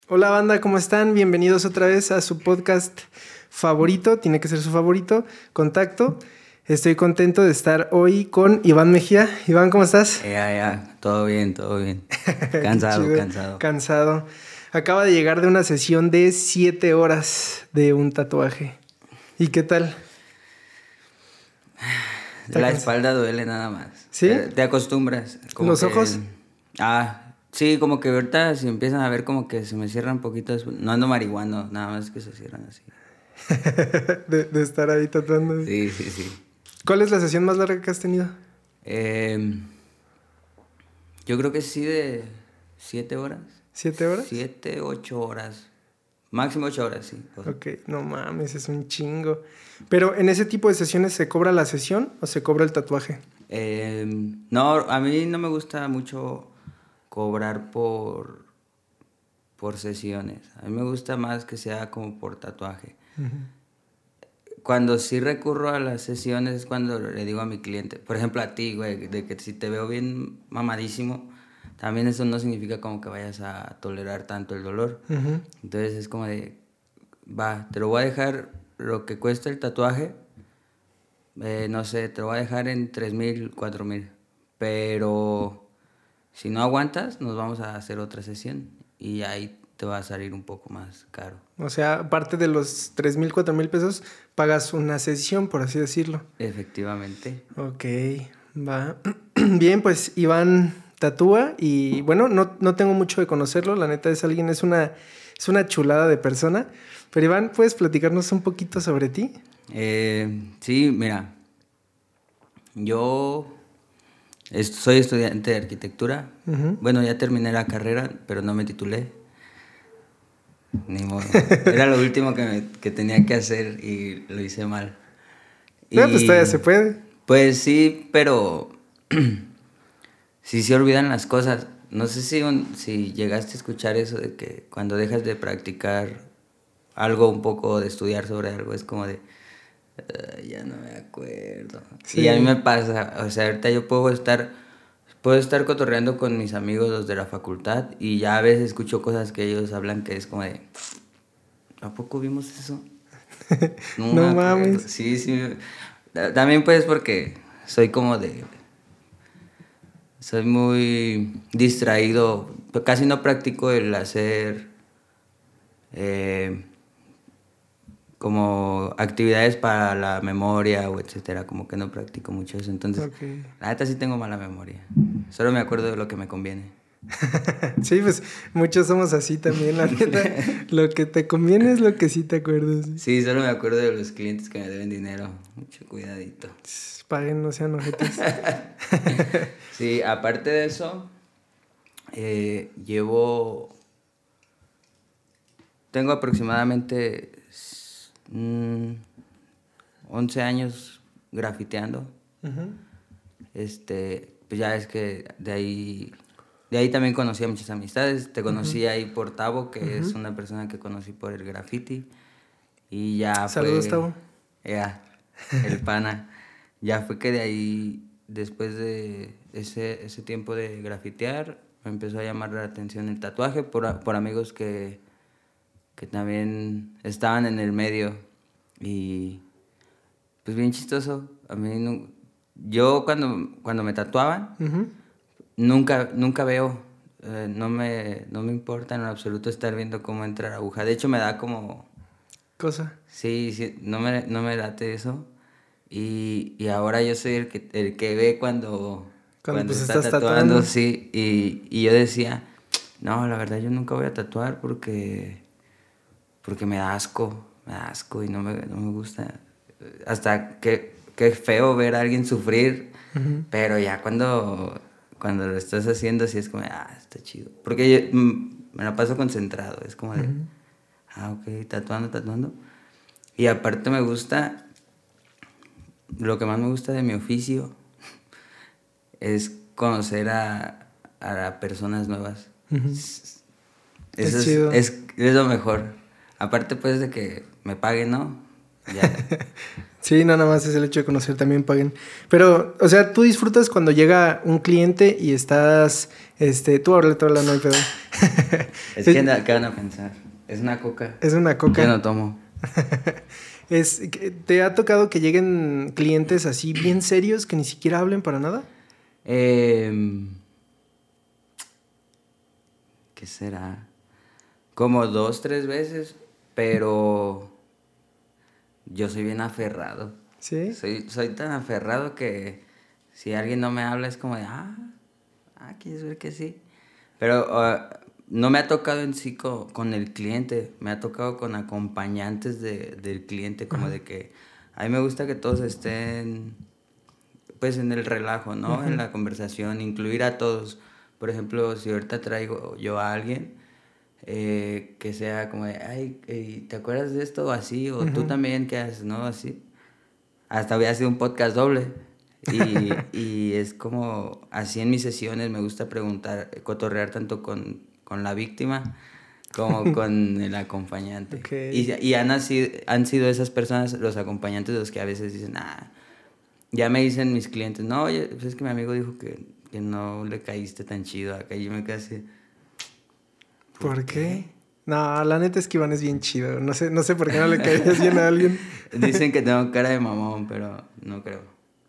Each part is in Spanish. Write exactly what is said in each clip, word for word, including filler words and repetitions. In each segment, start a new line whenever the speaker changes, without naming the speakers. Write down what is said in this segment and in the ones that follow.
Hola banda, ¿cómo están? Bienvenidos otra vez a su podcast favorito, tiene que ser su favorito, Contacto. Estoy contento de estar hoy con Iván Mejía. Iván, ¿cómo estás?
Ya, ya, todo bien, todo bien. Cansado, cansado.
Cansado. Acaba de llegar de una sesión de siete horas de un tatuaje. ¿Y qué tal?
La espalda duele nada más.
¿Sí?
Te, te acostumbras. Como
¿Los
que,
ojos?
Ah, sí, como que ahorita se empiezan a ver como que se me cierran un poquito. No ando marihuano, nada más que se cierran así.
de, de estar ahí tatuando.
Sí, sí, sí.
¿Cuál es la sesión más larga que has tenido?
Eh, yo creo que sí de siete horas.
¿Siete horas?
Siete, ocho horas. Máximo ocho horas, sí.
Ok, no mames, es un chingo. Pero en ese tipo de sesiones, ¿se cobra la sesión o se cobra el tatuaje?
Eh, no, a mí no me gusta mucho cobrar por, por sesiones. A mí me gusta más que sea como por tatuaje. Uh-huh. Cuando sí recurro a las sesiones es cuando le digo a mi cliente, por ejemplo a ti, güey, de que si te veo bien mamadísimo, también eso no significa como que vayas a tolerar tanto el dolor. Uh-huh. Entonces es como de, va, te lo voy a dejar lo que cuesta el tatuaje. Eh, no sé, te lo voy a dejar en tres mil, cuatro mil. Pero si no aguantas, nos vamos a hacer otra sesión. Y ahí te va a salir un poco más caro.
O sea, aparte de los tres mil, cuatro mil pesos, pagas una sesión, por así decirlo.
Efectivamente.
Ok, va. Bien, pues Iván tatúa y bueno, no, no tengo mucho de conocerlo. La neta es alguien, es una, es una chulada de persona. Pero Iván, ¿puedes platicarnos un poquito sobre ti?
Eh, sí, mira, yo est- soy estudiante de arquitectura. Uh-huh. Bueno, ya terminé la carrera, pero no me titulé. Ni modo. Era lo último que, me, que tenía que hacer y lo hice mal.
No, y, pues todavía se puede.
Pues sí, pero sí se olvidan las cosas. No sé si, un, si llegaste a escuchar eso de que cuando dejas de practicar algo un poco, de estudiar sobre algo, es como de... Uh, ya no me acuerdo. Sí. Y a mí me pasa, o sea, ahorita yo puedo estar, puedo estar cotorreando con mis amigos, los de la facultad, y ya a veces escucho cosas que ellos hablan que es como de, ¿a poco vimos eso?
No, no mames.
Sí, sí. También pues porque soy como de, soy muy distraído, casi no practico el hacer... Eh, como actividades para la memoria o etcétera, como que no practico mucho eso, entonces okay. La neta sí tengo mala memoria, solo me acuerdo de lo que me conviene.
Sí, pues muchos somos así también, la neta, lo que te conviene es lo que sí te acuerdas.
Sí, solo me acuerdo de los clientes que me deben dinero, mucho cuidadito.
Paguen, no sean ojetes.
Sí, aparte de eso, eh, llevo, tengo aproximadamente Mm, once años grafiteando. Uh-huh. Este, pues ya es que de ahí, de ahí también conocí a muchas amistades. Te conocí uh-huh. ahí por Tavo, que uh-huh. es una persona que conocí por el graffiti. Y ya
Saludos,
fue...
Tavo.
Ya, el pana. Ya fue que de ahí, después de ese, ese tiempo de grafitear, me empezó a llamar la atención el tatuaje por, por amigos que... que también estaban en el medio y pues bien chistoso. A mí no, yo cuando, cuando me tatuaban uh-huh. nunca, nunca veo, eh, no, me, no me importa en absoluto estar viendo cómo entra la aguja. De hecho me da como...
¿Cosa?
Sí, sí, no me, no me late eso. Y, y ahora yo soy el que, el que ve cuando,
cuando, cuando pues
está
estás
tatuando.
tatuando.
Sí, y, y yo decía, no, la verdad yo nunca voy a tatuar porque... porque me da asco, me da asco y no me, no me gusta. Hasta que, que feo ver a alguien sufrir, uh-huh. pero ya cuando, cuando lo estás haciendo sí es como, ah, está chido. Porque yo mm, me la paso concentrado, es como de, uh-huh. ah, ok, tatuando, tatuando. Y aparte me gusta, lo que más me gusta de mi oficio es conocer a, a personas nuevas. Uh-huh. Eso
es,
es,
chido.
Es, es lo mejor. Aparte, pues, de que me paguen, ¿no? Ya.
Sí, no, nada más es el hecho de conocer, también paguen. Pero, o sea, tú disfrutas cuando llega un cliente y estás, este, tú ahora le no hay pedo.
Es que, ¿qué van a pensar? Es una coca.
Es una coca.
Yo no tomo.
es, ¿Te ha tocado que lleguen clientes así bien serios que ni siquiera hablen para nada?
Eh, ¿Qué será? Como dos, tres veces, pero yo soy bien aferrado.
¿Sí?
Soy, soy tan aferrado que si alguien no me habla es como de, ah, ah ¿quieres ver que sí? Pero uh, no me ha tocado en sí con, con el cliente, me ha tocado con acompañantes de, del cliente, como uh-huh. de que a mí me gusta que todos estén pues en el relajo, ¿no? Uh-huh. En la conversación, incluir a todos. Por ejemplo, si ahorita traigo yo a alguien, eh, que sea como de, ay, ¿te acuerdas de esto o así? O uh-huh. tú también, ¿qué haces? ¿No? Así. Hasta voy a hacer un podcast doble. Y, y es como, así en mis sesiones me gusta preguntar, cotorrear tanto con, con la víctima como con el acompañante. Okay. Y, y han, sido, han sido esas personas, los acompañantes, los que a veces dicen, ah, ya me dicen mis clientes, no, oye, pues es que mi amigo dijo que, que no le caíste tan chido acá. Y yo me quedé así,
¿por, ¿por qué? qué? No, la neta es que Iván es bien chido. No sé, no sé por qué no le caerías bien a alguien.
Dicen que tengo cara de mamón, pero no creo.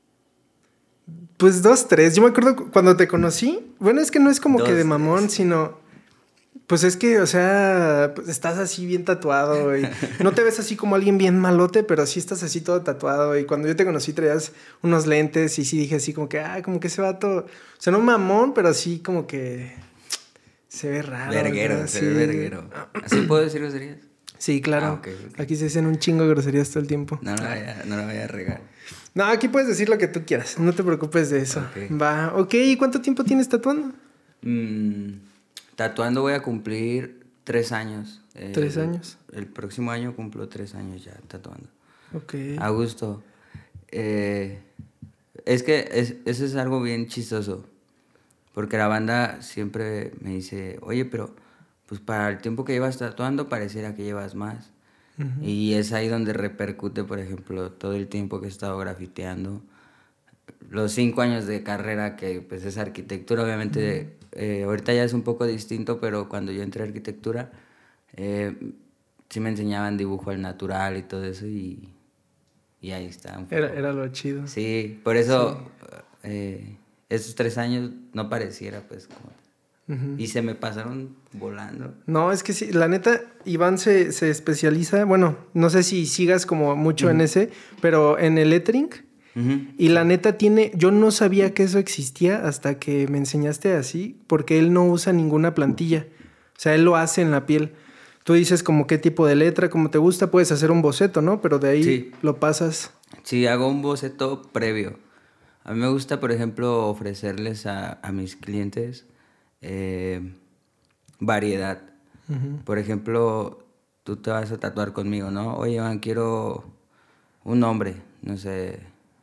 Pues dos, tres. Yo me acuerdo cuando te conocí. Bueno, es que no es como dos, que de mamón, tres. Sino... Pues es que, o sea, pues estás así bien tatuado y no te ves así como alguien bien malote, pero sí estás así todo tatuado. Y cuando yo te conocí traías unos lentes y sí dije así como que, ah, como que ese vato... O sea, no mamón, pero sí como que... Se ve raro.
Verguero, ¿no? Se sí. ve verguero. ¿Así puedo decir groserías?
Sí, claro. Ah, okay, okay. Aquí se dicen un chingo de groserías todo el tiempo.
No la vaya, no la vaya a regar.
No, aquí puedes decir lo que tú quieras. No te preocupes de eso. Okay. Va. Ok, ¿y cuánto tiempo tienes tatuando?
Mm, tatuando voy a cumplir tres años.
¿Tres
el,
años?
El próximo año cumplo tres años ya tatuando.
Ok.
A gusto. Eh, es que es, eso es algo bien chistoso. Porque la banda siempre me dice, oye, pero pues para el tiempo que llevas tatuando pareciera que llevas más. Uh-huh. Y es ahí donde repercute, por ejemplo, todo el tiempo que he estado grafiteando. Los cinco años de carrera que pues es arquitectura, obviamente uh-huh. eh, ahorita ya es un poco distinto, pero cuando yo entré a arquitectura eh, sí me enseñaban dibujo al natural y todo eso y, y ahí está. Un poco.
Era, era lo chido.
Sí, por eso... Sí. Eh, esos tres años no pareciera, pues, como... Uh-huh. Y se me pasaron volando.
No, es que sí, la neta, Iván se, se especializa, bueno, no sé si sigas como mucho uh-huh. en ese, pero en el lettering. Uh-huh. Y la neta tiene... Yo no sabía que eso existía hasta que me enseñaste así, porque él no usa ninguna plantilla. O sea, él lo hace en la piel. Tú dices como qué tipo de letra, como te gusta, puedes hacer un boceto, ¿no? Pero de ahí sí. Lo pasas.
Sí, hago un boceto previo. A mí me gusta, por ejemplo, ofrecerles a, a mis clientes eh, variedad. Uh-huh. Por ejemplo, tú te vas a tatuar conmigo, ¿no? Oye, Iván, quiero un nombre, no sé...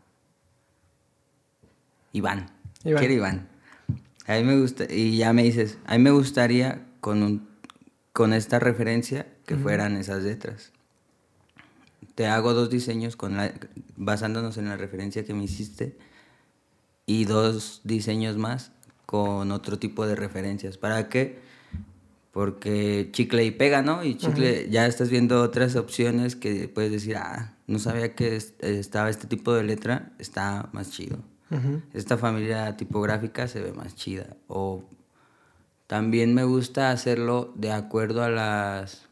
Iván. Iván. Quiero Iván. A mí me gusta... Y ya me dices, a mí me gustaría con, un, con esta referencia que uh-huh. fueran esas letras. Te hago dos diseños con la, basándonos en la referencia que me hiciste... Y dos diseños más con otro tipo de referencias. ¿Para qué? Porque chicle y pega, ¿no? Y chicle, uh-huh. ya estás viendo otras opciones que puedes decir, ah, no sabía que estaba este tipo de letra, está más chido. Uh-huh. Esta familia tipográfica se ve más chida. O también me gusta hacerlo de acuerdo a las...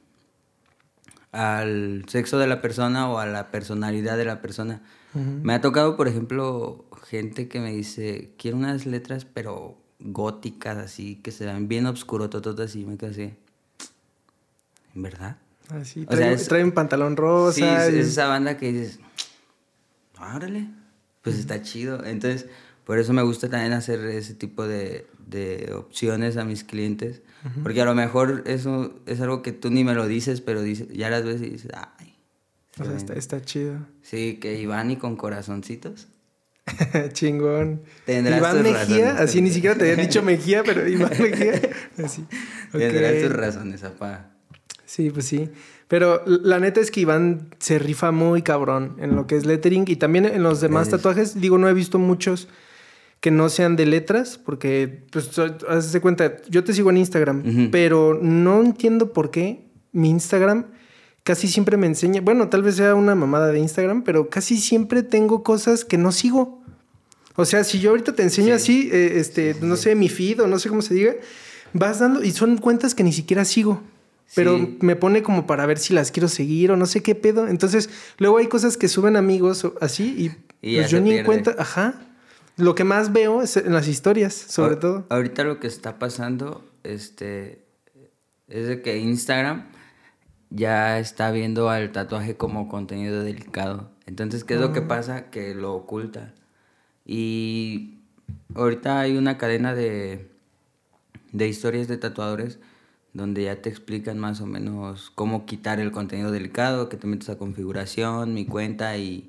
al sexo de la persona o a la personalidad de la persona. Uh-huh. Me ha tocado, por ejemplo, gente que me dice, quiero unas letras, pero góticas, así, que se ven bien oscurotototas, así, me quedo así, ¿en verdad?
Así, trae, o sea, es, trae un pantalón rosa.
Sí, es, y... es esa banda que dices, órale, pues uh-huh. está chido. Entonces, por eso me gusta también hacer ese tipo de, de opciones a mis clientes, uh-huh. porque a lo mejor eso es algo que tú ni me lo dices, pero dices, ya las ves y dices, ay.
O sea, está, está chido.
Sí, que Iván y con corazoncitos.
Chingón.
Tendrás
Iván
tus
Mejía,
razones.
Así ni siquiera te había dicho Mejía, pero Iván Mejía. Así. Okay.
Tendrás tus razones, apá.
Sí, pues sí. Pero la neta es que Iván se rifa muy cabrón en lo que es lettering y también en los demás es... tatuajes. Digo, no he visto muchos que no sean de letras, porque, pues, haz de cuenta, yo te sigo en Instagram, uh-huh. pero no entiendo por qué mi Instagram casi siempre me enseña, bueno, tal vez sea una mamada de Instagram, pero casi siempre tengo cosas que no sigo. O sea, si yo ahorita te enseño sí. así, eh, este, sí, sí, no sé, mi feed o no sé cómo se diga, vas dando, y son cuentas que ni siquiera sigo. Pero sí. me pone como para ver si las quiero seguir o no sé qué pedo. Entonces, luego hay cosas que suben amigos así y, y pues yo ni en cuenta, ajá. Lo que más veo es en las historias, sobre
a-
todo.
Ahorita lo que está pasando, este, es de que Instagram ya está viendo al tatuaje como contenido delicado. Entonces, ¿qué es uh-huh. lo que pasa? Que lo oculta. Y ahorita hay una cadena de, de historias de tatuadores donde ya te explican más o menos cómo quitar el contenido delicado, que te metes a configuración, mi cuenta y...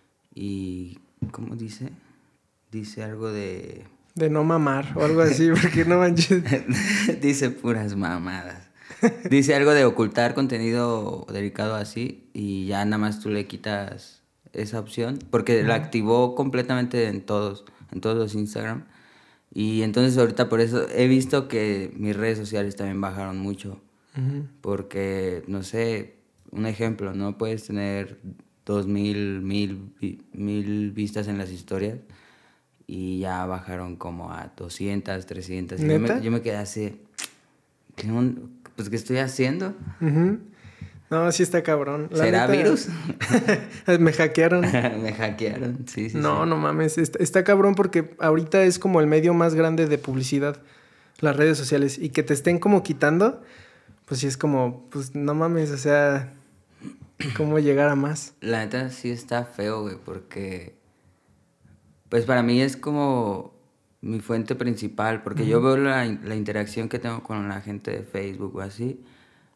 y ¿cómo dice? Dice algo de...
De no mamar o algo así, porque no manches.
Dice puras mamadas. Dice algo de ocultar contenido delicado así y ya nada más tú le quitas esa opción porque uh-huh. la activó completamente en todos, en todos los Instagram. Y entonces ahorita por eso he visto que mis redes sociales también bajaron mucho. Uh-huh. Porque, no sé, un ejemplo, ¿no? Puedes tener dos mil, mil, mil vistas en las historias y ya bajaron como a doscientas, trescientas. Y yo me, yo me quedé así, ¿qué, pues, ¿qué estoy haciendo?
Uh-huh. No, sí está cabrón.
La ¿Será neta... virus?
Me hackearon.
Me hackearon, sí, sí.
No,
sí.
no mames. Está, está cabrón porque ahorita es como el medio más grande de publicidad, las redes sociales. Y que te estén como quitando, pues sí es como, pues no mames, o sea, ¿cómo llegar a más?
La neta sí está feo, güey, porque pues para mí es como mi fuente principal, porque uh-huh. yo veo la, la interacción que tengo con la gente de Facebook o así.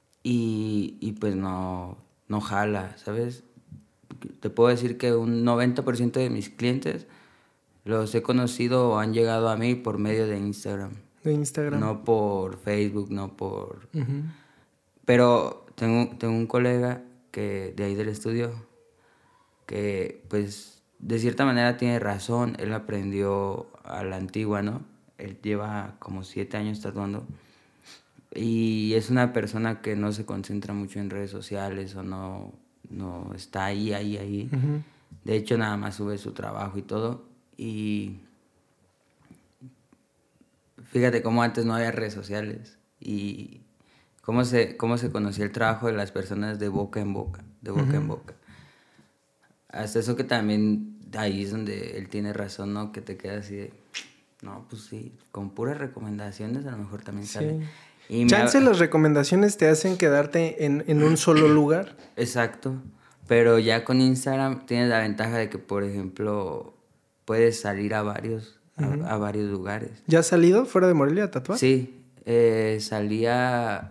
Y, y pues no, no jala, ¿sabes? Te puedo decir que un noventa por ciento de mis clientes los he conocido o han llegado a mí por medio de Instagram.
De Instagram.
No por Facebook, no por...
Uh-huh.
Pero tengo, tengo un colega que de ahí del estudio que pues de cierta manera tiene razón. Él aprendió a la antigua, ¿no? Él lleva como siete años tatuando. Y es una persona que no se concentra mucho en redes sociales o no, no está ahí, ahí, ahí. Uh-huh. De hecho, nada más sube su trabajo y todo. Y fíjate cómo antes no había redes sociales. Y cómo se, cómo se conocía el trabajo de las personas de boca en boca, de boca uh-huh. en boca. Hasta eso que también ahí es donde él tiene razón, ¿no? Que te quedas así de... No, pues sí, con puras recomendaciones a lo mejor también
sí.
sale.
Y Chance, me... las recomendaciones te hacen quedarte en, en un solo lugar.
Exacto. Pero ya con Instagram tienes la ventaja de que, por ejemplo, puedes salir a varios, uh-huh. a, a varios lugares.
¿Ya has salido fuera de Morelia a tatuar?
Sí. Eh, salía...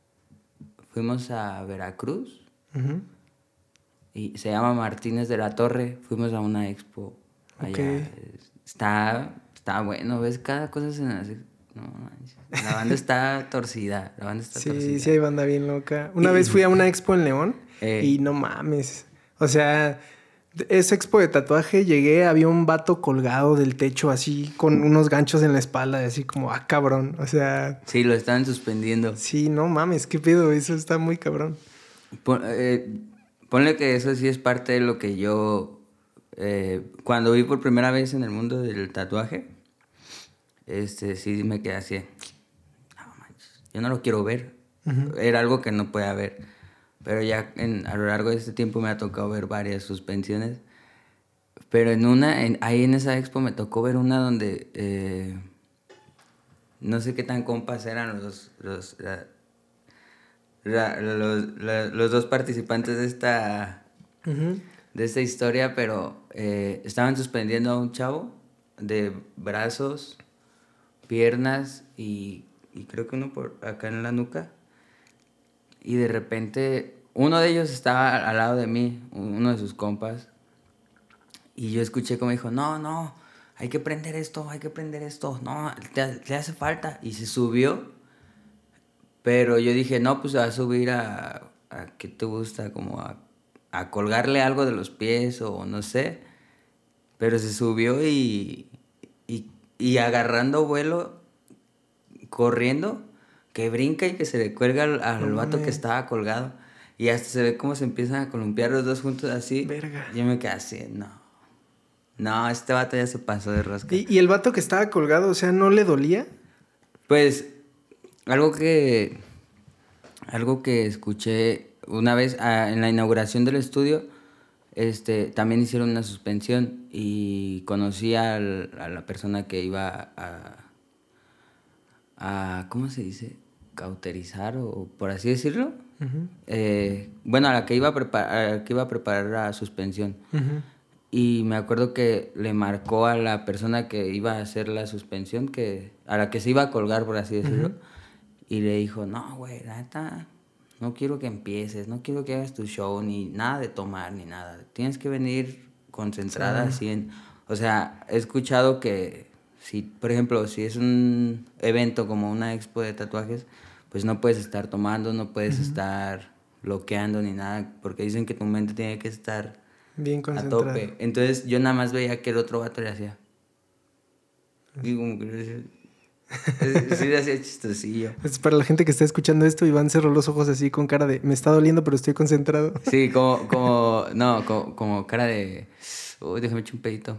Fuimos a Veracruz. Uh-huh. Y se llama Martínez de la Torre. Fuimos a una expo allá. Okay. Está, está bueno. ¿Ves? Cada cosa se hace... No, la banda está torcida, la banda está
sí,
torcida.
Sí, sí hay banda bien loca. Una y, vez fui a una expo en León eh. y no mames. O sea, esa expo de tatuaje llegué, había un vato colgado del techo así, con unos ganchos en la espalda, así como, ah, cabrón. O sea...
Sí, lo estaban suspendiendo.
Sí, no mames, qué pedo, eso está muy cabrón.
Pon, eh, ponle que eso sí es parte de lo que yo... Eh, cuando vi por primera vez en el mundo del tatuaje... Este, sí me quedé así, no manches, yo no lo quiero ver. Uh-huh. Era algo que no podía ver. Pero ya en, a lo largo de este tiempo me ha tocado ver varias suspensiones. Pero en una, en, ahí en esa expo me tocó ver una donde eh, no sé qué tan compas eran los, los, la, la, los, la, los dos participantes de esta, uh-huh. de esta historia, pero eh, estaban suspendiendo a un chavo de brazos, piernas y, y creo que uno por acá en la nuca. Y de repente uno de ellos estaba al lado de mí, uno de sus compas. Y yo escuché como dijo, no, no, hay que prender esto, hay que prender esto. No, te, te hace falta. Y se subió. Pero yo dije, no, pues se va a subir a, a ¿qué te gusta? Como a, a colgarle algo de los pies o no sé. Pero se subió y... Y y agarrando vuelo, corriendo, que brinca y que se le cuelga al, al
No
vato
mames.
que estaba colgado. Y hasta se ve cómo se empiezan a columpiar los dos juntos así.
Verga.
Yo me quedé así, no. No, este vato ya se pasó de rosca.
¿Y, y el vato que estaba colgado, o sea, no le dolía?
Pues, algo que... Algo que escuché una vez ah, en la inauguración del estudio, este, también hicieron una suspensión y conocí al, a la persona que iba a, a, ¿cómo se dice? Cauterizar o por así decirlo.
Uh-huh.
Eh, bueno, a la que iba a preparar, a la que iba a preparar la suspensión.
Uh-huh.
Y me acuerdo que le marcó a la persona que iba a hacer la suspensión, que a la que se iba a colgar, por así decirlo. Uh-huh. Y le dijo, no, güey, la neta, no quiero que empieces, no quiero que hagas tu show, ni nada de tomar, ni nada. Tienes que venir concentrada sí. así en... O sea, he escuchado que, si, por ejemplo, si es un evento como una expo de tatuajes, pues no puedes estar tomando, no puedes uh-huh. estar bloqueando ni nada, porque dicen que tu mente tiene que estar
bien
a tope. Entonces yo nada más veía que el otro vato le hacía. Y como que... Sí, le hacía chistosillo.
Es para la gente que está escuchando esto, Iván cerró los ojos así con cara de me está doliendo, pero estoy concentrado.
Sí, como, como, no, como, como cara de uy, déjame echar un pedito.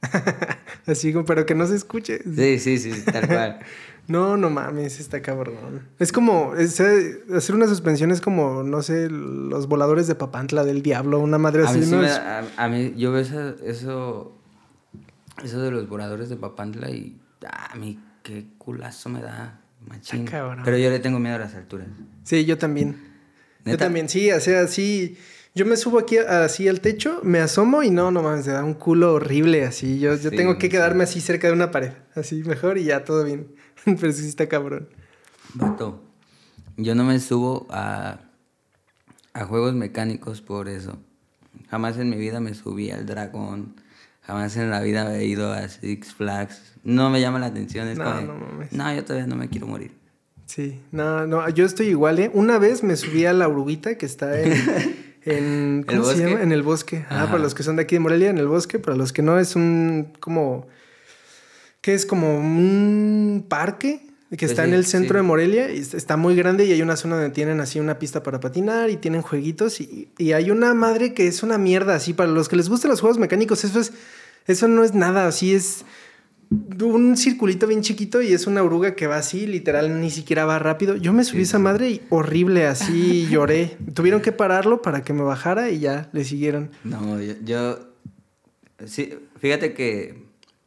Así como, pero que no se escuche.
Sí, sí, sí, tal cual.
No, no mames, está cabrón. Es como, es, hacer una suspensión es como, no sé, los voladores de Papantla del diablo, una madre
a
así,
mí sí
¿no?
me da, a, a mí, yo veo eso, eso, eso de los voladores de Papantla y ah, a mí qué culazo me da, machín.
Ah,
pero yo le tengo miedo a las alturas.
Sí, yo también.
¿Neta?
Yo también, sí, o sea, así... Yo me subo aquí así al techo, me asomo y no, no mames, me da un culo horrible así. Yo, yo sí, tengo que quedarme sí. así cerca de una pared, así mejor y ya todo bien. Pero sí está cabrón.
Vato, yo no me subo a, a juegos mecánicos por eso. Jamás en mi vida me subí al dragón. Jamás en la vida he ido a Six Flags. No me llama la atención. Es
no,
como,
no mames.
No, yo todavía no me quiero morir.
Sí, no, no, yo estoy igual, ¿eh? Una vez me subí a la oruguita que está en... en ¿Cómo se llama? En el bosque. Ah, para los que son de aquí de Morelia, en el bosque. Para los que no, es un... como... ¿Qué es? Como un parque que pues está sí, en el centro sí. de Morelia. Y está muy grande y hay una zona donde tienen así una pista para patinar y tienen jueguitos. Y, y hay una madre que es una mierda así. Para los que les gustan los juegos mecánicos, eso es... Eso no es nada, así es... un circulito bien chiquito y es una oruga que va así, literal, ni siquiera va rápido. Yo me subí a sí, esa madre y horrible, así lloré. Tuvieron que pararlo para que me bajara y ya le siguieron.
No, yo... yo sí, fíjate que...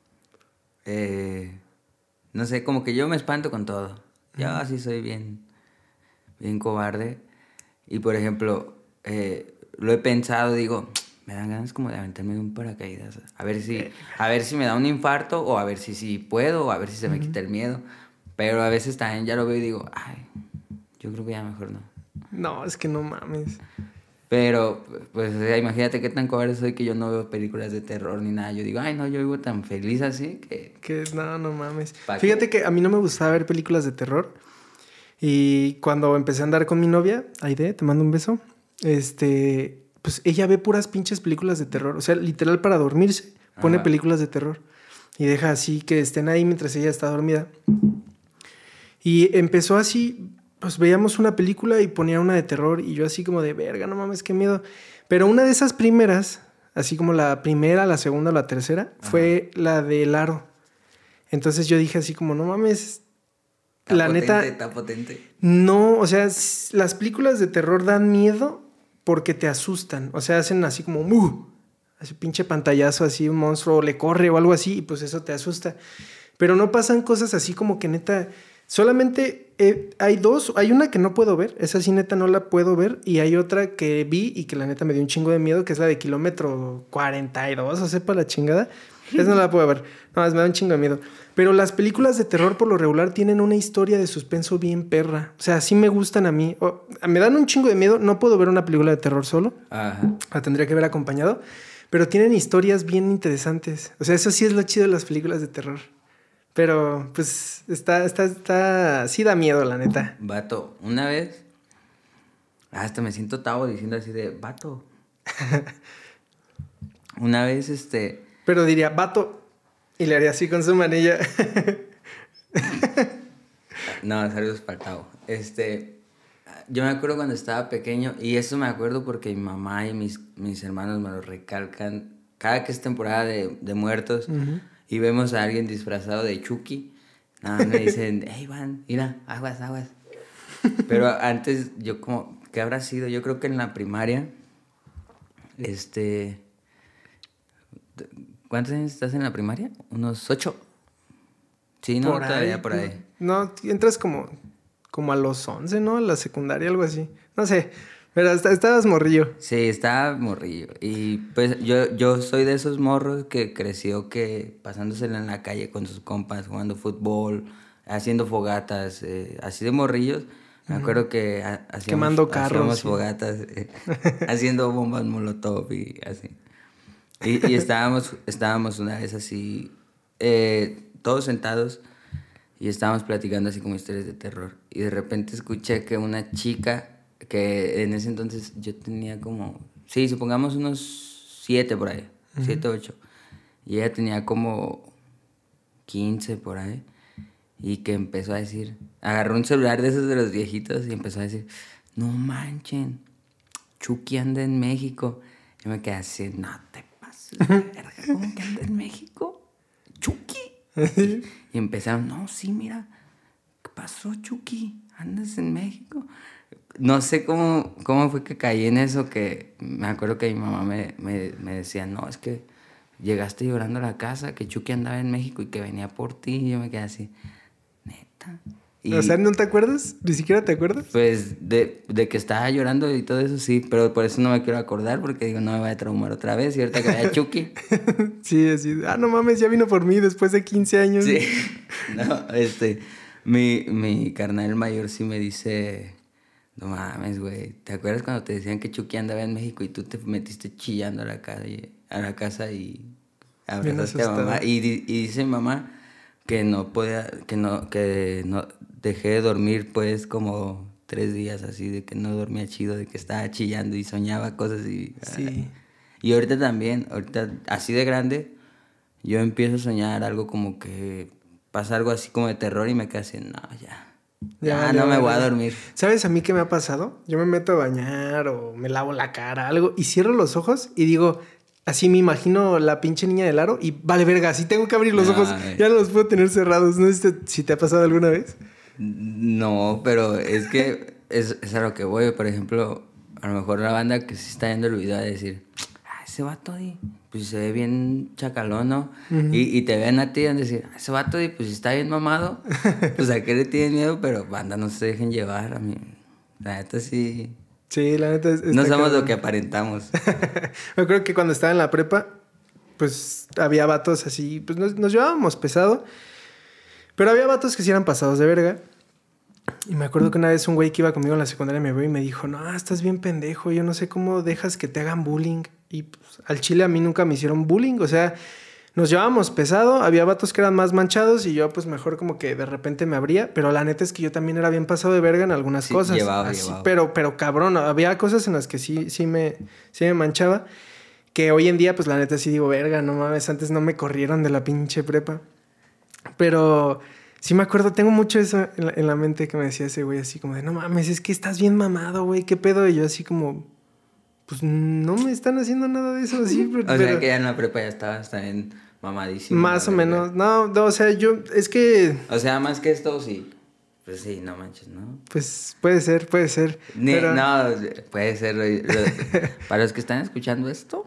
Eh, no sé, como que yo me espanto con todo. Yo uh-huh. así soy bien... bien cobarde. Y, por ejemplo, eh, lo he pensado, digo... Me dan ganas como de aventarme de un paracaídas. A ver si, a ver si me da un infarto o a ver si sí si puedo o a ver si se me uh-huh. quita el miedo. Pero a veces también ya lo veo y digo, ay, yo creo que ya mejor no.
No, es que no mames.
Pero, pues, o sea, imagínate qué tan cobarde soy que yo no veo películas de terror ni nada. Yo digo, ay, no, yo vivo tan feliz así que...
Que no, no mames. Fíjate qué? que a mí no me gustaba ver películas de terror. Y cuando empecé a andar con mi novia, Aide, te mando un beso, este... pues ella ve puras pinches películas de terror. O sea, literal para dormirse pone Ajá. películas de terror. Y deja así que estén ahí mientras ella está dormida. Y empezó así, pues veíamos una película y ponía una de terror. Y yo así como de, verga, no mames, qué miedo. Pero una de esas primeras, así como la primera, la segunda, la tercera, Ajá. fue la de El Aro. Entonces yo dije así como, no mames,
está
la
potente,
neta...
Está potente.
No, o sea, las películas de terror dan miedo... porque te asustan, o sea, hacen así como ¡uh! Así pinche pantallazo, así un monstruo le corre o algo así y pues eso te asusta. Pero no pasan cosas así como que neta, solamente eh, hay dos, hay una que no puedo ver, esa sí neta no la puedo ver y hay otra que vi y que la neta me dio un chingo de miedo, que es la de Kilómetro cuarenta y dos, o sepa la chingada. Esa no la puedo ver, no, me da un chingo de miedo. Pero las películas de terror por lo regular tienen una historia de suspenso bien perra. O sea, sí me gustan a mí. O, me dan un chingo de miedo. No puedo ver una película de terror solo. Ajá. La tendría que ver acompañado. Pero tienen historias bien interesantes. O sea, eso sí es lo chido de las películas de terror. Pero, pues, está, está, está... sí da miedo, la neta.
Vato, una vez... Hasta me siento tavo diciendo así de... Vato. Una vez, este...
Pero diría, vato... Y le haría así con su manilla.
No, saludos para el Tavo. Este, yo me acuerdo cuando estaba pequeño, y eso me acuerdo porque mi mamá y mis, mis hermanos me lo recalcan. Cada que es temporada de, de muertos uh-huh. y vemos a alguien disfrazado de Chucky, nada, me dicen, hey, Iván, mira, aguas, aguas. Pero antes, yo como, ¿qué habrá sido? Yo creo que en la primaria, este... ¿Cuántos años estás en la primaria? ¿Unos ocho? Sí, ¿no?
Por
Todavía
ahí,
por ahí.
No, entras como, como a los once, ¿no? A la secundaria, algo así. No sé, pero estabas morrillo.
Sí, estaba morrillo. Y pues yo, yo soy de esos morros que creció que pasándosela en la calle con sus compas, jugando fútbol, haciendo fogatas, eh, así de morrillos. Me acuerdo que ha, hacíamos,
quemando carros,
hacíamos
sí.
fogatas, eh, haciendo bombas molotov y así. Y, y estábamos, estábamos una vez así, eh, todos sentados, y estábamos platicando así como historias de terror. Y de repente escuché que una chica, que en ese entonces yo tenía como, sí, supongamos unos siete por ahí, uh-huh. siete, ocho. Y ella tenía como quince por ahí. Y que empezó a decir, agarró un celular de esos de los viejitos y empezó a decir, no manchen, Chucky anda en México. Y me quedé así, no te pases, verga, ¿cómo que anda en México? ¿Chucky? Y empezaron, no, sí, mira, ¿qué pasó, Chucky? ¿Andas en México? No sé cómo, cómo fue que caí en eso, que me acuerdo que mi mamá me, me, me decía, no, es que llegaste llorando a la casa, que Chucky andaba en México y que venía por ti. Y yo me quedé así, neta. Y,
o sea, ¿no te acuerdas? ¿Ni siquiera te acuerdas?
Pues de, de que estaba llorando y todo eso, sí, pero por eso no me quiero acordar, porque digo, no me voy a traumar otra vez. Y ahorita que vaya Chucky.
Sí, así, ah, no mames, ya vino por mí después de quince años.
Sí, no, este, mi, mi carnal mayor sí me dice, no mames, güey, ¿te acuerdas cuando te decían que Chucky andaba en México y tú te metiste chillando a la calle, a la casa y abrazaste a mamá? Y, y dice mi mamá que no podía, que no, que no, dejé de dormir pues como tres días así, de que no dormía chido, de que estaba chillando y soñaba cosas y...
Sí.
Y ahorita también, ahorita así de grande, yo empiezo a soñar algo como que pasa algo así como de terror y me quedo así, no, ya. Ya, ya no me voy a dormir.
¿Sabes a mí qué me ha pasado? Yo me meto a bañar o me lavo la cara, algo, y cierro los ojos y digo, así me imagino la pinche niña del aro y vale verga, así tengo que abrir los no, ojos, eh. ya no los puedo tener cerrados. No sé si te ha pasado alguna vez.
No, pero es que es, es a lo que voy. Por ejemplo, a lo mejor la banda que se está viendo el video va a decir, ah, ese vato ahí, pues se ve bien chacalón, ¿no? Uh-huh. y, y te ven a ti y van a decir, ah, ese vato ahí, pues está bien mamado, pues a qué le tienen miedo, pero banda, no se dejen llevar. A mí, la neta sí...
Sí, la neta es...
No somos lo que aparentamos.
Yo creo que cuando estaba en la prepa, pues había vatos así, pues nos, nos llevábamos pesado, pero había vatos que sí eran pasados de verga. Y me acuerdo que una vez un güey que iba conmigo en la secundaria me vio y me dijo, no, estás bien pendejo, yo no sé cómo dejas que te hagan bullying. Y pues, al chile a mí nunca me hicieron bullying, o sea, nos llevábamos pesado, había vatos que eran más manchados y yo pues mejor como que de repente me abría, pero la neta es que yo también era bien pasado de verga en algunas
sí,
cosas.
Llevado,
así,
llevado.
Pero, pero cabrón, había cosas en las que sí, sí, me, sí me manchaba, que hoy en día pues la neta sí digo, verga, no mames, antes no me corrieron de la pinche prepa. Pero... sí me acuerdo, tengo mucho eso en la, en la mente que me decía ese güey así como de, no mames, es que estás bien mamado, güey, ¿qué pedo? Y yo así como, pues no me están haciendo nada de eso así. Pero,
o sea que ya en la prepa ya estabas también mamadísimo.
Más o menos, no, no, o sea, yo, es que...
O sea, más que esto, sí. Pues sí, no manches, ¿no?
Pues puede ser, puede ser.
Ni,
pero...
No, puede ser. Lo, lo, para los que están escuchando esto...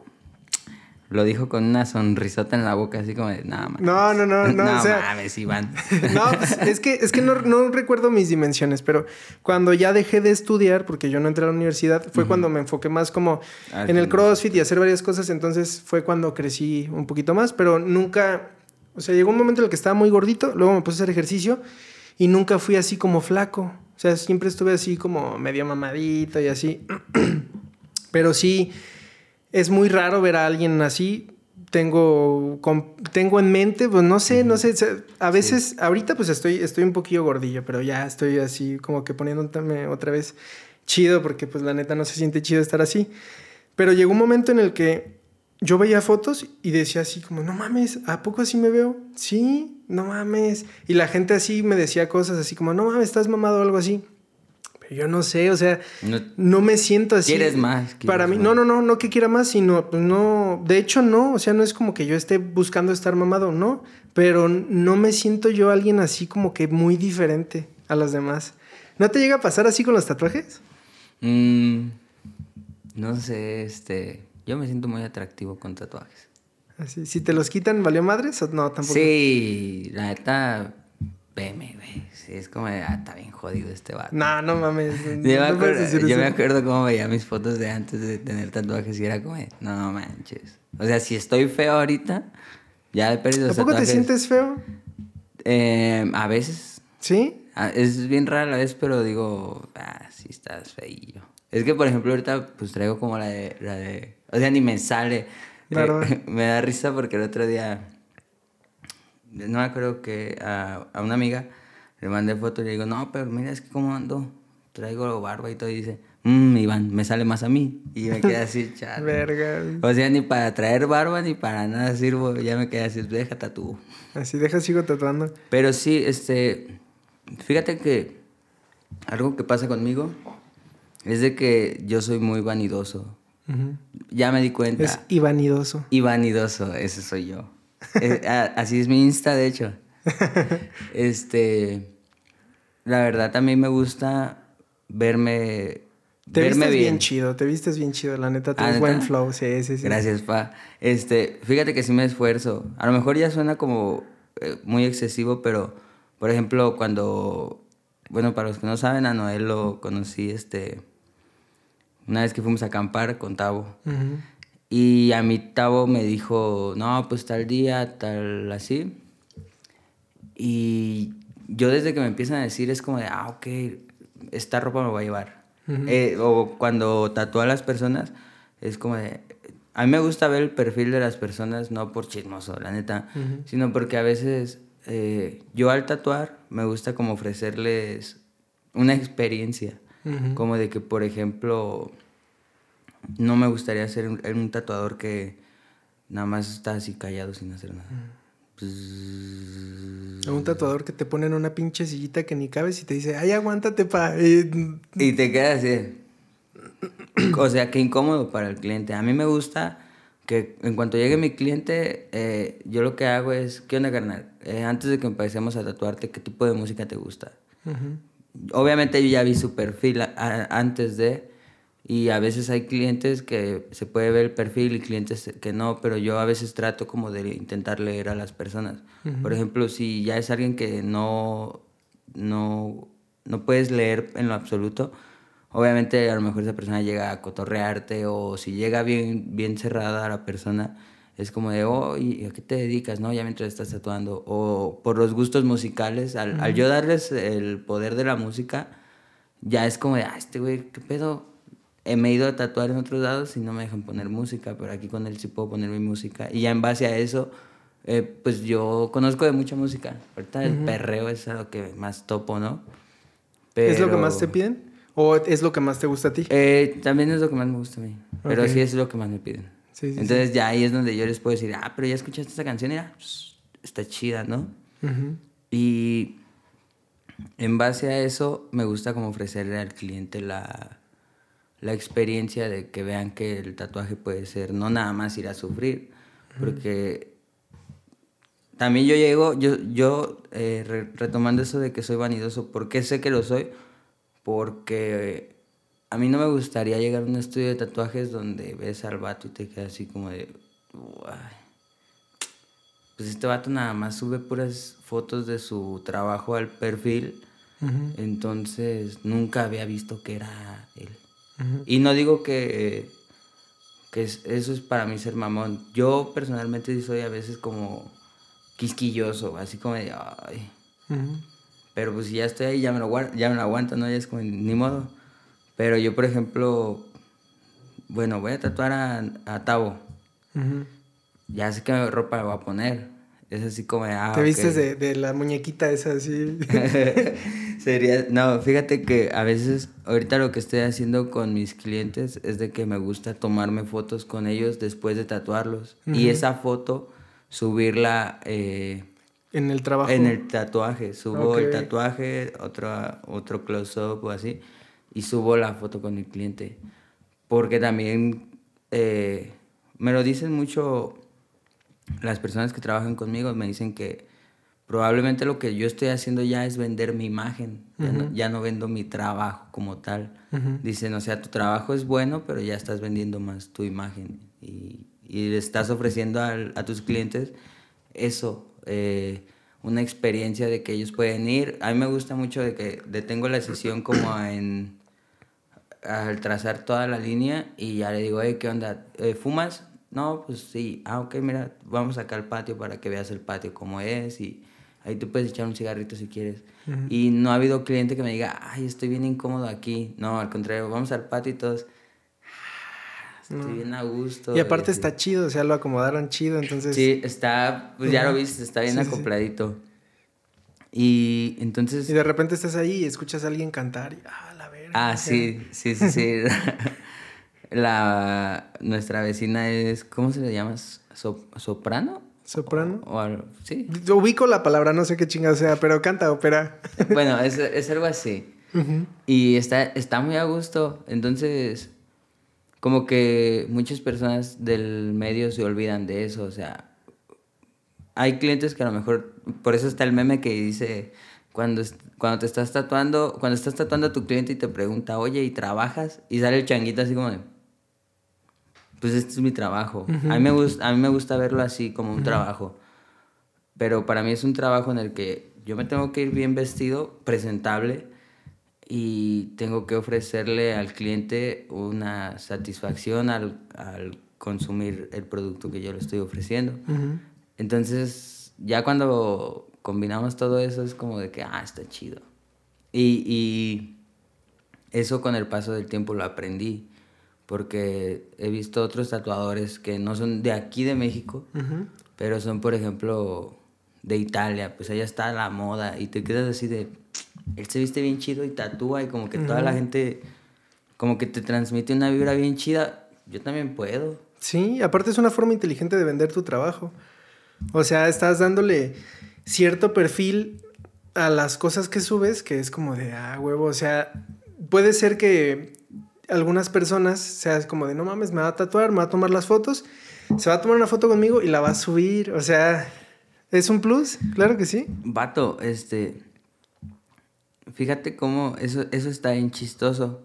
Lo dijo con una sonrisota en la boca, así como de, nada, mames.
No, no, no, no.
No,
o sea,
mames, Iván.
No, pues es que, es que no, no recuerdo mis dimensiones, pero cuando ya dejé de estudiar, porque yo no entré a la universidad, fue uh-huh. cuando me enfoqué más como ah, en el CrossFit y hacer varias cosas, entonces fue cuando crecí un poquito más, pero nunca, o sea, llegó un momento en el que estaba muy gordito, luego me puse a hacer ejercicio y nunca fui así como flaco, o sea, siempre estuve así como medio mamadito y así, pero sí... es muy raro ver a alguien así. Tengo, con, tengo en mente, pues no sé, no sé. A veces, sí. ahorita pues estoy, estoy un poquillo gordillo, pero ya estoy así como que poniéndome otra vez chido, porque pues la neta no se siente chido estar así. Pero llegó un momento en el que yo veía fotos y decía así como, no mames, ¿a poco así me veo? Sí, no mames. Y la gente así me decía cosas así como, no mames, estás mamado o algo así. Pero yo no sé, o sea, no, no me siento así.
¿Quieres más? ¿Quieres
Para mí,
más?
no, no, no, no que quiera más, sino, pues no, de hecho no, o sea, no es como que yo esté buscando estar mamado, no, pero no me siento yo alguien así como que muy diferente a los demás. ¿No te llega a pasar así con los tatuajes?
Mm, no sé, este, yo me siento muy atractivo con tatuajes.
Así, si te los quitan, ¿valió madres o no? Tampoco.
Sí, la neta, veme, güey. Sí, es como, de, ah, está bien jodido este vato.
No, no mames.
yo
no
me,
puedes
acuerdo,
decir
yo
eso.
me acuerdo cómo veía mis fotos de antes de tener tatuajes y era como, de, no manches. O sea, si estoy feo ahorita, ya he perdido los
¿A poco
tatuajes.
te sientes feo?
Eh, a veces.
¿Sí?
Es bien rara la vez, pero digo, ah, sí estás feillo. Es que, por ejemplo, ahorita pues traigo como la de... La de o sea, ni me sale.
Claro.
Eh, me da risa porque el otro día... No me acuerdo que a, a una amiga le mandé foto y le digo, no, pero mira, es que cómo ando. Traigo barba y todo. Y dice, mmm, Iván, me sale más a mí. Y me quedé así, chato.
Verga.
O sea, ni para traer barba ni para nada sirvo. Ya me quedé así, deja tatú.
Así, deja, sigo tatuando.
Pero sí, este... Fíjate que algo que pasa conmigo es de que yo soy muy vanidoso. Uh-huh. Ya me di cuenta.
Es ivanidoso.
Y vanidoso, ese soy yo. es, a, así es mi Insta, de hecho. este, la verdad también me gusta verme,
te
verme
vistes
bien.
bien chido, te vistes bien chido, la neta, tienes buen flow, sí, sí, sí.
Gracias, pa. Este, fíjate que sí me esfuerzo. A lo mejor ya suena como eh, muy excesivo, pero por ejemplo, cuando, bueno, para los que no saben, a Noel lo conocí, este, una vez que fuimos a acampar con Tavo. Uh-huh. Y a mí Tavo me dijo, no, pues tal día, tal así. Y yo desde que me empiezan a decir es como de, ah, ok, esta ropa me va a llevar. Uh-huh. Eh, o cuando tatúo a las personas, es como de... A mí me gusta ver el perfil de las personas, no por chismoso, la neta, uh-huh. sino porque a veces eh, yo al tatuar me gusta como ofrecerles una experiencia. Uh-huh. Como de que, por ejemplo, no me gustaría ser un, un tatuador que nada más está así callado sin hacer nada. Uh-huh. Pues...
A un tatuador que te pone en una pinche sillita que ni cabes y te dice, ay, aguántate, pa. Y,
y te quedas así. O sea, qué incómodo para el cliente. A mí me gusta que en cuanto llegue mi cliente, eh, yo lo que hago es, ¿qué onda, carnal? Eh, antes de que empecemos a tatuarte, ¿qué tipo de música te gusta? Uh-huh. Obviamente yo ya vi su perfil a, a, antes de, y a veces hay clientes que se puede ver el perfil y clientes que no, pero yo a veces trato como de intentar leer a las personas. Uh-huh. Por ejemplo, si ya es alguien que no, no, no puedes leer en lo absoluto, obviamente a lo mejor esa persona llega a cotorrearte, o si llega bien, bien cerrada a la persona, es como de, oh, ¿y a qué te dedicas? ¿No? Ya mientras estás tatuando. O por los gustos musicales, al, uh-huh. al yo darles el poder de la música, ya es como de, ah, este güey, ¿qué pedo? Eh, me he ido a tatuar en otros lados y no me dejan poner música, pero aquí con él sí puedo poner mi música. Y ya en base a eso, eh, pues yo conozco de mucha música. Ahorita uh-huh. el perreo es lo que más topo, ¿no? Pero...
¿Es lo que más te piden? ¿O es lo que más te gusta a ti?
Eh, también es lo que más me gusta a mí. Okay. Pero sí es lo que más me piden. Sí, sí, Entonces sí. ya ahí es donde yo les puedo decir, ah, pero ya escuchaste esta canción y ya, está chida, ¿no? Uh-huh. Y en base a eso me gusta como ofrecerle al cliente la, la experiencia de que vean que el tatuaje puede ser no nada más ir a sufrir. Uh-huh. Porque también yo llego, yo, yo eh, re, retomando eso de que soy vanidoso, ¿por qué sé que lo soy? Porque a mí no me gustaría llegar a un estudio de tatuajes donde ves al vato y te quedas así como de... Pues este vato nada más sube puras fotos de su trabajo al perfil. Uh-huh. Entonces nunca había visto que era él. Uh-huh. Y no digo que, que es, eso es para mí ser mamón. Yo personalmente soy a veces como quisquilloso, así como de... Ay. Uh-huh. Pero pues si ya estoy ahí, ya me lo, ya me lo aguanto, ¿no? Ya es como, ni modo. Pero yo, por ejemplo, bueno, voy a tatuar a, a Tavo. Uh-huh. Ya sé qué ropa me voy a poner. Es así como, ah,
Te vistes okay. de, de la muñequita esa, así.
Sería, no, fíjate que a veces, ahorita lo que estoy haciendo con mis clientes es de que me gusta tomarme fotos con ellos después de tatuarlos. Uh-huh. Y esa foto, subirla... Eh,
¿En el trabajo?
En el tatuaje. Subo okay. el tatuaje, otro, otro close-up o así, y subo la foto con el cliente. Porque también eh, me lo dicen mucho las personas que trabajan conmigo, me dicen que probablemente lo que yo estoy haciendo ya es vender mi imagen, uh-huh. ya, no, ya no vendo mi trabajo como tal. Uh-huh. Dicen, o sea, tu trabajo es bueno, pero ya estás vendiendo más tu imagen y, y le estás ofreciendo al, a tus clientes eso, eh, una experiencia de que ellos pueden ir. A mí me gusta mucho de que detengo la sesión como en, al trazar toda la línea y ya le digo, hey, ¿qué onda? Eh, ¿Fumas? No, pues sí. Ah, ok, mira, vamos acá al patio para que veas el patio cómo es y ahí te puedes echar un cigarrito si quieres. Uh-huh. Y no ha habido cliente que me diga, ay, estoy bien incómodo aquí. No, al contrario, vamos al patio y todos, ah, estoy no. bien a gusto.
Y aparte y está chido, o sea, lo acomodaron chido, entonces...
Sí, está, pues uh-huh. ya lo viste, está bien sí, acopladito. Sí. Y entonces...
Y de repente estás ahí y escuchas a alguien cantar y, ah, la verga.
Ah, sí, sí, sí, sí. La, nuestra vecina es, ¿cómo se le llama? ¿So, ¿Soprano?
¿Soprano?
O, o, sí.
Ubico la palabra, no sé qué chingada sea, pero canta ópera.
Bueno, es, es algo así. Uh-huh. Y está, está muy a gusto. Entonces, como que muchas personas del medio se olvidan de eso. O sea, hay clientes que a lo mejor, por eso está el meme que dice, cuando, cuando te estás tatuando, cuando estás tatuando a tu cliente y te pregunta, oye, ¿y trabajas? Y sale el changuito así como de, pues este es mi trabajo. Uh-huh. A mí me gusta, a mí me gusta verlo así como un uh-huh. trabajo. Pero para mí es un trabajo en el que yo me tengo que ir bien vestido, presentable, y tengo que ofrecerle al cliente una satisfacción al, al consumir el producto que yo le estoy ofreciendo. Uh-huh. Entonces, ya cuando combinamos todo eso es como de que, ah, está chido. Y, y eso con el paso del tiempo lo aprendí. Porque he visto otros tatuadores que no son de aquí de México, uh-huh. pero son, por ejemplo, de Italia. Pues allá está la moda y te quedas así de, él se viste bien chido y tatúa y como que uh-huh. toda la gente, como que te transmite una vibra bien chida. Yo también puedo.
Sí, aparte es una forma inteligente de vender tu trabajo. O sea, estás dándole cierto perfil a las cosas que subes que es como de, ah, huevo, o sea, puede ser que algunas personas sea como de, no mames, me va a tatuar, me va a tomar las fotos, se va a tomar una foto conmigo y la va a subir, o sea, ¿es un plus? Claro que sí.
Vato, este, fíjate cómo eso, eso está bien chistoso,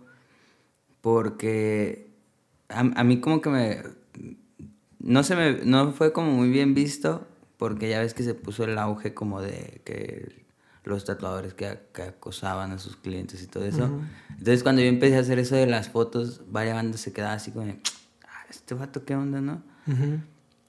porque a, a mí como que me, no se me, no fue como muy bien visto, porque ya ves que se puso el auge como de que los tatuadores que, que acosaban a sus clientes y todo eso. Uh-huh. Entonces, cuando yo empecé a hacer eso de las fotos, varias bandas se quedaban así como, ah, este vato, ¿qué onda, no? Uh-huh.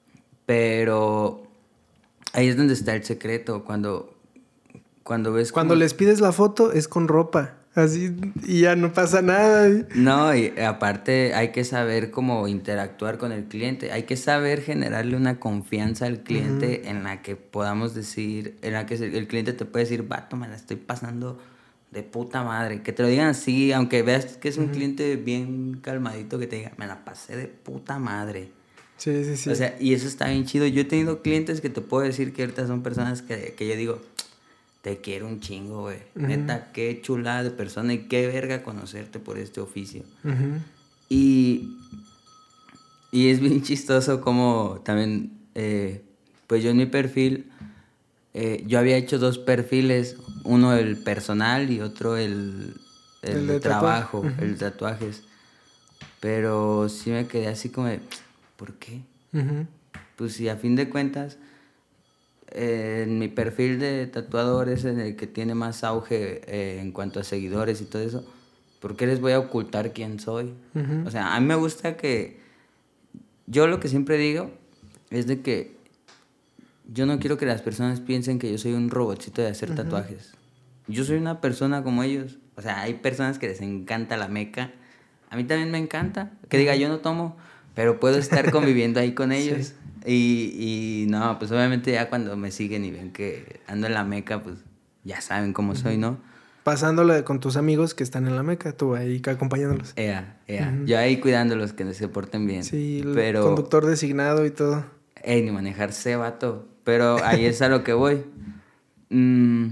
Pero ahí es donde está el secreto, cuando, cuando ves...
Cuando como... les pides la foto, es con ropa, así, y ya no pasa nada.
No, y aparte hay que saber cómo interactuar con el cliente, hay que saber generarle una confianza al cliente uh-huh. en la que podamos decir, en la que el cliente te puede decir, vato, me la estoy pasando de puta madre, que te lo digan así, aunque veas que es un uh-huh. cliente bien calmadito, que te diga, me la pasé de puta madre.
Sí, sí, sí.
O sea, y eso está bien chido. Yo he tenido clientes que te puedo decir que ahorita son personas que, que yo digo, te quiero un chingo, güey. Uh-huh. Neta, qué chulada de persona y qué verga conocerte por este oficio. Uh-huh. Y, y es bien chistoso como también, eh, pues yo en mi perfil, eh, yo había hecho dos perfiles, uno el personal y otro el, el, el de trabajo, uh-huh. el de tatuajes. Pero sí me quedé así como de, ¿por qué? Uh-huh. Pues si a fin de cuentas... en mi perfil de tatuador es en el que tiene más auge eh, en cuanto a seguidores y todo eso, ¿por qué les voy a ocultar quién soy? Uh-huh. O sea, a mí me gusta que... Yo lo que siempre digo es de que yo no quiero que las personas piensen que yo soy un robotcito de hacer uh-huh. tatuajes. Yo soy una persona como ellos. O sea, hay personas que les encanta la meca. A mí también me encanta. Que diga, yo no tomo, pero puedo estar conviviendo ahí con ellos. Sí. Y, y no, pues obviamente ya cuando me siguen y ven que ando en la meca, pues ya saben cómo uh-huh. soy, ¿no?
pasándola con tus amigos que están en la Meca, tú ahí acompañándolos.
Ea, ea. Uh-huh. Yo ahí cuidándolos, que se porten bien.
Sí, el
pero...
conductor designado y todo.
Ey, ni manejarse, vato. Pero ahí es a lo que voy. Mm,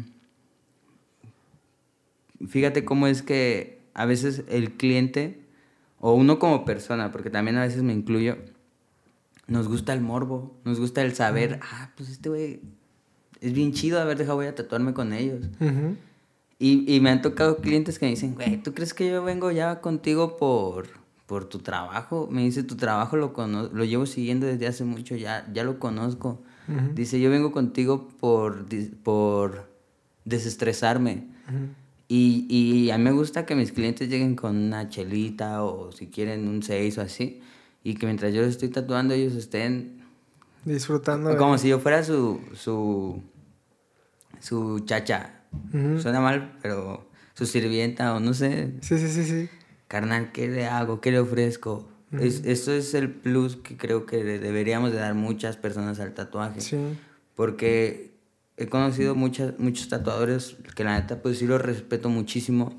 fíjate cómo es que a veces el cliente, o uno como persona, porque también a veces me incluyo, nos gusta el morbo, nos gusta el saber, uh-huh. ah, pues este güey es bien chido, a ver, deja, voy a tatuarme con ellos. Uh-huh. Y, y me han tocado clientes que me dicen, güey, ¿tú crees que yo vengo ya contigo por, por tu trabajo? Me dice, tu trabajo lo, cono- lo llevo siguiendo desde hace mucho, ya, ya lo conozco. Uh-huh. Dice, yo vengo contigo por, por desestresarme. Uh-huh. Y, y a mí me gusta que mis clientes lleguen con una chelita o si quieren un seis o así. Y que mientras yo les estoy tatuando ellos estén...
disfrutando.
Como
de...
si yo fuera su, su, su chacha. Uh-huh. Suena mal, pero su sirvienta o no sé.
Sí, sí, sí, sí.
Carnal, ¿qué le hago? ¿Qué le ofrezco? Uh-huh. Es, eso es el plus que creo que deberíamos de dar muchas personas al tatuaje.
Sí.
Porque he conocido muchas, muchos tatuadores que la neta pues sí los respeto muchísimo,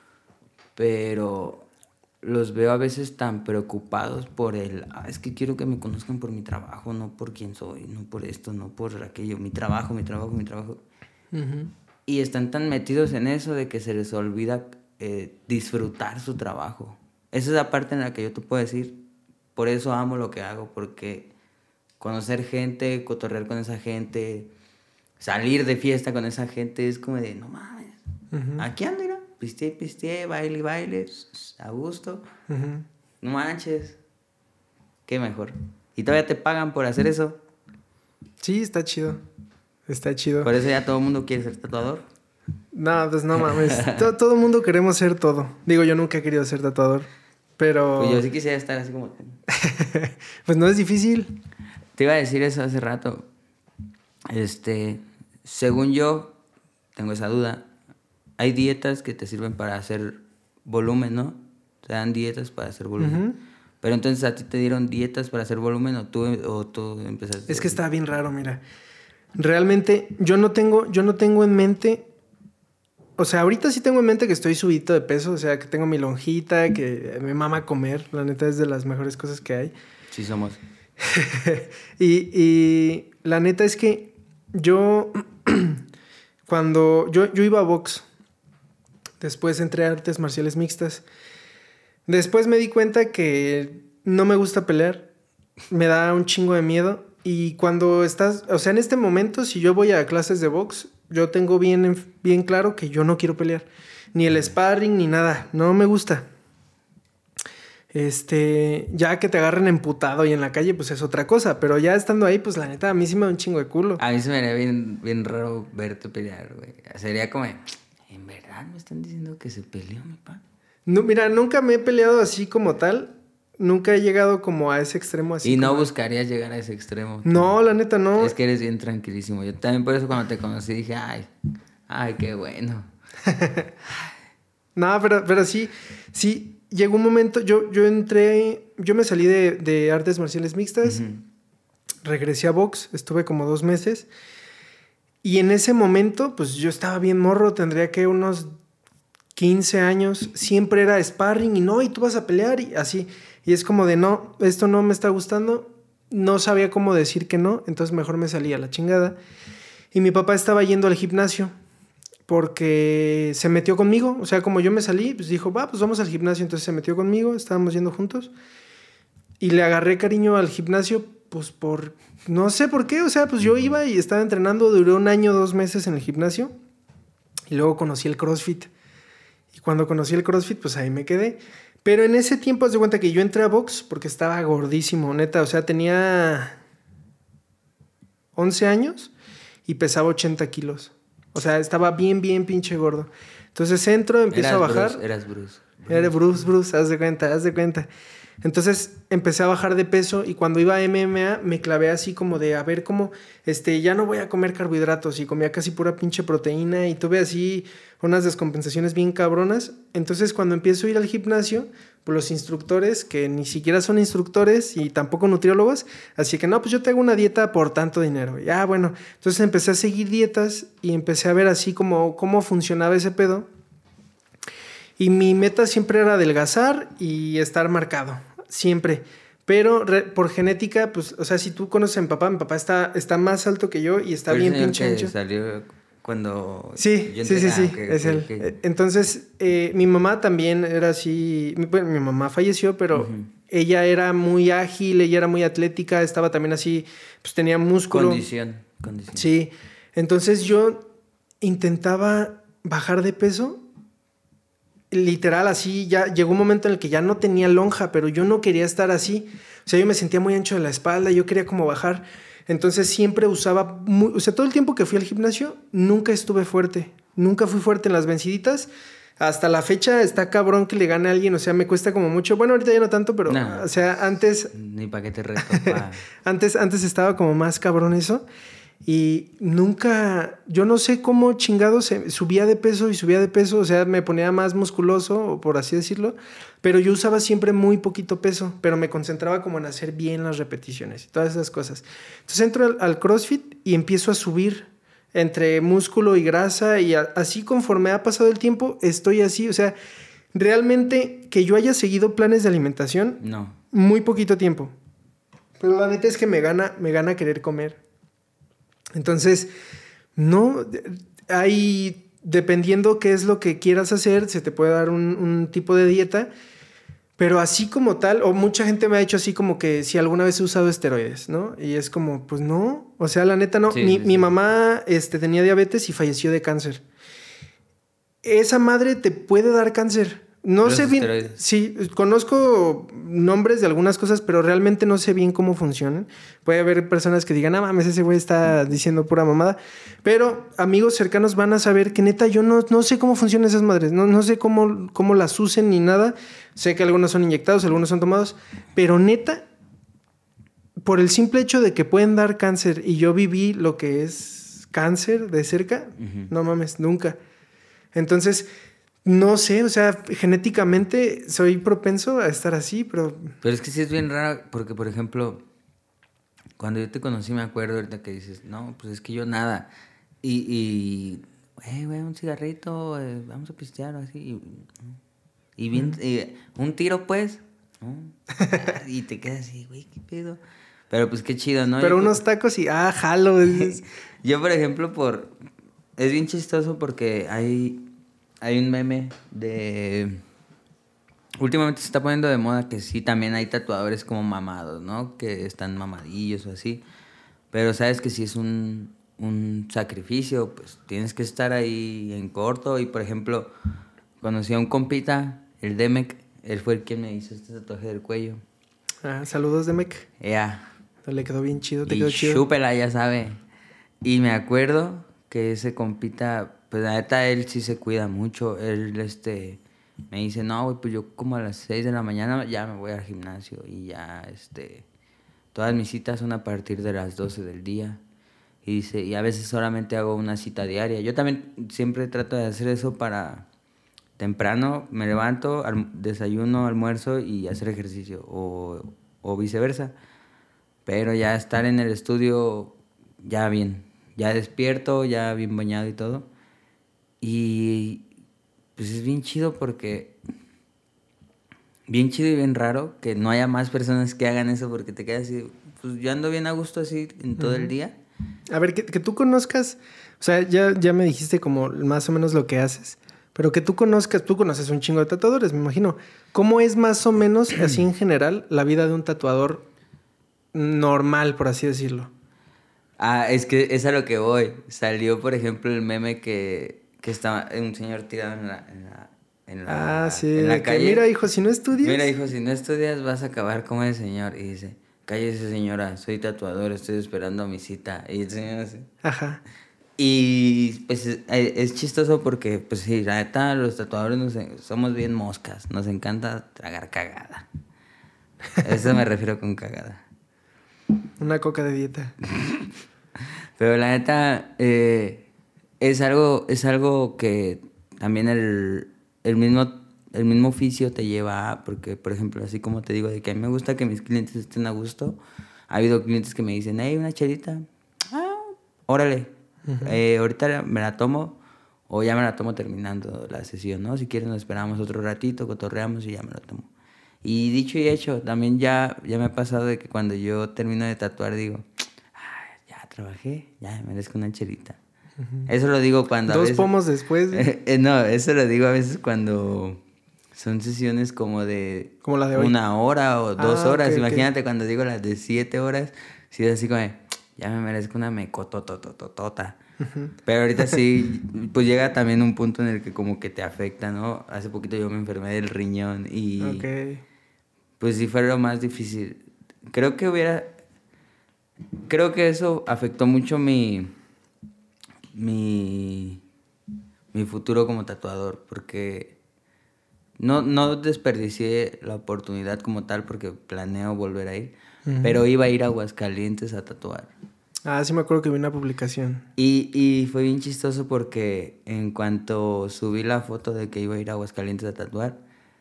pero los veo a veces tan preocupados por el, ah, es que quiero que me conozcan por mi trabajo, no por quién soy, no por esto, no por aquello, mi trabajo, mi trabajo, mi trabajo. Uh-huh. Y están tan metidos en eso de que se les olvida eh, disfrutar su trabajo. Esa es la parte en la que yo te puedo decir, por eso amo lo que hago, porque conocer gente, cotorrear con esa gente, salir de fiesta con esa gente, es como de, no mames, uh-huh. aquí ando, mira, pisteé, pisteé, baile, baile, a gusto, uh-huh. no manches, qué mejor. ¿Y todavía te pagan por hacer eso?
Sí, está chido, está chido.
¿Por eso ya todo el mundo quiere ser tatuador?
No, pues no mames, todo, todo el mundo queremos ser todo. Digo, yo nunca he querido ser tatuador, pero...
Pues yo sí quisiera estar así como...
Pues no es difícil.
Te iba a decir eso hace rato. Este, según yo, tengo esa duda. Hay dietas que te sirven para hacer volumen, ¿no? Te dan dietas para hacer volumen. Uh-huh. Pero entonces, ¿a ti te dieron dietas para hacer volumen o tú, o tú empezaste?
Es que está bien raro, mira. Realmente, yo no tengo, yo no tengo en mente... O sea, ahorita sí tengo en mente que estoy subidito de peso. O sea, que tengo mi lonjita, que me mama comer. La neta es de las mejores cosas que hay.
Sí somos.
y, y la neta es que yo... cuando... Yo, yo iba a box. Después entré a artes marciales mixtas. Después me di cuenta que no me gusta pelear. Me da un chingo de miedo. Y cuando estás... O sea, en este momento, si yo voy a clases de box... Yo tengo bien, bien claro que yo no quiero pelear. Ni el sparring, ni nada. No me gusta. Este... Ya que te agarren emputado y en la calle, pues es otra cosa. Pero ya estando ahí, pues la neta, a mí sí me da un chingo de culo.
A mí se me haría bien, bien raro verte pelear, güey. Sería como... ¿En verdad me están diciendo que se peleó mi pa?
No, mira, nunca me he peleado así como tal. Nunca he llegado como a ese extremo así.
¿Y no
como...
buscarías llegar a ese extremo?
No, la neta no.
Es que eres bien tranquilísimo. Yo también por eso cuando te conocí dije, ay, ay, qué bueno.
No, pero, pero sí, sí, llegó un momento, yo, yo entré, yo me salí de, de artes marciales mixtas, uh-huh. regresé a box, estuve como dos meses, y en ese momento, pues yo estaba bien morro, tendría que unos quince años, siempre era sparring, y no, y tú vas a pelear, y así... Y es como de, no, esto no me está gustando. No sabía cómo decir que no, entonces mejor me salí a la chingada. Y mi papá estaba yendo al gimnasio porque se metió conmigo. O sea, como yo me salí, pues dijo, va, pues vamos al gimnasio. Entonces se metió conmigo, estábamos yendo juntos. Y le agarré cariño al gimnasio, pues por... No sé por qué, o sea, pues yo iba y estaba entrenando. Duré un año, dos meses en el gimnasio. Y luego conocí el CrossFit. Y cuando conocí el CrossFit, pues ahí me quedé. Pero en ese tiempo, haz de cuenta que yo entré a box porque estaba gordísimo, neta. O sea, tenía once años y pesaba ochenta kilos. O sea, estaba bien, bien pinche gordo. Entonces entro, empiezo
eras
a bajar.
Bruce, eras Bruce.
Bruce. Era Bruce, Bruce, haz de cuenta, haz de cuenta. Entonces empecé a bajar de peso y cuando iba a M M A me clavé así como de a ver cómo, este, ya no voy a comer carbohidratos y comía casi pura pinche proteína y tuve así unas descompensaciones bien cabronas. Entonces cuando empiezo a ir al gimnasio, pues los instructores, que ni siquiera son instructores y tampoco nutriólogos, así que no, pues yo te hago una dieta por tanto dinero. Ya, bueno, entonces empecé a seguir dietas y empecé a ver así como cómo funcionaba ese pedo. Y mi meta siempre era adelgazar y estar marcado, siempre. Pero re, por genética, pues, o sea, si tú conoces a mi papá, mi papá está, está más alto que yo y está bien pinche ancho.
Salió cuando...
Sí,
yo
sí, sí,
ah,
sí,
okay,
es
okay,
él.
okay.
Entonces, eh, mi mamá también era así, mi, bueno, mi mamá falleció, pero uh-huh. ella era muy ágil, ella era muy atlética, estaba también así, pues tenía músculo.
Condición, condición.
Sí, entonces yo intentaba bajar de peso, literal así, ya llegó un momento en el que ya no tenía lonja, pero yo no quería estar así, o sea, yo me sentía muy ancho de la espalda, yo quería como bajar, entonces siempre usaba, muy, o sea, todo el tiempo que fui al gimnasio, nunca estuve fuerte, nunca fui fuerte en las venciditas, hasta la fecha está cabrón que le gane a alguien, o sea, me cuesta como mucho, bueno, ahorita ya no tanto, pero, nah, o sea, antes...
Ni para qué te reto, pa.
antes, antes estaba como más cabrón eso. Y nunca, yo no sé cómo chingado se subía de peso y subía de peso, o sea, me ponía más musculoso, por así decirlo, pero yo usaba siempre muy poquito peso, pero me concentraba como en hacer bien las repeticiones y todas esas cosas. Entonces entro al, al CrossFit y empiezo a subir entre músculo y grasa y a, así conforme ha pasado el tiempo, estoy así, o sea, realmente que yo haya seguido planes de alimentación,
no.
Muy poquito tiempo, pero la neta es que me gana, me gana querer comer. Entonces, no, hay, dependiendo qué es lo que quieras hacer, se te puede dar un, un tipo de dieta, pero así como tal, o mucha gente me ha dicho así como que si alguna vez he usado esteroides, ¿no? Y es como, pues no, o sea, la neta no. Sí, mi, sí, mi sí. mamá este, tenía diabetes y falleció de cáncer. Esa madre te puede dar cáncer. No Los sé bien, esteroides. Sí, conozco nombres de algunas cosas, pero realmente no sé bien cómo funcionan. Puede haber personas que digan, ah, mames, ese güey está diciendo pura mamada. Pero amigos cercanos van a saber que neta yo no, no sé cómo funcionan esas madres. No, no sé cómo, cómo las usen ni nada. Sé que algunos son inyectados, algunos son tomados. Pero neta, por el simple hecho de que pueden dar cáncer y yo viví lo que es cáncer de cerca, uh-huh. No mames, nunca. Entonces... No sé, o sea, genéticamente soy propenso a estar así, pero...
Pero es que sí es bien raro, porque, por ejemplo, cuando yo te conocí me acuerdo ahorita que dices, no, pues es que yo nada. Y, y eh, güey, un cigarrito, eh, vamos a pistear o así. Y, y, bien, mm. y un tiro, pues, ¿no? Y te quedas así, güey, ¿qué pedo? Pero pues qué chido, ¿no?
Pero
yo,
unos tacos y, ah, jalo.
Yo, por ejemplo, por... Es bien chistoso porque hay... Hay un meme de... Últimamente se está poniendo de moda que sí, también hay tatuadores como mamados, ¿no? Que están mamadillos o así. Pero sabes que si es un, un sacrificio, pues tienes que estar ahí en corto. Y, por ejemplo, conocí a un compita, el Demek. Él fue el quien me hizo este tatuaje del cuello.
Ah, saludos, Demek.
Ya. Yeah.
Le quedó bien chido, te
y
quedó chido.
Chúpela, ya sabe. Y me acuerdo que ese compita... Pues la neta, él sí se cuida mucho. Él, este, me dice, no, güey, pues yo como a las seis de la mañana ya me voy al gimnasio. Y ya, este, todas mis citas son a partir de las doce del día. Y dice, y a veces solamente hago una cita diaria. Yo también siempre trato de hacer eso para temprano. Me levanto, al, desayuno, almuerzo y hacer ejercicio. O, o viceversa. Pero ya estar en el estudio, ya bien. Ya despierto, ya bien bañado y todo. Y pues es bien chido porque... Bien chido y bien raro que no haya más personas que hagan eso porque te quedas así... Pues yo ando bien a gusto así en todo uh-huh. el día.
A ver, que, que tú conozcas... O sea, ya, ya me dijiste como más o menos lo que haces. Pero que tú conozcas... Tú conoces un chingo de tatuadores, me imagino. ¿Cómo es más o menos, así en general, la vida de un tatuador normal, por así decirlo?
Ah, es que es a lo que voy. Salió, por ejemplo, el meme que... Que estaba un señor tirado en la, en la, en la,
ah, sí,
en la calle.
Mira, hijo, si no estudias...
Mira, hijo, si no estudias vas a acabar como el señor. Y dice, cállese, señora, soy tatuador, estoy esperando mi cita. Y el señor así.
Ajá.
Y pues es, es chistoso porque, pues sí, la neta, los tatuadores nos, somos bien moscas. Nos encanta tragar cagada. Eso me refiero con cagada.
Una coca de dieta.
Pero la neta... Eh, Es algo, es algo que también el, el, mismo, el mismo oficio te lleva a... Porque, por ejemplo, así como te digo, de que a mí me gusta que mis clientes estén a gusto. Ha habido clientes que me dicen, hey, una chelita. Ah, órale. Uh-huh. Eh, ahorita me la tomo. O ya me la tomo terminando la sesión, ¿no? Si quieres nos esperamos otro ratito, cotorreamos y ya me lo tomo. Y dicho y hecho, también ya, ya me ha pasado de que cuando yo termino de tatuar digo, ah, ya trabajé, ya me merezco una chelita. Uh-huh. Eso lo digo cuando
Dos
a veces...
pomos después.
Eh, eh, no, eso lo digo a veces cuando son sesiones como de...
Como la de hoy.
Una hora o dos
ah,
horas.
okay,
Imagínate
okay.
cuando digo las de siete horas, si es así como de, ya me merezco una mecototototota. Uh-huh. Pero ahorita sí, pues llega también un punto en el que como que te afecta, ¿no? Hace poquito yo me enfermé del riñón y...
Okay.
Pues sí fue lo más difícil. Creo que hubiera... Creo que eso afectó mucho mi... Mi... Mi futuro como tatuador. Porque... No, no desperdicié la oportunidad como tal porque planeo volver a ir. Uh-huh. Pero iba a ir a Aguascalientes a tatuar.
Ah, sí me acuerdo que vi una publicación.
Y, y fue bien chistoso porque en cuanto subí la foto de que iba a ir a Aguascalientes a tatuar,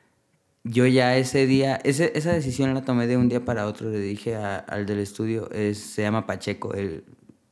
yo ya ese día, ese, esa decisión la tomé de un día para otro. Le dije a, al del estudio, es, se llama Pacheco, el,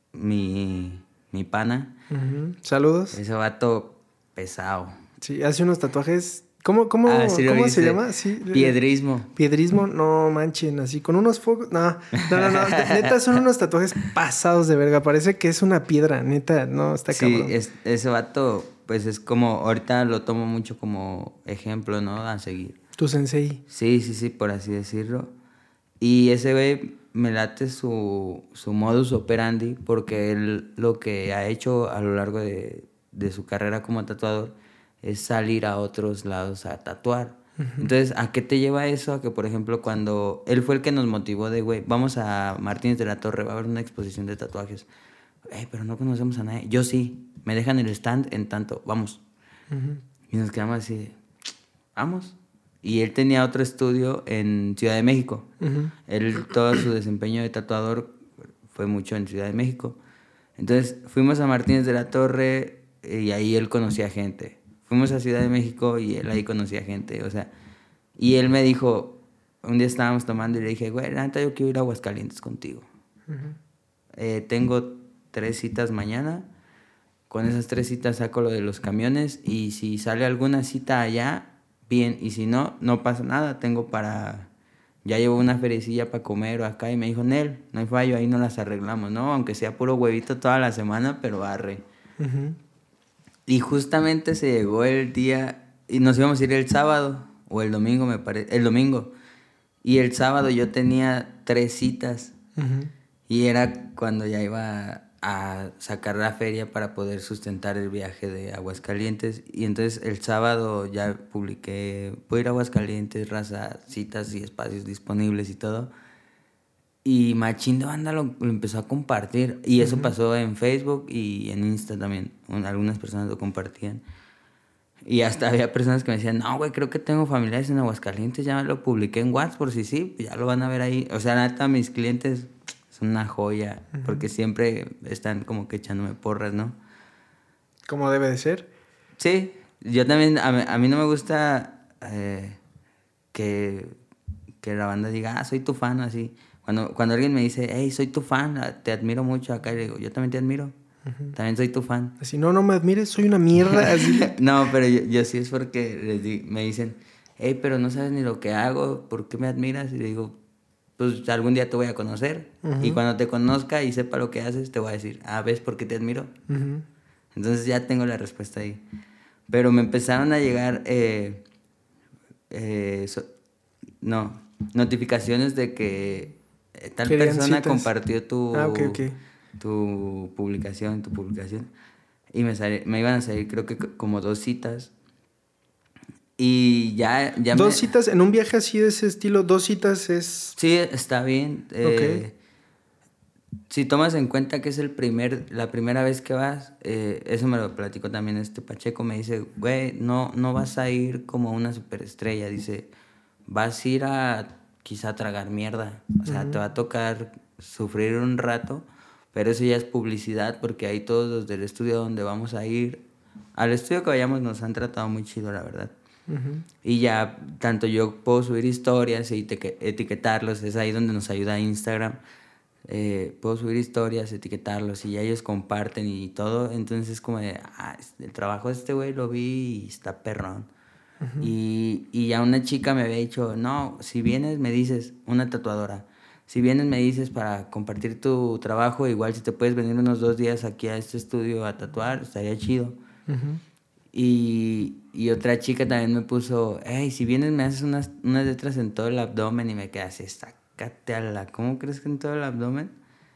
mi, mi pana.
Uh-huh. Saludos.
Ese vato pesado.
Sí, hace unos tatuajes... ¿Cómo, cómo,
ah, sí
¿cómo se llama? Sí,
piedrismo.
Piedrismo, no manchen, así con unos focos. No, no, no, no. Neta, son unos tatuajes pasados de verga. Parece que es una piedra, neta, no, está cabrón.
Sí, es, ese vato, pues es como, ahorita lo tomo mucho como ejemplo, ¿no? A seguir.
Tu sensei.
Sí, sí, sí, por así decirlo. Y ese güey me late su, su modus operandi porque él lo que ha hecho a lo largo de, de su carrera como tatuador es salir a otros lados a tatuar. Uh-huh. Entonces, ¿a qué te lleva eso? A que, por ejemplo, cuando él fue el que nos motivó de, güey, vamos a Martínez de la Torre, va a haber una exposición de tatuajes. Eh, pero no conocemos a nadie. Yo sí, me dejan el stand en tanto, vamos. Uh-huh. Y nos quedamos así, vamos. Y él tenía otro estudio en Ciudad de México. Uh-huh. Él, todo su desempeño de tatuador fue mucho en Ciudad de México. Entonces, fuimos a Martínez de la Torre y ahí él conocía gente. Fuimos a Ciudad de México y él ahí conocía gente, o sea, y él me dijo, un día estábamos tomando y le dije, güey, la neta yo quiero ir a Aguascalientes contigo. Uh-huh. Eh, tengo tres citas mañana, con esas tres citas saco lo de los camiones y si sale alguna cita allá, bien, y si no, no pasa nada, tengo para, ya llevo una feriecilla para comer o acá y me dijo, Nel, no hay fallo, ahí no las arreglamos, ¿no? Aunque sea puro huevito toda la semana, pero arre. Uh-huh. Y justamente se llegó el día, y nos íbamos a ir el sábado, o el domingo me parece, el domingo. Y el sábado yo tenía tres citas. Uh-huh. Y era cuando ya iba a sacar la feria para poder sustentar el viaje de Aguascalientes. Y entonces el sábado ya publiqué, voy a ir a Aguascalientes, raza, citas y espacios disponibles y todo. Y machín de banda lo, lo empezó a compartir. Y eso uh-huh. pasó en Facebook y en Insta también. Algunas personas lo compartían. Y hasta había personas que me decían, no, güey, creo que tengo familiares en Aguascalientes. Ya lo publiqué en WhatsApp por si sí, ya lo van a ver ahí. O sea, neta, mis clientes son una joya. Uh-huh. Porque siempre están como que echándome porras, ¿no?
¿Cómo debe de ser?
Sí. Yo también, a mí, a mí no me gusta eh, que, que la banda diga, ah, soy tu fan, así. Cuando, cuando alguien me dice, hey, soy tu fan, te admiro mucho acá, le digo, yo también te admiro, uh-huh. también soy tu fan.
Así, no, no me admires, soy una mierda. Así.
No, pero yo, yo sí es porque les di, me dicen, hey, pero no sabes ni lo que hago, ¿por qué me admiras? Y le digo, pues algún día te voy a conocer. Uh-huh. Y cuando te conozca y sepa lo que haces, te voy a decir, ah, ¿ves por qué te admiro? Uh-huh. Entonces ya tengo la respuesta ahí. Pero me empezaron a llegar, eh, eh, so, no, notificaciones de que tal persona citas. compartió tu,
ah, okay, okay.
tu publicación, tu publicación. Y me, sali, me iban a salir creo que como dos citas. Y ya... ya
¿Dos
me...
citas en un viaje así de ese estilo? ¿Dos citas es...?
Sí, está bien. Eh, okay. Si tomas en cuenta que es el primer, la primera vez que vas, eh, eso me lo platicó también este Pacheco, me dice, güey, no, no vas a ir como una superestrella, dice, vas a ir a... quizá tragar mierda, o sea, uh-huh. te va a tocar sufrir un rato, pero eso ya es publicidad porque ahí todos los del estudio donde vamos a ir, al estudio que vayamos nos han tratado muy chido, la verdad. Uh-huh. Y ya, tanto yo puedo subir historias y te- etiquetarlos, es ahí donde nos ayuda Instagram, eh, puedo subir historias, etiquetarlos y ya ellos comparten y todo. Entonces es como de, ah, el trabajo de este güey lo vi y está perrón. Uh-huh. Y, y ya una chica me había dicho, no, si vienes me dices, una tatuadora, si vienes me dices para compartir tu trabajo, igual si te puedes venir unos dos días aquí a este estudio a tatuar, estaría chido. Uh-huh. Y, y otra chica también me puso, hey, si vienes me haces unas, unas letras en todo el abdomen, y me quedé así, sácate a la, ¿cómo crees que en todo el abdomen?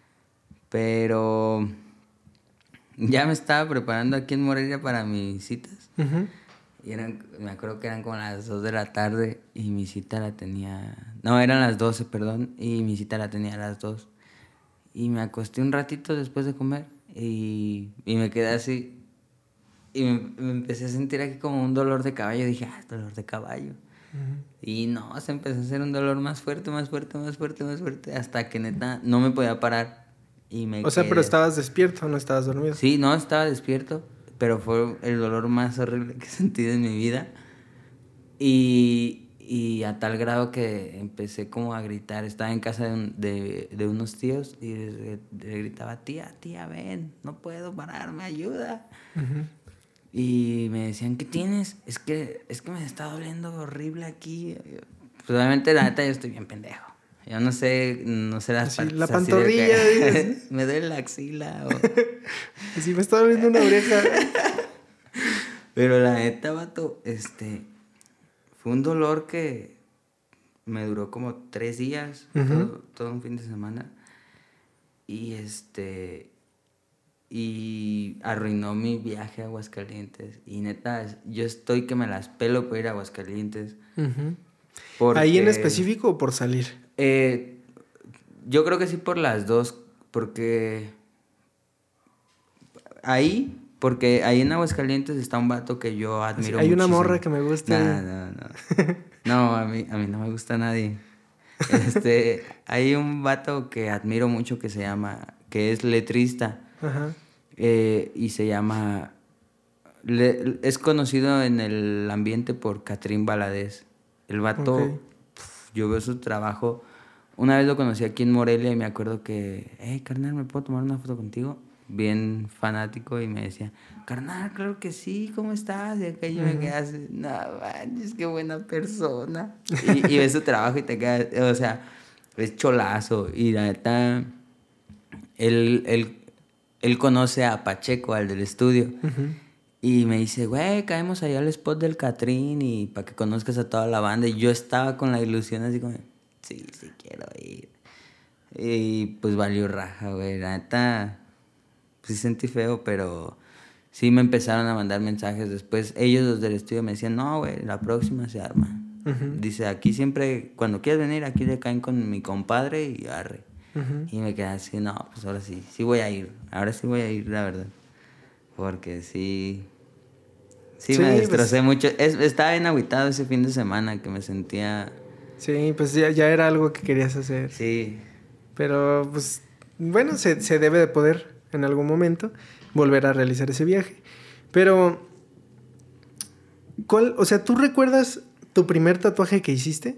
Pero ya me estaba preparando aquí en Morelia para mis citas. Uh-huh. Y eran, me acuerdo que eran como las dos de la tarde y mi cita la tenía... No, eran las doce, perdón, y mi cita la tenía a las dos. Y me acosté un ratito después de comer y, y me quedé así. Y me, me empecé a sentir aquí como un dolor de caballo. Dije, ah, dolor de caballo. Uh-huh. Y no, se empezó a hacer un dolor más fuerte, más fuerte, más fuerte, más fuerte. Hasta que neta no me podía parar. Y me
o sea,
quedé...
pero estabas despierto, no estabas dormido.
Sí, no, estaba despierto. Pero fue el dolor más horrible que he sentido en mi vida. Y, y a tal grado que empecé como a gritar. Estaba en casa de, un, de, de unos tíos y le, le gritaba, tía, tía, ven, no puedo pararme, ayuda. Uh-huh. Y me decían, ¿qué tienes? Es que, es que me está doliendo horrible aquí. Pues obviamente la neta yo estoy bien pendejo. Yo no sé, no sé las
así,
partes
la
así
pantorrilla.
De que me duele la axila. O...
así me está doliendo una oreja.
Pero la neta, vato, este... Fue un dolor que me duró como tres días, uh-huh. todo, todo un fin de semana. Y este... Y arruinó mi viaje a Aguascalientes. Y neta, yo estoy que me las pelo por ir a Aguascalientes.
Uh-huh. Porque, ¿ahí en específico o por salir?
Eh, yo creo que sí por las dos. Porque... Ahí... Porque ahí en Aguascalientes está un vato que yo admiro muchísimo.
Hay una morra que me gusta.
No, no, no. No, a mí, a mí no me gusta nadie. Este, hay un vato que admiro mucho que se llama... Que es letrista. Ajá. Eh, y se llama... Le, es conocido en el ambiente por Catrín Valadez. El vato... Okay. Pf, yo veo su trabajo. Una vez lo conocí aquí en Morelia y me acuerdo que... Hey, carnal, ¿me puedo tomar una foto contigo? Bien fanático, y me decía, carnal, claro que sí, ¿cómo estás? Y acá yo uh-huh. me quedé así, no manches, qué buena persona. Y, y ves su trabajo y te quedas, o sea, es cholazo. Y la neta, él, él, él conoce a Pacheco, al del estudio. Uh-huh. Y me dice, güey, caemos allá al spot del Catrín y para que conozcas a toda la banda. Y yo estaba con la ilusión así como, sí, sí quiero ir. Y pues valió raja, güey, la neta... Sí sentí feo, pero sí me empezaron a mandar mensajes después. Ellos, los del estudio, me decían, no, güey, la próxima se arma. Uh-huh. Dice, aquí siempre, cuando quieras venir, aquí le caen con mi compadre y arre. Uh-huh. Y me quedé así, no, pues ahora sí, sí voy a ir. Ahora sí voy a ir, la verdad. Porque sí, sí, sí me destrocé pues... mucho. Es, estaba bien agüitado ese fin de semana que me sentía...
Sí, pues ya, ya era algo que querías hacer.
Sí.
Pero, pues, bueno, se, se debe de poder... en algún momento volver a realizar ese viaje. Pero ¿cuál, o sea, tú recuerdas tu primer tatuaje que hiciste?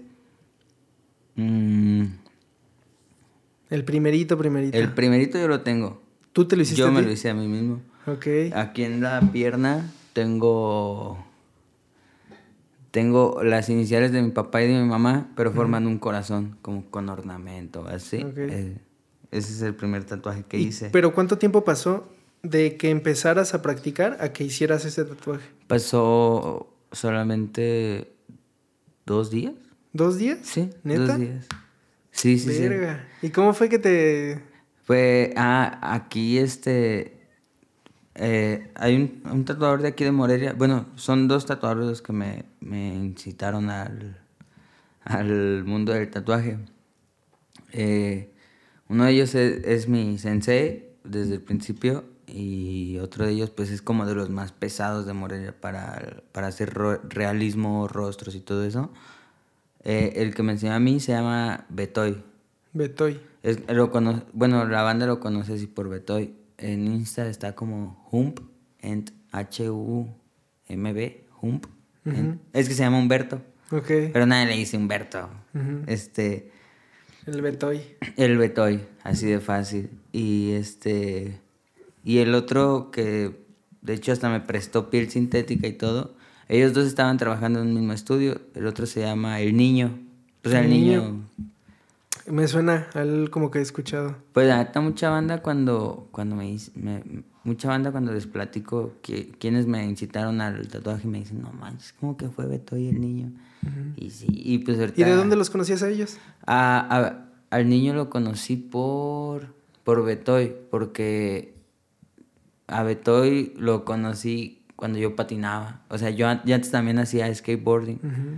Mm.
El primerito, primerito.
El primerito yo lo tengo.
¿Tú te lo hiciste?
Yo
a
me
ti?
lo hice a mí mismo.
Ok.
Aquí en la pierna tengo tengo las iniciales de mi papá y de mi mamá, pero forman uh-huh. un corazón como con ornamento, así. Okay. Eh, Ese es el primer tatuaje que
¿Y,
hice.
¿Pero cuánto tiempo pasó de que empezaras a practicar a que hicieras ese tatuaje?
Pasó solamente dos días.
¿Dos días?
Sí,
¿neta?
Dos días. Sí, sí,
Verga.
sí.
¿Y cómo fue que te...?
Pues, ah, aquí este... Eh, hay un, un tatuador de aquí de Morelia. Bueno, son dos tatuadores los que me, me incitaron al, al mundo del tatuaje. Eh... Uno de ellos es, es mi sensei desde el principio, y otro de ellos pues es como de los más pesados de Morelia para, para hacer ro- realismo, rostros y todo eso. Eh, el que me enseñó a mí se llama Betoy.
Betoy.
Es, lo cono- bueno, la banda lo conoce así por Betoy. En Insta está como Hump, Ent, H U M B, Hump. Uh-huh. Es que se llama Humberto.
Okay.
Pero nadie le dice Humberto.
Uh-huh.
Este...
El Betoy.
El Betoy, así de fácil. Y este... Y el otro que, de hecho, hasta me prestó piel sintética y todo. Ellos dos estaban trabajando en un mismo estudio. El otro se llama El Niño. Pues el, el niño... niño...
Me suena a él como que he escuchado.
Pues la neta, mucha banda cuando, cuando me, me... Mucha banda cuando les platico que, quienes me incitaron al tatuaje me dicen, no manches, ¿cómo que fue Betoy El Niño? Uh-huh. Y sí, y pues ahorita...
¿Y de dónde los conocías a ellos?
A, a, al Niño lo conocí por... Por Betoy, porque... A Betoy lo conocí cuando yo patinaba. O sea, yo, yo antes también hacía skateboarding. Uh-huh.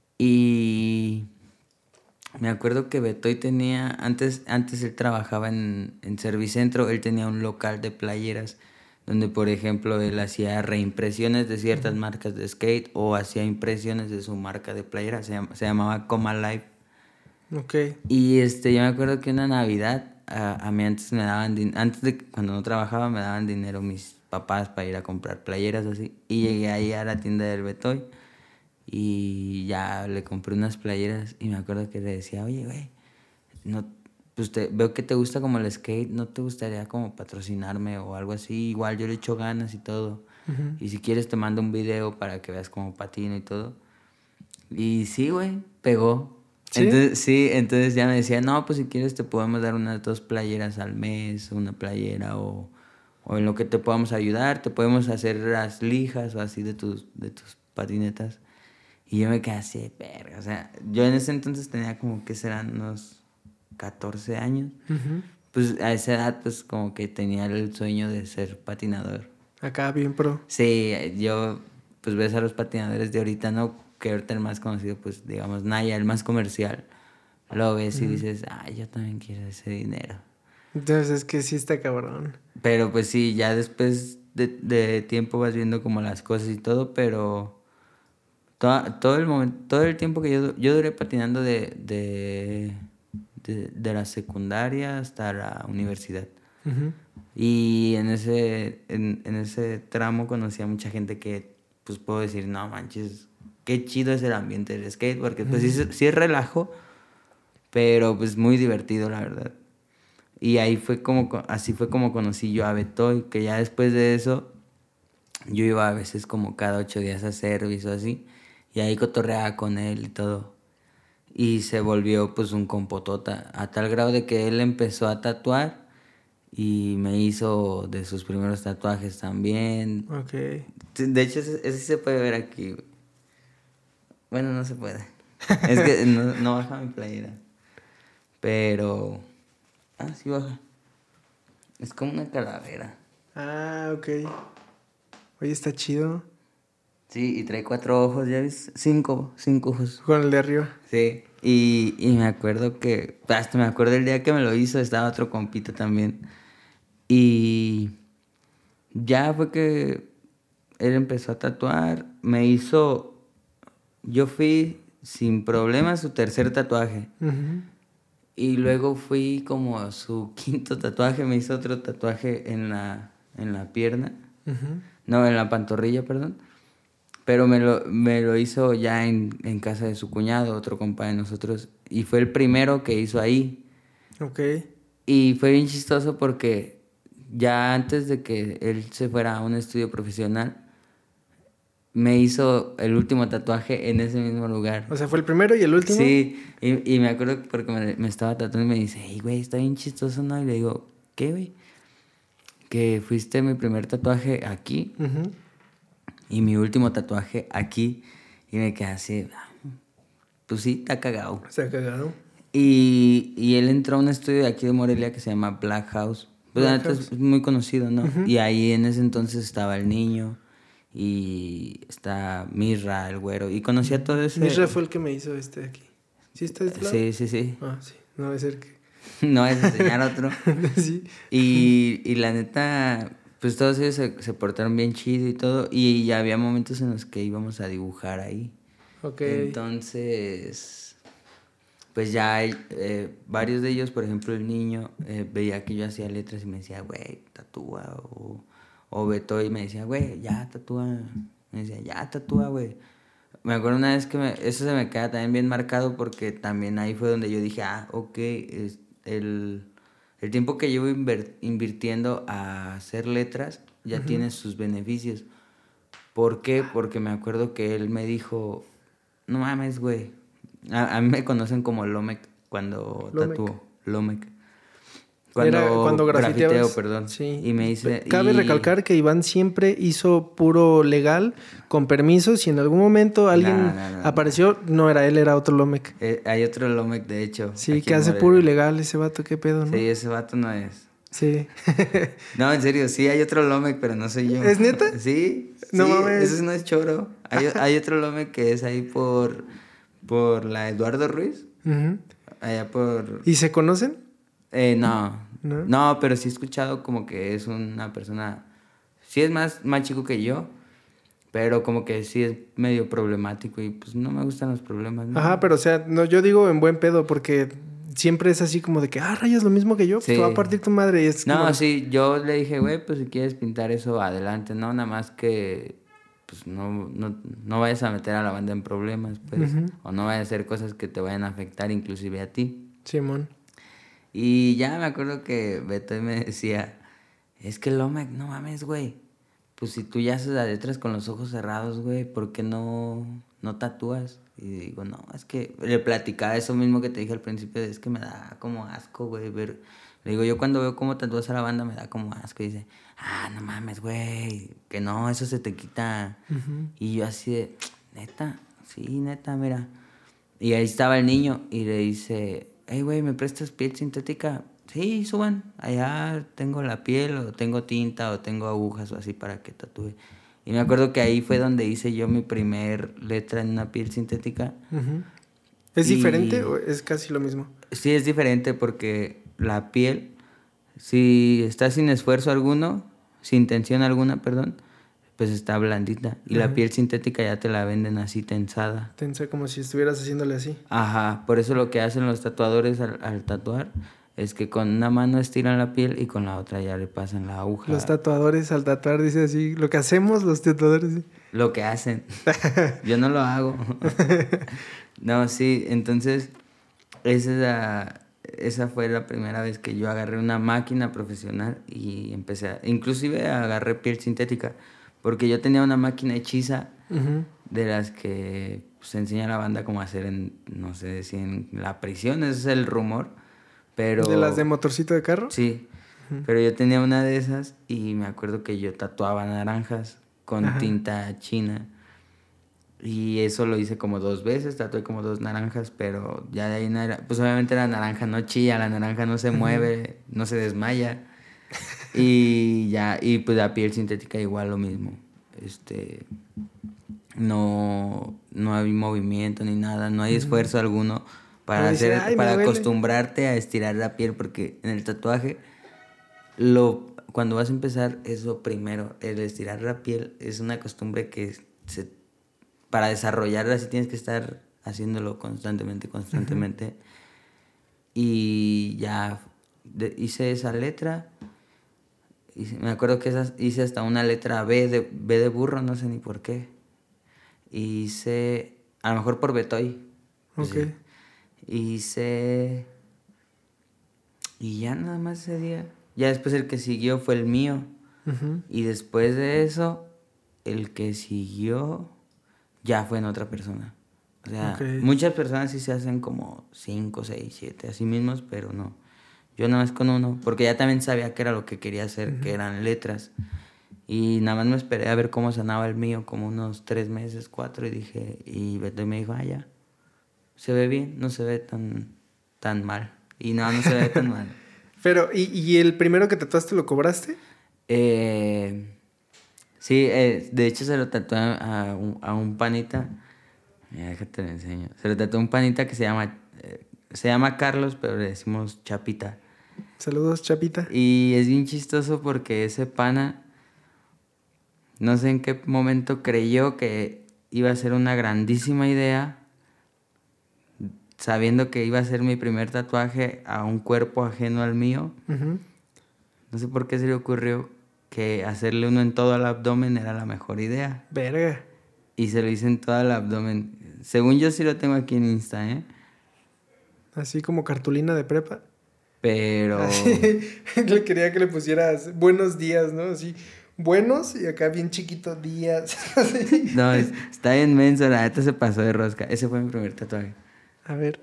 Y me acuerdo que Betoy tenía... Antes, antes él trabajaba en, en Servicentro. Él tenía un local de playeras donde, por ejemplo, él hacía reimpresiones de ciertas uh-huh. marcas de skate o hacía impresiones de su marca de playeras. Se, llama, se llamaba Coma Life.
Okay.
Y este, yo me acuerdo que una Navidad... A, a mí antes me daban din- antes de cuando no trabajaba me daban dinero mis papás para ir a comprar playeras así y llegué ahí a la tienda del Betoy y ya le compré unas playeras y me acuerdo que le decía, oye güey, no, pues te, veo que te gusta como el skate, ¿no te gustaría como patrocinarme o algo así? Igual yo le echo ganas y todo. Uh-huh. Y si quieres te mando un video para que veas cómo patino y todo. Y sí, güey, pegó. ¿Sí? Entonces, sí, entonces ya me decía, no, pues si quieres te podemos dar unas dos playeras al mes, una playera o, o en lo que te podamos ayudar, te podemos hacer las lijas o así de tus, de tus patinetas. Y yo me quedé así, verga, o sea, yo en ese entonces tenía como que serán unos catorce años. Uh-huh. Pues a esa edad pues como que tenía el sueño de ser patinador.
Acá bien pro.
Sí, yo pues ves a los patinadores de ahorita, ¿no? Que ahorita el más conocido, pues digamos, Naya, el más comercial, lo ves uh-huh. y dices, ay, yo también quiero ese dinero.
Entonces es que sí está cabrón.
Pero pues sí, ya después de, de tiempo vas viendo como las cosas y todo, pero todo, todo el momento, todo el tiempo que yo, yo duré patinando de, de, de, de la secundaria hasta la universidad. Uh-huh. Y en ese, en, en ese tramo conocí a mucha gente que, pues puedo decir, no manches, qué chido es el ambiente del skate, porque pues sí, sí es relajo, pero pues muy divertido, la verdad. Y ahí fue como, así fue como conocí yo a Betoy, que ya después de eso, yo iba a veces como cada ocho días a service o así, y ahí cotorreaba con él y todo. Y se volvió pues un compotota, a tal grado de que él empezó a tatuar y me hizo de sus primeros tatuajes también.
Ok.
De hecho, ese, ese se puede ver aquí, güey. Bueno, no se puede. Es que no, no baja mi playera. Pero... Ah, sí baja. Es como una calavera.
Ah, ok. Oye, está chido.
Sí, y trae cuatro ojos, ¿ya ves? Cinco, cinco ojos.
Con el de arriba.
Sí. Y, y me acuerdo que... Hasta me acuerdo el día que me lo hizo, estaba otro compita también. Y... Ya fue que él empezó a tatuar. Me hizo... Yo fui sin problema a su tercer tatuaje. Uh-huh. Y luego fui como a su quinto tatuaje. Me hizo otro tatuaje en la, en la pierna. Uh-huh. No, en la pantorrilla, perdón. Pero me lo, me lo hizo ya en, en casa de su cuñado, otro compa de nosotros. Y fue el primero que hizo ahí.
Ok.
Y fue bien chistoso porque ya antes de que él se fuera a un estudio profesional... me hizo el último tatuaje en ese mismo lugar.
O sea, ¿fue el primero y el último?
Sí, y, y me acuerdo porque me, me estaba tatuando y me dice, hey, güey, está bien chistoso, ¿no? Y le digo, ¿qué, güey? Que fuiste mi primer tatuaje aquí uh-huh. y mi último tatuaje aquí. Y me quedé así, pues sí, está cagado.
Se ha cagado.
Y, y él entró a un estudio de aquí de Morelia que se llama Black House. Pues
Black
House. Es muy conocido, ¿no? Uh-huh. Y ahí en ese entonces estaba el niño. Y está Mirra, el güero. Y conocí a todo ese...
Mirra fue el que me hizo este de aquí. ¿Sí está de este lado?
Sí, sí, sí.
Ah, sí. No debe ser que...
no es enseñar otro.
Sí.
Y, y la neta, pues todos ellos se, se portaron bien chido y todo. Y, y había momentos en los que íbamos a dibujar ahí.
Ok.
Entonces, pues ya hay, eh, varios de ellos, por ejemplo, el niño, eh, veía que yo hacía letras y me decía, güey, tatúa o... O Betoy me decía, güey, ya tatúa. Me decía, ya tatúa, güey. Me acuerdo una vez que me, eso se me queda también bien marcado porque también ahí fue donde yo dije, ah, ok, es el, el tiempo que llevo inver- invirtiendo a hacer letras ya uh-huh. tiene sus beneficios. ¿Por qué? Porque me acuerdo que él me dijo, no mames, güey. A, a mí me conocen como Lomec cuando
Lomec.
tatúo. Lomec. Cuando,
Era cuando
grafiteo, perdón.
Sí.
Y me dice...
Cabe
y...
recalcar que Iván siempre hizo puro legal, con permisos, y en algún momento alguien
no, no, no,
apareció, no. no era él, era otro Lomec.
Eh, hay otro Lomec, de hecho.
Sí, que hace puro ilegal ese vato, qué pedo, ¿no?
Sí, ese vato no es.
Sí.
No, en serio, sí hay otro Lomec, pero no soy yo.
¿Es neta?
Sí,
no
sí,
mames.
Ese no es choro. Hay, hay otro Lomec que es ahí por, por la Eduardo Ruiz.
Uh-huh.
Allá por...
¿Y se conocen?
Eh, no.
no.
No, pero sí he escuchado como que es una persona... Sí es más, más chico que yo, pero como que sí es medio problemático y pues no me gustan los problemas, ¿no?
Ajá, pero o sea, no, yo digo en buen pedo porque siempre es así como de que, ah, rayas lo mismo que yo, pues sí. te va a partir tu madre. Y es
no,
como...
sí, yo le dije, güey, pues si quieres pintar eso, adelante, ¿no? Nada más que pues no, no, no vayas a meter a la banda en problemas, pues, uh-huh. o no vayas a hacer cosas que te vayan a afectar inclusive a ti.
Simón.
Y ya me acuerdo que Beto me decía, es que Lomec, no mames, güey. Pues si tú ya haces las letras con los ojos cerrados, güey, ¿por qué no, no tatúas? Y digo, no, es que le platicaba eso mismo que te dije al principio, es que me da como asco, güey, ver... Le digo, yo cuando veo cómo tatúas a la banda me da como asco. Y dice, ah, no mames, güey, que no, eso se te quita. Uh-huh. Y yo así de, neta, sí, neta, mira. Y ahí estaba el niño y le dice... hey, güey, ¿me prestas piel sintética? Sí, suban. Allá tengo la piel o tengo tinta o tengo agujas o así para que tatúe. Y me acuerdo que ahí fue donde hice yo mi primer letra en una piel sintética.
Uh-huh. ¿Es y... diferente o es casi lo mismo?
Sí, es diferente porque la piel, si está sin esfuerzo alguno, sin tensión alguna, perdón, pues está blandita. Y uh-huh. la piel sintética ya te la venden así tensada.
Tensa, como si estuvieras haciéndole así.
Ajá, por eso lo que hacen los tatuadores al, al tatuar es que con una mano estiran la piel y con la otra ya le pasan la aguja.
Los tatuadores al tatuar, dice así, lo que hacemos los tatuadores. ¿Sí?
Lo que hacen. Yo no lo hago. No, sí, entonces esa, esa fue la primera vez que yo agarré una máquina profesional y empecé a, inclusive agarré piel sintética. Porque yo tenía una máquina hechiza uh-huh. de las que se pues, enseña a la banda cómo hacer en, no sé si en la prisión, ese es el rumor, pero...
¿De las de motorcito de carro?
Sí, uh-huh. pero yo tenía una de esas y me acuerdo que yo tatuaba naranjas con uh-huh. tinta china. Y eso lo hice como dos veces, tatué como dos naranjas, pero ya de ahí no era... Pues obviamente la naranja no chilla, la naranja no se uh-huh. mueve, no se desmaya. Y ya, y pues la piel sintética igual lo mismo. Este, no, no hay movimiento ni nada, no hay uh-huh. esfuerzo alguno para hacer, dice, para acostumbrarte a estirar la piel, porque en el tatuaje, lo, cuando vas a empezar, es lo primero, el estirar la piel es una costumbre que se, para desarrollarla sí tienes que estar haciéndolo constantemente, constantemente. Uh-huh. Y ya de, hice esa letra. Y me acuerdo que esas, hice hasta una letra B de, B de burro, no sé ni por qué. Y hice, a lo mejor por Betoy.
Ok.
Sí. Hice, y ya nada más ese día. Ya después el que siguió fue el mío. Uh-huh. Y después de eso, el que siguió ya fue en otra persona. O sea, okay. muchas personas sí se hacen como cinco, seis, siete, así mismos, pero no. Yo nada más con uno, porque ya también sabía que era lo que quería hacer, uh-huh. que eran letras. Y nada más me esperé a ver cómo sonaba el mío, como unos tres meses, cuatro, y dije, y Beto me dijo, ah, ya, se ve bien, no se ve tan, tan mal. Y no, no se ve tan mal.
Pero, ¿y, ¿y el primero que tatuaste lo cobraste?
Eh, sí, eh, de hecho se lo tatué a un, a un panita. Mira, déjate lo enseño. Se lo tatué a un panita que se llama, eh, se llama Carlos, pero le decimos Chapita.
Saludos, Chapita.
Y es bien chistoso porque ese pana, no sé en qué momento creyó que iba a ser una grandísima idea, sabiendo que iba a ser mi primer tatuaje a un cuerpo ajeno al mío. Uh-huh. No sé por qué se le ocurrió que hacerle uno en todo el abdomen era la mejor idea.
Verga.
Y se lo hice en todo el abdomen. Según yo sí lo tengo aquí en Insta, ¿eh?
Así como cartulina de prepa.
Pero...
Así, le quería que le pusieras buenos días, ¿no? Así, buenos y acá bien chiquito días. Así.
No, es- está inmenso, la neta se pasó de rosca. Ese fue mi primer tatuaje.
A ver.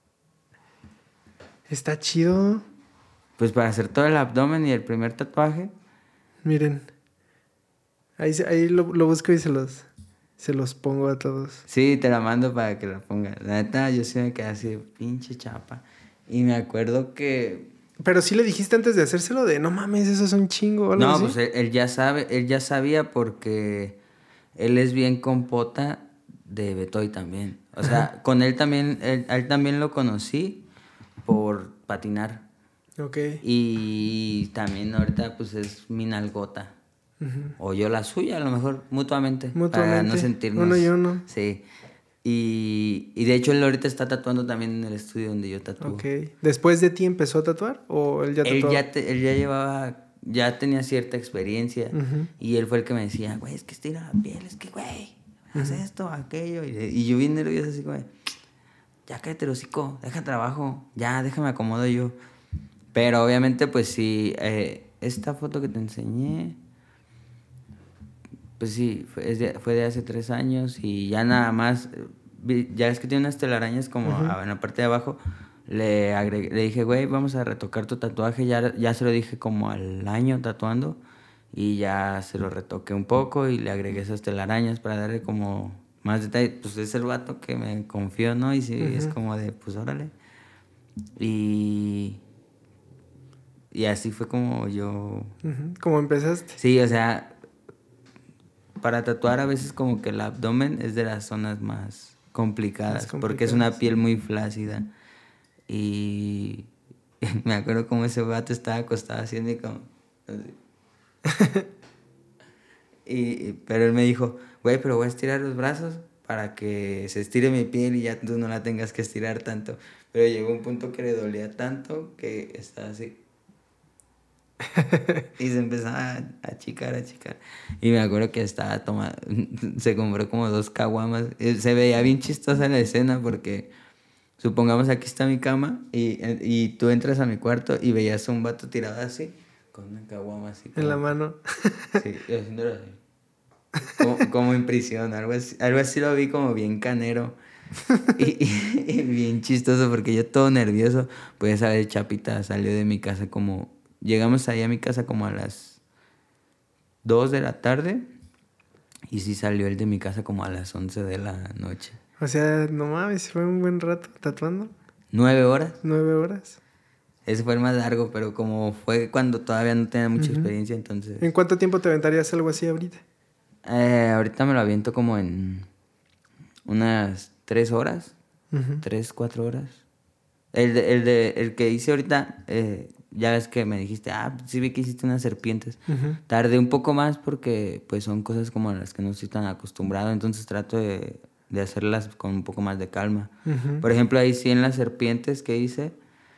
Está chido.
Pues para hacer todo el abdomen y el primer tatuaje.
Miren. Ahí, se- ahí lo, lo busco y se los, se los pongo a todos.
Sí, te la mando para que la pongas. La neta, yo sí me quedé así de pinche chapa. Y me acuerdo que...
Pero sí le dijiste antes de hacérselo de, no mames, eso es un chingo o algo
No,
así.
pues él, él ya sabe, él ya sabía porque él es bien compota de Betoy también. O sea, con él también, él, a él también lo conocí por patinar.
Ok.
Y también ahorita pues es mi nalgota.
Ujú.
O yo la suya, a lo mejor mutuamente. Para
Mutuamente.
no sentirnos...
Uno y uno.
Sí. Y, y de hecho él ahorita está tatuando también en el estudio donde yo tatúo.
Ok. ¿Después de ti empezó a tatuar o él ya
Él
tatuó?
ya, te- él ya llevaba, ya tenía cierta experiencia.
Ujú.
Y él fue el que me decía, güey, es que estira la piel, es que, güey, haz esto, aquello. Y, y yo bien nervioso así, güey, ya cállate el hocico, deja trabajo, ya, déjame acomodo yo. Pero obviamente, pues sí, eh, esta foto que te enseñé, pues sí, fue, es de, fue de hace tres años y ya nada más, eh, vi- ya es que tiene unas telarañas como
Ujú.
a- en la parte de abajo. Le, agregué- le dije, güey, vamos a retocar tu tatuaje. Ya, ya se lo dije como al año tatuando y ya se lo retoqué un poco y le agregué esas telarañas para darle como más detalle. Pues es el vato que me confió, ¿no? Y sí, es
Ujú.
como de, pues órale. Y, y así fue como yo...
Ujú. ¿Cómo empezaste?
Sí, o sea, para tatuar a veces como que el abdomen es de las zonas más complicadas,
Más
porque es una
complicadas.
piel muy flácida. Y me acuerdo como ese vato estaba acostado haciendo y como... así. y, y- pero él me dijo, güey, pero voy a estirar los brazos para que se estire mi piel y ya tú no la tengas que estirar tanto. Pero llegó un punto que le dolía tanto que estaba así. Y se empezaba a achicar, a achicar. Y me acuerdo que estaba tomando, se compró como dos caguamas. Eh, Se veía bien chistosa la escena porque, supongamos aquí está mi cama y, y tú entras a mi cuarto y veías a un vato tirado así, con una caguama así.
En la
como-
mano.
Sí, y haciéndolo así. Como, como en prisión, algo así, algo así lo vi como bien canero. Y, y- y bien chistoso porque yo todo nervioso. Pues a ver, Chapita salió de mi casa como... Llegamos ahí a mi casa como a las dos de la tarde. Y sí salió el de mi casa como a las once de la noche.
O sea, no mames, fue un buen rato tatuando.
Nueve horas.
Nueve horas.
Ese fue el más largo, pero como fue cuando todavía no tenía mucha
Ujú.
experiencia, entonces...
¿En cuánto tiempo te aventarías algo así ahorita?
Eh, ahorita me lo aviento como en unas tres horas.
Ujú.
Tres, cuatro horas. El, de, el, de, el que hice ahorita, eh, ya ves que me dijiste, ah, sí vi que hiciste unas serpientes.
Ujú.
Tardé un poco más porque pues son cosas como a las que no estoy tan acostumbrado, entonces trato de, de hacerlas con un poco más de calma.
Ujú.
Por ejemplo, ahí sí en las serpientes que hice,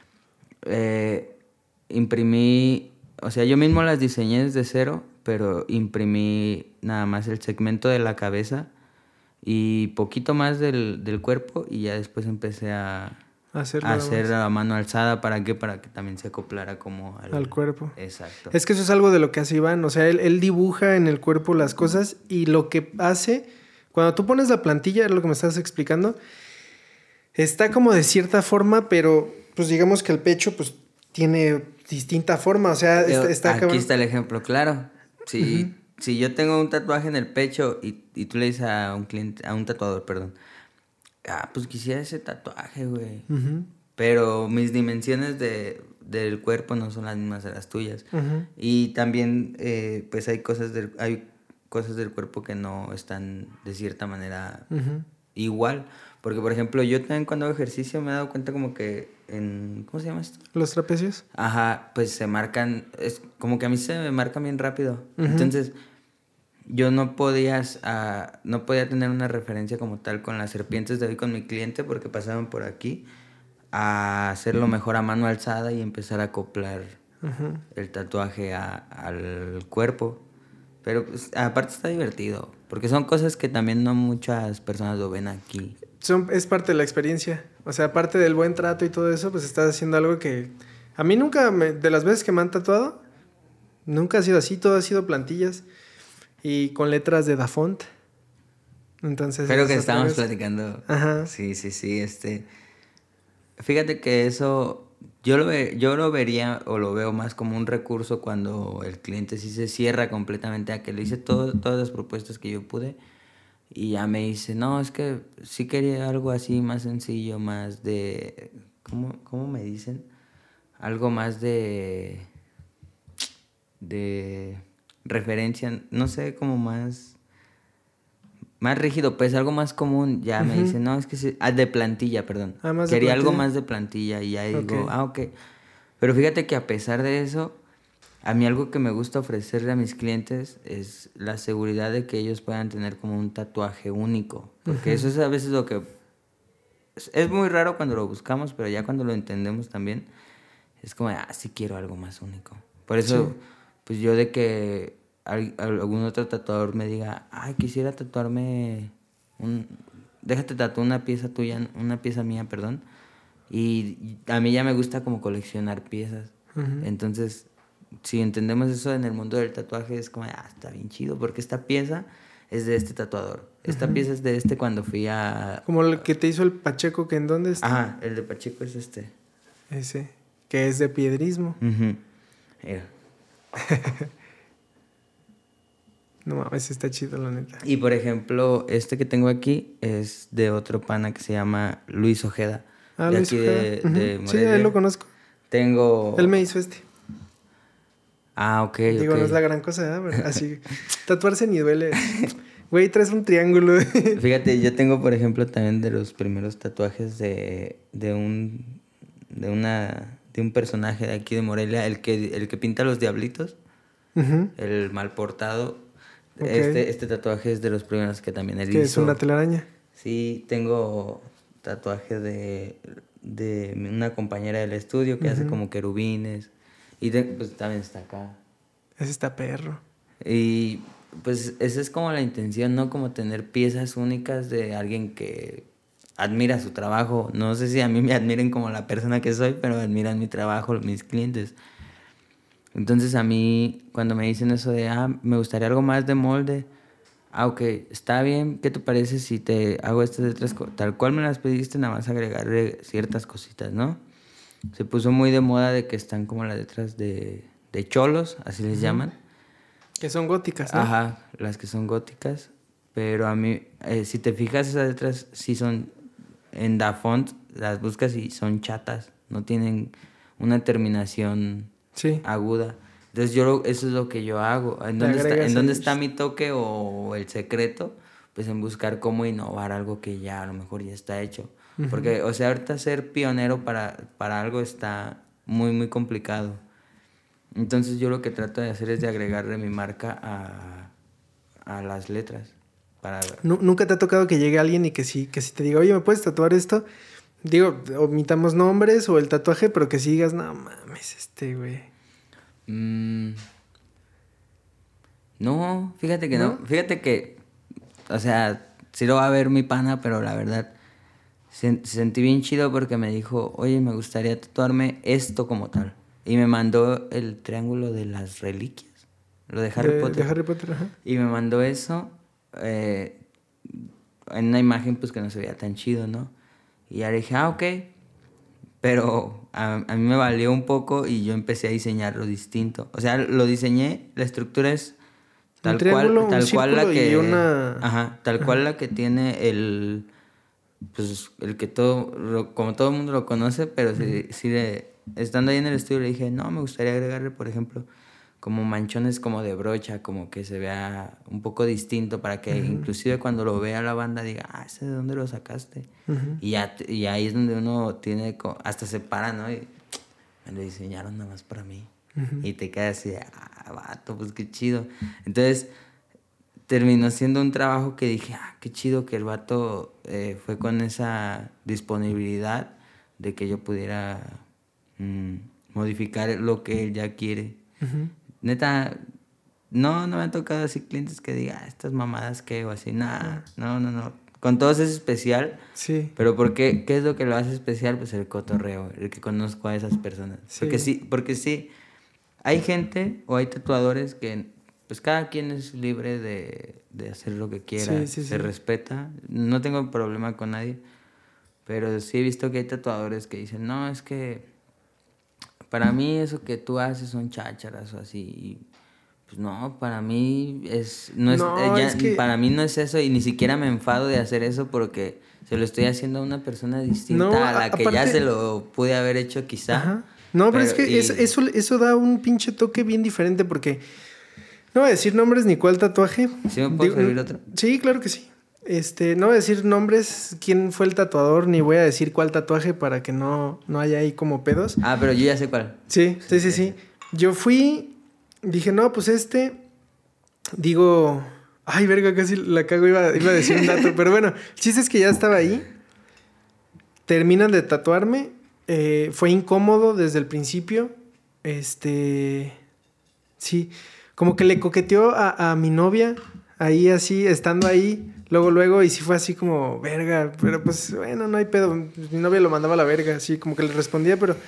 eh, imprimí, o sea, yo mismo las diseñé desde cero, pero imprimí nada más el segmento de la cabeza y poquito más del, del cuerpo y ya después empecé a,
Hacer
a
nada
hacer
más.
la mano alzada. ¿Para qué? Para que también se acoplara como al,
Al cuerpo.
Exacto.
Es que eso es algo de lo que hace Iván. O sea, él, él dibuja en el cuerpo las cosas y lo que hace, cuando tú pones la plantilla, es lo que me estás explicando, está como de cierta forma, pero pues digamos que el pecho pues tiene distinta forma. O sea,
Pero
está, está
aquí
cabrón.
está el ejemplo claro. Si, si yo tengo un tatuaje en el pecho y, y tú le dices a un cliente, a un tatuador, perdón, ah, pues quisiera ese tatuaje, güey.
Ujú.
Pero mis dimensiones de, del cuerpo no son las mismas de las tuyas.
Ujú.
Y también, eh, pues hay cosas, del, hay cosas del cuerpo que no están de cierta manera
Ujú.
igual. Porque, por ejemplo, yo también cuando hago ejercicio me he dado cuenta como que en... ¿Cómo se llama esto?
Los trapecios.
Ajá, pues se marcan... Es como que a mí se me marcan bien rápido.
Ujú.
Entonces, yo no podías, ah, no podía tener una referencia como tal con las serpientes de hoy con mi cliente porque pasaban por aquí a hacerlo mejor a mano alzada y empezar a acoplar
Ujú.
el tatuaje a- al cuerpo. Pero pues, aparte está divertido, porque son cosas que también no muchas personas lo ven aquí.
Son, es parte de la experiencia. O sea, aparte del buen trato y todo eso, pues estás haciendo algo que... A mí nunca, me, de las veces que me han tatuado, nunca ha sido así. Todo ha sido plantillas y con letras de Dafont. Entonces...
Pero que estábamos platicando.
Ajá.
Sí, sí, sí, este... Fíjate que eso... Yo lo, ve, yo lo vería o lo veo más como un recurso cuando el cliente sí se cierra completamente a que le hice todo, todas las propuestas que yo pude y ya me dice, no, es que sí quería algo así más sencillo, más de... ¿Cómo, cómo me dicen? Algo más de... de referencia, no sé, como más... Más rígido, pues algo más común. Ya uh-huh. me dice, no, es que... Se, ah, de plantilla, perdón.
Ah, más
Quería
de
algo más de plantilla y ya digo, okay. ah, ok. Pero fíjate que a pesar de eso, a mí algo que me gusta ofrecerle a mis clientes es la seguridad de que ellos puedan tener como un tatuaje único. Porque uh-huh. eso es a veces lo que... Es, es muy raro cuando lo buscamos, pero ya cuando lo entendemos también, es como, ah, sí quiero algo más único. Por eso, sí. pues yo de que... algún otro tatuador me diga, ay, quisiera tatuarme un, déjate tatuar una pieza tuya, una pieza mía, perdón, y a mí ya me gusta como coleccionar piezas. Uh-huh. Entonces, si entendemos eso en el mundo del tatuaje, es como, ah, está bien chido, porque esta pieza es de este tatuador, esta uh-huh. pieza es de este cuando fui a...
Como el que te hizo el Pacheco, ¿que en dónde está?
Ajá, el de Pacheco es este.
Ese, que es de piedrismo.
Uh-huh. Mira.
No mames, está chido, la neta.
Y por ejemplo, este que tengo aquí es de otro pana que se llama Luis Ojeda.
Ah,
de
Luis
aquí
Ojeda.
de,
Uh-huh.
de
Sí, él lo conozco.
Tengo...
Él me hizo este.
Ah, ok,
Digo,
ok.
no es la gran cosa, ¿eh? Pero así, tatuarse ni duele. Güey, traes un triángulo.
Fíjate, yo tengo, por ejemplo, también de los primeros tatuajes de, de un... De una... De un personaje de aquí de Morelia, el que, el que pinta los diablitos. Uh-huh. El mal portado. Okay. Este, este tatuaje es de los primeros que también él hizo.
¿Qué es una telaraña?
Sí, tengo tatuaje de, de una compañera del estudio que uh-huh. hace como querubines. Y de, pues también está acá.
Ese está perro.
Y pues esa es como la intención, ¿no? Como tener piezas únicas de alguien que admira su trabajo. No sé si a mí me admiren como la persona que soy, pero admiran mi trabajo, mis clientes. Entonces a mí, cuando me dicen eso de, ah, me gustaría algo más de molde, ah, ok, está bien, ¿qué te parece si te hago estas letras tal cual me las pediste, nada más agregarle ciertas cositas, ¿no? Se puso muy de moda de que están como las letras de, de cholos, así les uh-huh. llaman.
Que son góticas, ¿no?
Ajá, las que son góticas, pero a mí, eh, si te fijas, esas letras sí son, en Dafont, las buscas y son chatas, no tienen una terminación... Sí. aguda. Entonces yo eso es lo que yo hago. ¿En dónde está, en dónde está mi toque o el secreto? Pues en buscar cómo innovar algo que ya a lo mejor ya está hecho. Uh-huh. Porque, o sea, ahorita ser pionero para, para algo está muy, muy complicado. Entonces yo lo que trato de hacer es de agregarle mi marca a, a las letras. Para...
¿Nunca te ha tocado que llegue alguien y que sí, que sí te diga, oye, ¿me puedes tatuar esto? Digo, omitamos nombres o el tatuaje, pero que sí digas, no mames, este, güey.
Mm, no, fíjate que no? no. Fíjate que, o sea, sí lo va a ver mi pana, pero la verdad, se, sentí bien chido porque me dijo, oye, me gustaría tatuarme esto como tal. Y me mandó el triángulo de las reliquias, lo de Harry
de,
Potter.
De Harry Potter, ajá.
Y me mandó eso eh, en una imagen pues que no se veía tan chido, ¿no? Y ya le dije, ah, ok. Pero a, a mí me valió un poco y yo empecé a diseñarlo distinto. O sea, lo diseñé, la estructura es tal
un triángulo,
cual, tal
un
cual la que...
y una...
Ajá, tal ajá. cual la que tiene el... Pues el que todo... Lo, como todo el mundo lo conoce, pero sí, uh-huh. sí le... Estando ahí en el estudio le dije, no, me gustaría agregarle, por ejemplo, como manchones como de brocha, como que se vea un poco distinto para que uh-huh. inclusive cuando lo vea la banda diga, ah, ¿ese de dónde lo sacaste? Uh-huh. Y, ya, y ahí es donde uno tiene, hasta se para, ¿no? Y me lo diseñaron nada más para mí. Uh-huh. Y te quedas así, ah, vato, pues qué chido. Entonces terminó siendo un trabajo que dije, ah, qué chido que el vato eh, fue con esa disponibilidad de que yo pudiera mmm, modificar lo que él ya quiere. Uh-huh. Neta, no, no me han tocado así clientes que digan, ah, estas mamadas que o así, nada, no, no, no. Con todos es especial.
Sí.
Pero ¿por qué? ¿Qué es lo que lo hace especial? Pues el cotorreo, el que conozco a esas personas.
Sí.
Porque sí, porque sí, hay gente o hay tatuadores que, pues cada quien es libre de, de hacer lo que quiera,
Sí, sí,
se
sí.
respeta. No tengo problema con nadie, pero sí he visto que hay tatuadores que dicen, no, es que para mí eso que tú haces son chácharas o así. Y, pues no, para mí es no es,
No,
eh, ya,
es que-
para mí no es eso y ni siquiera me enfado de hacer eso porque se lo estoy haciendo a una persona distinta
No,
a la
a-
que ya
aparte-
se lo pude haber hecho quizá.
Ajá. No, pero, es que
y-
es- eso, eso da un pinche toque bien diferente porque no voy a decir nombres ni cuál tatuaje.
¿Sí me puedo
Digo,
servir otro?
Sí, claro que sí. Este, no voy a decir nombres, quién fue el tatuador, ni voy a decir cuál tatuaje para que no, no haya ahí como pedos.
Ah, pero yo ya sé cuál.
Sí, sí, sí, sí. Yo fui, dije, no, pues este, digo, ay, verga, casi la cago, iba, iba a decir un dato, pero bueno, el chiste es que ya estaba ahí, terminan de tatuarme, eh, fue incómodo desde el principio, este, sí, como que le coqueteó a, a mi novia, ahí así, estando ahí, luego, luego, y sí fue así como, verga, pero pues, bueno, no hay pedo, mi novia lo mandaba a la verga, así, como que le respondía, pero...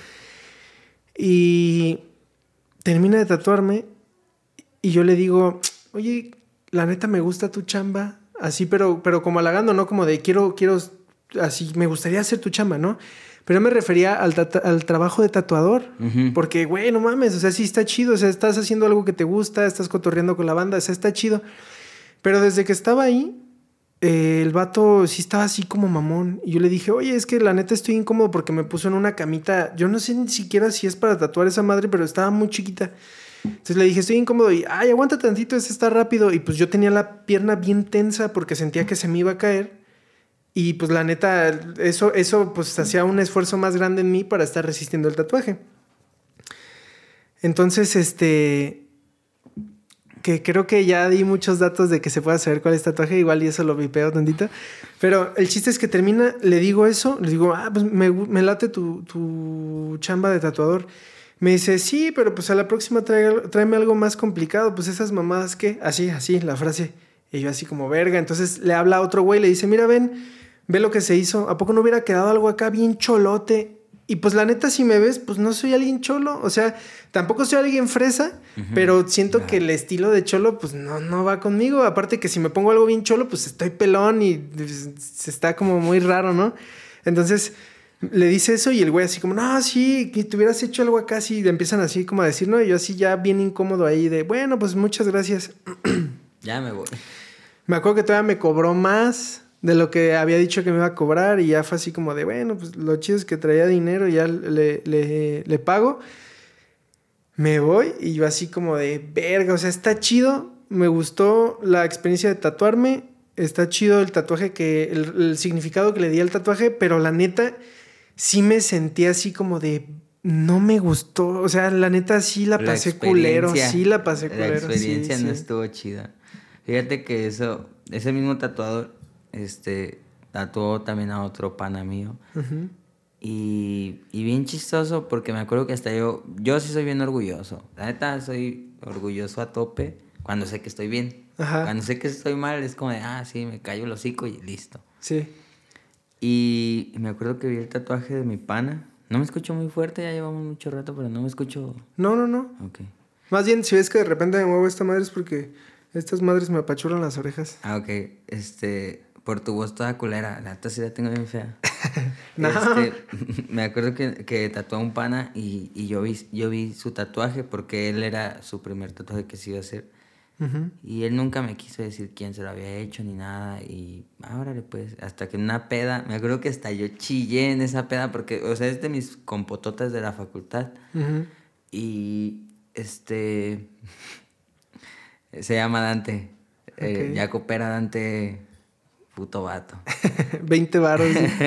Y termina de tatuarme y yo le digo, oye, la neta me gusta tu chamba, así, pero, pero como halagando, ¿no? Como de quiero, quiero, así, me gustaría hacer tu chamba, ¿no? Pero yo me refería al, tata- al trabajo de tatuador,
Ujú.
porque, güey, no mames, o sea, sí está chido, o sea, estás haciendo algo que te gusta, estás cotorreando con la banda, o sea, está chido. Pero desde que estaba ahí, eh, el vato sí estaba así como mamón. Y yo le dije, oye, es que la neta estoy incómodo porque me puso en una camita. Yo no sé ni siquiera si es para tatuar esa madre, pero estaba muy chiquita. Entonces le dije, estoy incómodo. Y, ay, aguanta tantito, ese está rápido. Y pues yo tenía la pierna bien tensa porque sentía que se me iba a caer. Y pues la neta, eso, eso pues hacía un esfuerzo más grande en mí para estar resistiendo el tatuaje. Entonces, este... que creo que ya di muchos datos de que se pueda saber cuál es tatuaje, igual y eso lo vipeo tantito. Pero el chiste es que termina, le digo eso, le digo, ah, pues me, me late tu, tu chamba de tatuador. Me dice, sí, pero pues a la próxima trae, tráeme algo más complicado, pues esas mamadas, ¿qué? Así, así, la frase. Y yo así como, verga. Entonces le habla a otro güey, le dice, mira, ven, ve lo que se hizo. ¿A poco no hubiera quedado algo acá bien cholote? Y pues la neta, si me ves, pues no soy alguien cholo. O sea, tampoco soy alguien fresa, uh-huh. Pero siento uh-huh. que el estilo de cholo, pues no, no va conmigo. Aparte que si me pongo algo bien cholo, pues estoy pelón y pues, está como muy raro, ¿no? Entonces le dice eso y el güey así como, no, sí, que te hubieras hecho algo acá. Así le empiezan así como a decir, ¿no? Y yo así ya bien incómodo ahí de, bueno, pues muchas gracias.
Ya me voy.
Me acuerdo que todavía me cobró más de lo que había dicho que me iba a cobrar y ya fue así como de, bueno, pues lo chido es que traía dinero y ya le, le, le pago. Me voy y yo así como de, verga, o sea, está chido, me gustó la experiencia de tatuarme, está chido el tatuaje, que el, el significado que le di al tatuaje, pero la neta sí me sentí así como de, no me gustó, o sea, la neta sí la pasé la culero, sí la pasé culero.
La experiencia
sí,
no
sí.
estuvo chida. Fíjate que eso, ese mismo tatuador, este, tatuó también a otro pana mío. Uh-huh. Y, y bien chistoso porque me acuerdo que hasta yo, yo sí soy bien orgulloso. La neta, soy orgulloso a tope cuando sé que estoy bien. Ajá. Cuando sé que estoy mal es como de, ah, sí, me callo el hocico y listo.
Sí.
Y, y me acuerdo que vi el tatuaje de mi pana. No me escucho muy fuerte, ya llevamos mucho rato, pero no me escucho...
No, no, no.
Ok.
Más bien, si ves que de repente me muevo esta madre es porque estas madres me apachuran las orejas.
Ah, ok. Este... Por tu voz toda culera. La neta sí la tengo bien fea.
No.
Este, me acuerdo que, que tatuó a un pana y, y yo, vi, yo vi su tatuaje porque él era su primer tatuaje que se iba a hacer. Uh-huh. Y él nunca me quiso decir quién se lo había hecho ni nada. Y ahora pues, hasta que en una peda, me acuerdo que hasta yo chillé en esa peda porque, o sea, es de mis compototas de la facultad. Uh-huh. Y este... se llama Dante. Okay. Eh, ya coopera Dante... Puto vato.
veinte varos.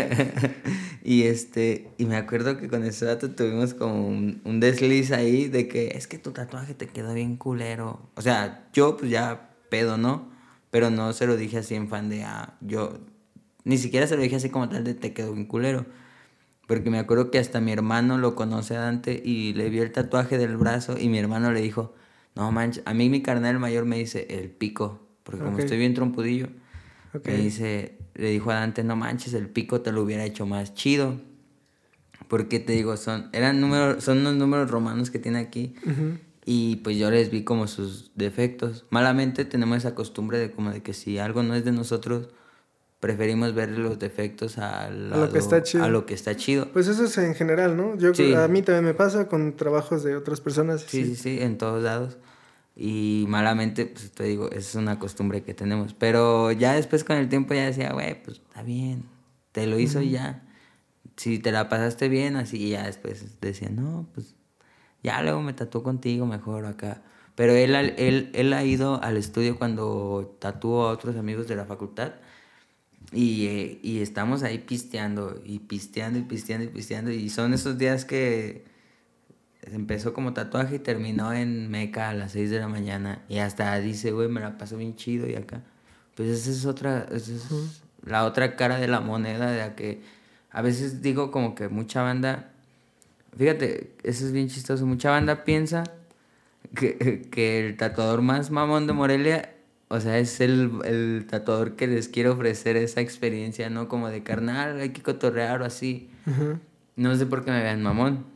Y este, y me acuerdo que con ese vato tuvimos como un, un desliz ahí de que es que tu tatuaje te quedó bien culero. O sea, yo pues ya pedo, ¿no? Pero no se lo dije así en fan de, ah, yo, ni siquiera se lo dije así como tal de te quedó bien culero. Porque me acuerdo que hasta mi hermano lo conoce a Dante y le vio el tatuaje del brazo y mi hermano le dijo, No manches, a mí mi carnal mayor me dice el pico, porque como
Okay.
estoy bien trompudillo,
Okay.
me dice, le dijo a Dante, no manches, el pico te lo hubiera hecho más chido. Porque te digo, son, eran números, son unos números romanos que tiene aquí.
Uh-huh.
Y pues yo les vi como sus defectos. Malamente tenemos esa costumbre de como de que si algo no es de nosotros, preferimos ver los defectos al
A lo que está
lado-
chido.
a lo que está chido.
Pues eso es en general, ¿no? Yo
Sí.
A mí también me pasa con trabajos de otras personas.
Sí, sí, sí, en todos lados. Y malamente, pues te digo, es una costumbre que tenemos. Pero ya después con el tiempo ya decía, güey, pues está bien, te lo hizo y ya. Si te la pasaste bien, así, y ya después decía, no, pues ya luego me tatuó contigo mejor acá. Pero él, él, él ha ido al estudio cuando tatuó a otros amigos de la facultad. Y, eh, y estamos ahí pisteando, y pisteando, y pisteando, y pisteando. Y son esos días que empezó como tatuaje y terminó en Meca a las seis de la mañana. Y hasta dice, güey, me la paso bien chido y acá. Pues esa es otra, esa es uh-huh. la otra cara de la moneda, de la que a veces digo como que mucha banda, fíjate, eso es bien chistoso, mucha banda piensa que, que el tatuador más mamón de Morelia, o sea, es el, el tatuador que les quiere ofrecer esa experiencia, ¿no? Como de carnal, hay que cotorrear o así. Uh-huh. No sé por qué me vean mamón.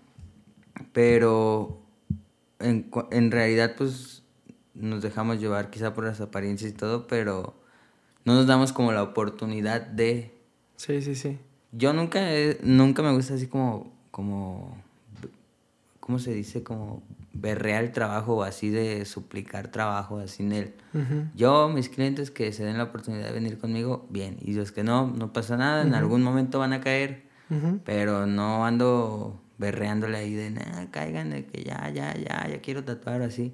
Pero en, en realidad pues nos dejamos llevar quizá por las apariencias y todo, pero no nos damos como la oportunidad de...
Sí, sí, sí.
Yo nunca, nunca me gusta así como, como, ¿cómo se dice? Como berrear el trabajo o así de suplicar trabajo así en él. Uh-huh. Yo, mis clientes que se den la oportunidad de venir conmigo, bien. Y los que no, no pasa nada, uh-huh. en algún momento van a caer, uh-huh. pero no ando... berreándole ahí de, nah, caigan, de que ya, ya, ya, ya quiero tatuar así.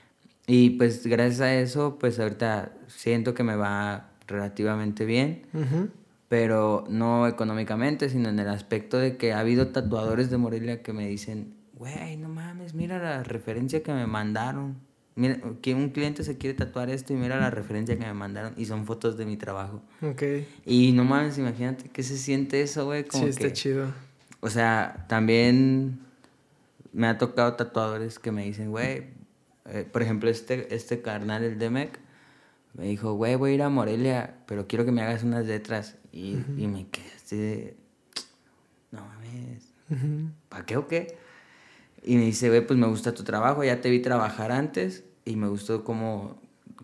Y pues gracias a eso, pues ahorita siento que me va relativamente bien, uh-huh. pero no económicamente, sino en el aspecto de que ha habido tatuadores de Morelia que me dicen, güey, no mames, mira la referencia que me mandaron. Mira, que un cliente se quiere tatuar esto y mira la referencia que me mandaron y son fotos de mi trabajo.
Okay.
Y no mames, imagínate qué se siente eso, güey.
Sí, está
que,
chido.
O sea, también me ha tocado tatuadores que me dicen, güey, eh, por ejemplo, este, este carnal, el Demec, me dijo, güey, voy a ir a Morelia, pero quiero que me hagas unas letras. Y, uh-huh. y me quedé así de, no mames, uh-huh. ¿para qué o qué? Y me dice, güey, pues me gusta tu trabajo, ya te vi trabajar antes y me gustó cómo,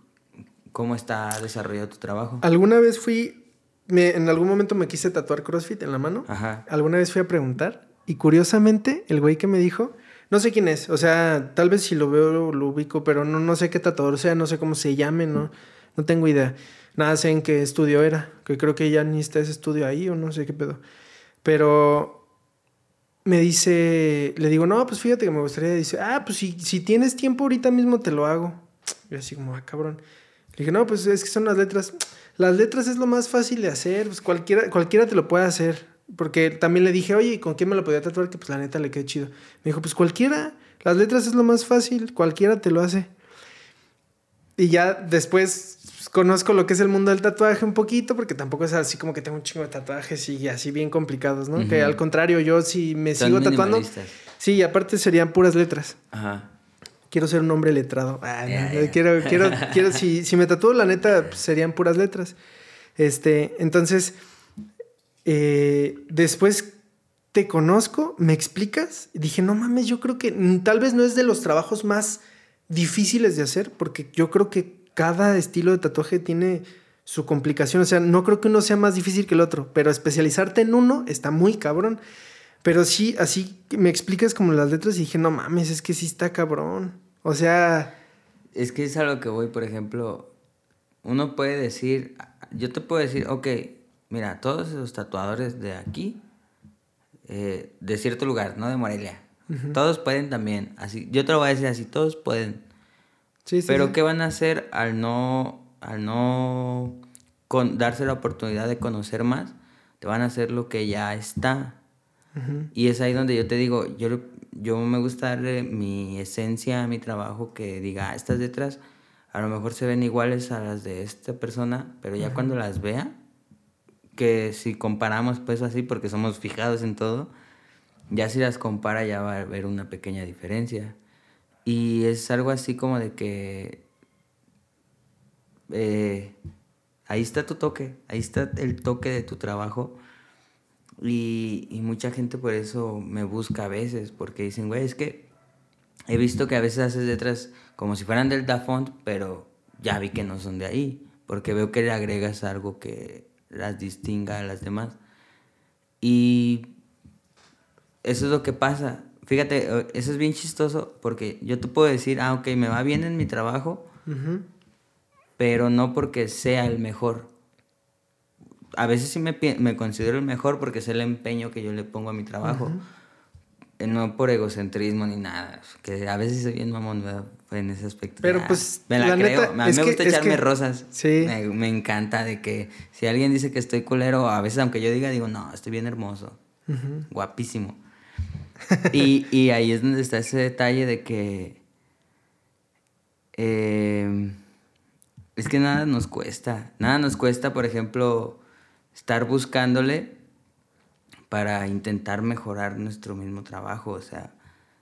cómo está desarrollado tu trabajo.
¿Alguna vez fui... Me, en algún momento me quise tatuar CrossFit en la mano.
Ajá.
Alguna vez fui a preguntar y curiosamente el güey que me dijo, no sé quién es, o sea, tal vez si lo veo lo ubico, pero no, no sé qué tatuador sea, no sé cómo se llame, no, no tengo idea. Nada sé en qué estudio era, que creo que ya ni está ese estudio ahí o no sé qué pedo. Pero me dice, le digo, no, pues fíjate que me gustaría, dice, ah, pues si, si tienes tiempo ahorita mismo te lo hago. Y así como, ah, cabrón. Le dije, no, pues es que son las letras. Las letras es lo más fácil de hacer, pues cualquiera, cualquiera te lo puede hacer. Porque también le dije, oye, ¿con quién me lo podía tatuar? Que pues la neta le quedé chido. Me dijo, pues cualquiera, las letras es lo más fácil, cualquiera te lo hace. Y ya después pues, conozco lo que es el mundo del tatuaje un poquito, porque tampoco es así como que tengo un chingo de tatuajes y así bien complicados, ¿no? Uh-huh. Que al contrario, yo si me Son sigo tatuando... Sí, y aparte serían puras letras.
Ajá.
Quiero ser un hombre letrado. Ah, yeah, no, yeah. Quiero, quiero, quiero, si, si me tatúo, la neta, pues, serían puras letras. Este, entonces, eh, después te conozco, me explicas. Y dije, no mames, yo creo que tal vez no es de los trabajos más difíciles de hacer, porque yo creo que cada estilo de tatuaje tiene su complicación. O sea, no creo que uno sea más difícil que el otro, pero especializarte en uno está muy cabrón. Pero sí, así me explicas como las letras y dije, no mames, es que sí está cabrón. O sea...
Es que es a lo que voy, por ejemplo, uno puede decir, yo te puedo decir, ok, mira, todos esos tatuadores de aquí, eh, de cierto lugar, no de Morelia, uh-huh. todos pueden también, así, yo te lo voy a decir así, todos pueden.
Sí, sí,
Pero
sí.
¿qué van a hacer al no, al no con, darse la oportunidad de conocer más? Te van a hacer lo que ya está. Uh-huh. Y es ahí donde yo te digo, yo, yo me gusta darle mi esencia a mi trabajo, que diga, ah, estas letras a lo mejor se ven iguales a las de esta persona, pero ya uh-huh. cuando las vea, que si comparamos pues así, porque somos fijados en todo, ya si las compara ya va a haber una pequeña diferencia. Y es algo así como de que eh, ahí está tu toque, ahí está el toque de tu trabajo. Y, y mucha gente por eso me busca a veces, porque dicen, güey, es que he visto que a veces haces letras como si fueran del Dafont, pero ya vi que no son de ahí, porque veo que le agregas algo que las distinga a las demás. Y eso es lo que pasa. Fíjate, eso es bien chistoso, porque yo te puedo decir, ah, ok, me va bien en mi trabajo, uh-huh. pero no porque sea el mejor. A veces sí me, me considero el mejor porque sé el empeño que yo le pongo a mi trabajo. Uh-huh. No por egocentrismo ni nada. Que a veces soy bien mamón, ¿verdad? En ese aspecto.
Pero ya, pues.
Me la, la creo. Neta, a mí me gusta que, echarme que, rosas.
Sí.
Me, me encanta de que si alguien dice que estoy culero, a veces aunque yo diga, digo, no, estoy bien hermoso. Uh-huh. Guapísimo. y, y ahí es donde está ese detalle de que. Eh, es que nada nos cuesta. Nada nos cuesta, por ejemplo, estar buscándole para intentar mejorar nuestro mismo trabajo. O sea,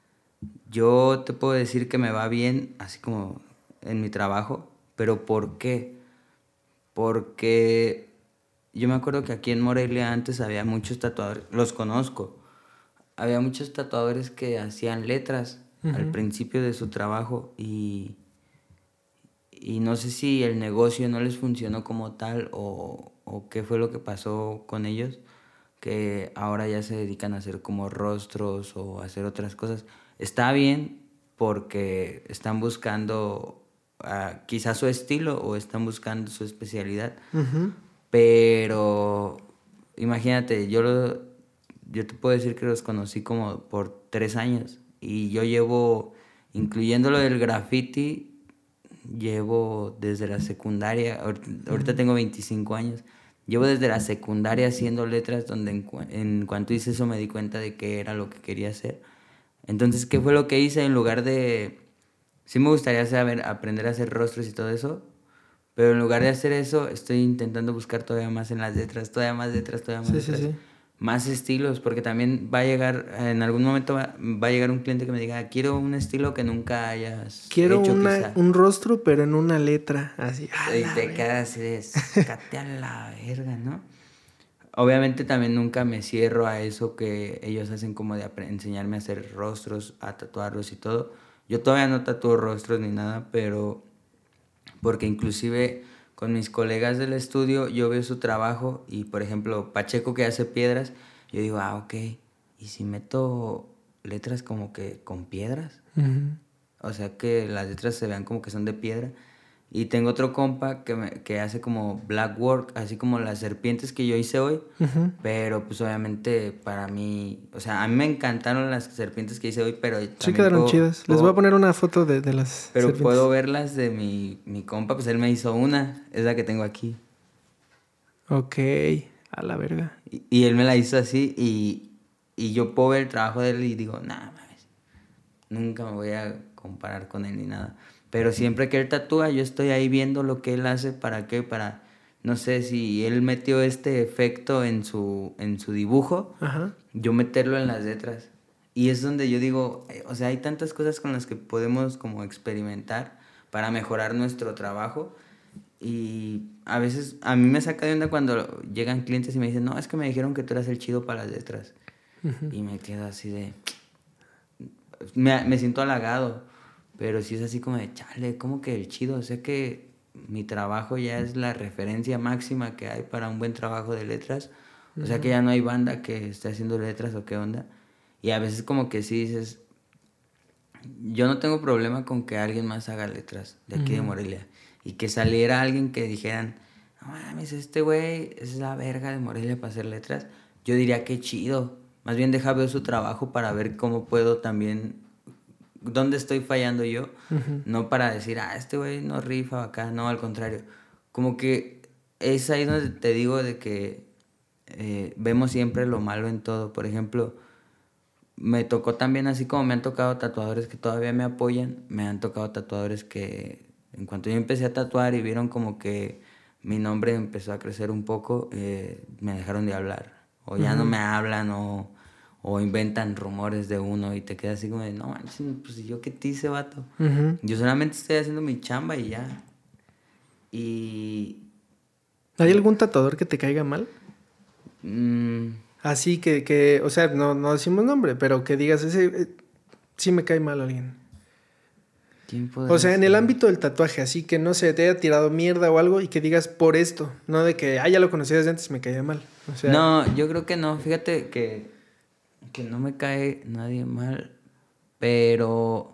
yo te puedo decir que me va bien, así como en mi trabajo, pero ¿por qué? Porque yo me acuerdo que aquí en Morelia antes había muchos tatuadores, los conozco, había muchos tatuadores que hacían letras uh-huh. al principio de su trabajo y, y no sé si el negocio no les funcionó como tal o, o qué fue lo que pasó con ellos, que ahora ya se dedican a hacer como rostros o a hacer otras cosas. Está bien porque están buscando uh, quizás su estilo o están buscando su especialidad. Uh-huh. Pero imagínate, yo, lo, yo te puedo decir que los conocí como por tres años y yo llevo, incluyendo lo del graffiti, llevo desde la secundaria, ahorita, uh-huh. ahorita tengo veinticinco años. Llevo desde la secundaria haciendo letras donde en, cu- en cuanto hice eso me di cuenta de que era lo que quería hacer. Entonces, ¿qué fue lo que hice? En lugar de... Sí me gustaría saber, aprender a hacer rostros y todo eso, pero en lugar de hacer eso, estoy intentando buscar todavía más en las letras, todavía más letras, todavía más
sí,
letras.
Sí, sí.
Más estilos, porque también va a llegar, en algún momento va, va a llegar un cliente que me diga, quiero un estilo que nunca hayas
quiero
hecho
una,
quizá.
un rostro, pero en una letra, así.
Y te quedas así de, sácate a la verga, ¿no? Obviamente también nunca me cierro a eso que ellos hacen como de enseñarme a hacer rostros, a tatuarlos y todo. Yo todavía no tatúo rostros ni nada, pero porque inclusive con mis colegas del estudio yo veo su trabajo y por ejemplo Pacheco que hace piedras, yo digo, ah, ok, ¿y si meto letras como que con piedras? Uh-huh. O sea que las letras se vean como que son de piedra. Y tengo otro compa que, me, que hace como black work, así como las serpientes que yo hice hoy. Uh-huh. Pero pues obviamente para mí, o sea, a mí me encantaron las serpientes que hice hoy, pero
sí quedaron puedo, chidas. Puedo, Les voy a poner una foto de, de las
pero
serpientes.
Puedo verlas de mi, mi compa, pues él me hizo una, es la que tengo aquí.
Ok, a la verga.
Y, y él me la hizo así y, y yo puedo ver el trabajo de él y digo, nah, mames, nunca me voy a comparar con él ni nada. Pero siempre que él tatúa, yo estoy ahí viendo lo que él hace, ¿para qué? Para, no sé, si él metió este efecto en su, en su dibujo, ajá, yo meterlo en las letras. Y es donde yo digo, o sea, hay tantas cosas con las que podemos como experimentar para mejorar nuestro trabajo. Y a veces a mí me saca de onda cuando llegan clientes y me dicen, no, es que me dijeron que tú eras el chido para las letras. Uh-huh. Y me quedo así de... Me, me siento halagado. Pero sí es así como de, chale, ¿cómo que el chido? O sea que mi trabajo ya es la referencia máxima que hay para un buen trabajo de letras. O sea que ya no hay banda que esté haciendo letras o qué onda. Y a veces como que sí dices, yo no tengo problema con que alguien más haga letras de aquí uh-huh. de Morelia. Y que saliera alguien que dijeran, no mames, este güey es la verga de Morelia para hacer letras. Yo diría, qué chido. Más bien deja ver su trabajo para ver cómo puedo también... ¿Dónde estoy fallando yo? Uh-huh. No para decir, ah, este güey no rifa acá. No, al contrario. Como que es ahí donde te digo de que eh, vemos siempre lo malo en todo. Por ejemplo, me tocó también, así como me han tocado tatuadores que todavía me apoyan, me han tocado tatuadores que en cuanto yo empecé a tatuar y vieron como que mi nombre empezó a crecer un poco, eh, me dejaron de hablar. O ya uh-huh. no me hablan o... o inventan rumores de uno y te quedas así como de, no manches, pues yo qué te hice, vato.
Uh-huh.
Yo solamente estoy haciendo mi chamba y ya. Y...
¿Hay algún tatuador que te caiga mal?
Mmm...
Así que, que, o sea, no, no decimos nombre, pero que digas, ese, eh, sí me cae mal alguien.
¿Quién podría
O sea, en
ser?
el ámbito del tatuaje, así que no sé, te haya tirado mierda o algo y que digas por esto, no de que, ah, ya lo conocí desde antes, me caía mal. O sea,
No, yo creo que no. Fíjate que, que no me cae nadie mal, pero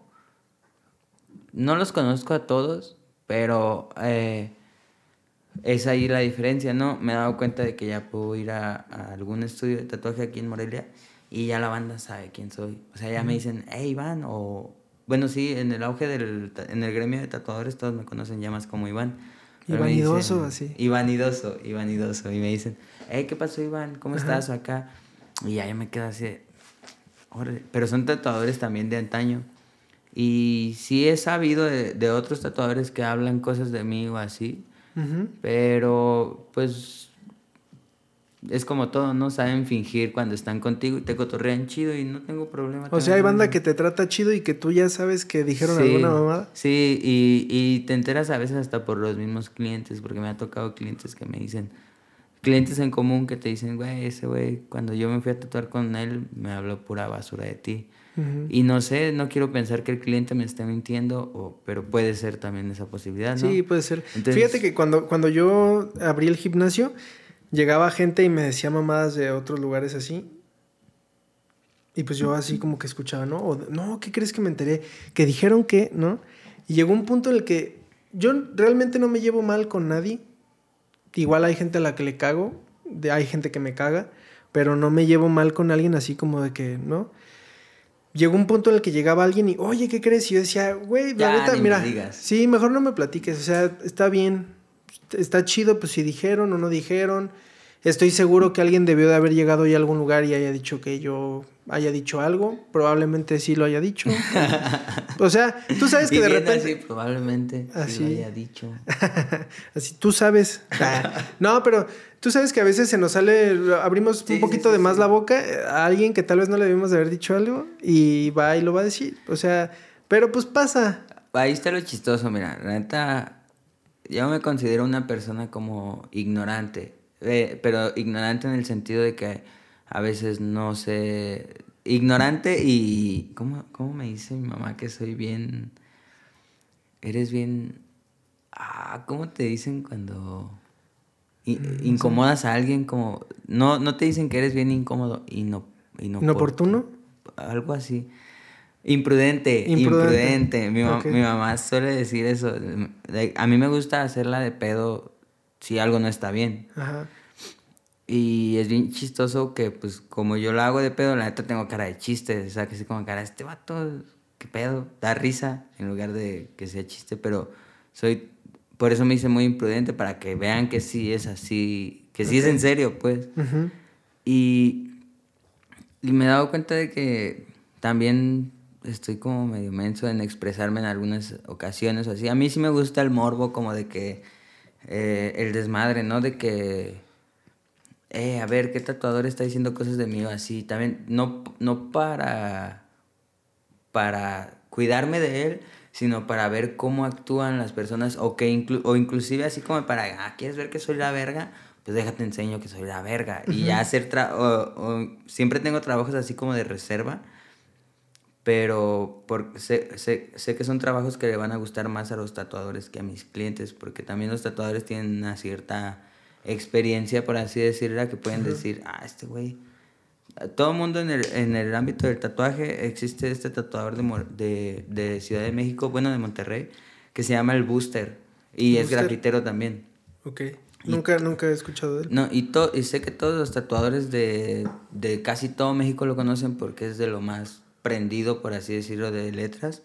no los conozco a todos, pero eh, es ahí la diferencia, ¿no? Me he dado cuenta de que ya puedo ir a, a algún estudio de tatuaje aquí en Morelia y ya la banda sabe quién soy. O sea, ya me dicen, hey, Iván, o... Bueno, sí, en el auge del... En el gremio de tatuadores todos me conocen ya más como Iván.
y
Pero me
vanidoso,
dicen,
así.
Ivanidoso, Ivanidoso. Y me dicen, hey, ¿qué pasó, Iván? ¿Cómo
Ajá.
estás acá? Y ya yo me quedo así, de, órale. Pero son tatuadores también de antaño. Y sí he sabido de, de otros tatuadores que hablan cosas de mí o así.
Uh-huh.
Pero, pues, es como todo, ¿no? Saben fingir cuando están contigo y te cotorrean chido y no tengo problema.
O sea, hay
también.
banda que te trata chido y que tú ya sabes que dijeron
Sí,
alguna mamada.
sí, y, y te enteras a veces hasta por los mismos clientes, porque me ha tocado clientes que me dicen, clientes en común que te dicen, güey, ese güey, cuando yo me fui a tatuar con él, me habló pura basura de ti.
Uh-huh.
Y no sé, no quiero pensar que el cliente me esté mintiendo, o, pero puede ser también esa posibilidad, ¿no?
Sí, puede ser.
Entonces,
Fíjate que cuando, cuando yo abrí el gimnasio, llegaba gente y me decía mamadas de otros lugares así. Y pues yo así como que escuchaba, ¿no? O, no, ¿qué crees que me enteré? Que dijeron que, ¿no? Y llegó un punto en el que yo realmente no me llevo mal con nadie. Igual hay gente a la que le cago, de, hay gente que me caga, pero no me llevo mal con alguien así como de que, ¿no? Llegó un punto en el que llegaba alguien y, oye, ¿qué crees? Y yo decía, güey, la
Ya,
neta,
ni me
mira,
digas.
sí, mejor no me platiques, o sea, está bien, está chido, pues si dijeron o no dijeron. Estoy seguro que alguien debió de haber llegado ya a algún lugar y haya dicho que yo haya dicho algo. Probablemente sí lo haya dicho. O sea, tú sabes que
y
de
viendo
repente...
así, probablemente
Así.
sí lo haya dicho.
Así, tú sabes. No, pero tú sabes que a veces se nos sale, abrimos
Sí,
un poquito
sí, sí,
de más
sí.
la boca a alguien que tal vez no le debimos de haber dicho algo y va y lo va a decir. O sea, pero pues pasa.
Ahí está lo chistoso, mira, la neta, yo me considero una persona como ignorante, eh, pero ignorante en el sentido de que a veces no sé, ignorante y, ¿cómo, cómo me dice mi mamá que soy bien, eres bien, ah, ¿cómo te dicen cuando i-
Mm,
incomodas a alguien? Como, no, no te dicen que eres bien incómodo y no,
¿Inoportuno?
algo así. Imprudente,
Imprudente.
imprudente. Mi, ma-
Ok.
mi mamá suele decir eso. De- A mí me gusta hacerla de pedo si algo no está bien.
Ajá.
Y es bien chistoso que, pues, como yo la hago de pedo, la neta tengo cara de chiste. O sea, que sí como cara, este vato, qué pedo, da risa en lugar de que sea chiste. Pero soy, por eso me hice muy imprudente, para que vean que sí es así, que sí
Ok.
es en serio, pues.
Ujú.
Y, y me he dado cuenta de que también estoy como medio menso en expresarme en algunas ocasiones o así. A mí sí me gusta el morbo, como de que eh, el desmadre, ¿no? De que, eh, a ver, ¿qué tatuador está diciendo cosas de mí o así? También, no, no para, para cuidarme de él, sino para ver cómo actúan las personas o que inclu- o inclusive así como para, ah, ¿quieres ver que soy la verga? Pues déjate enseño que soy la verga. Y ya hacer, tra o, o, siempre tengo trabajos así como de reserva, pero por, sé, sé, sé que son trabajos que le van a gustar más a los tatuadores que a mis clientes, porque también los tatuadores tienen una cierta experiencia, por así decirla, que pueden decir, ah, este güey. Todo el mundo en el, en el ámbito del tatuaje existe este tatuador de, Mor- de, de Ciudad de México, bueno, de Monterrey, que se llama el Booster, y es
Booster.
grafitero también.
Ok.
Y
Nunca, nunca he escuchado de él.
No, y, to- y sé que todos los tatuadores de, de casi todo México lo conocen porque es de lo más prendido, por así decirlo, de letras.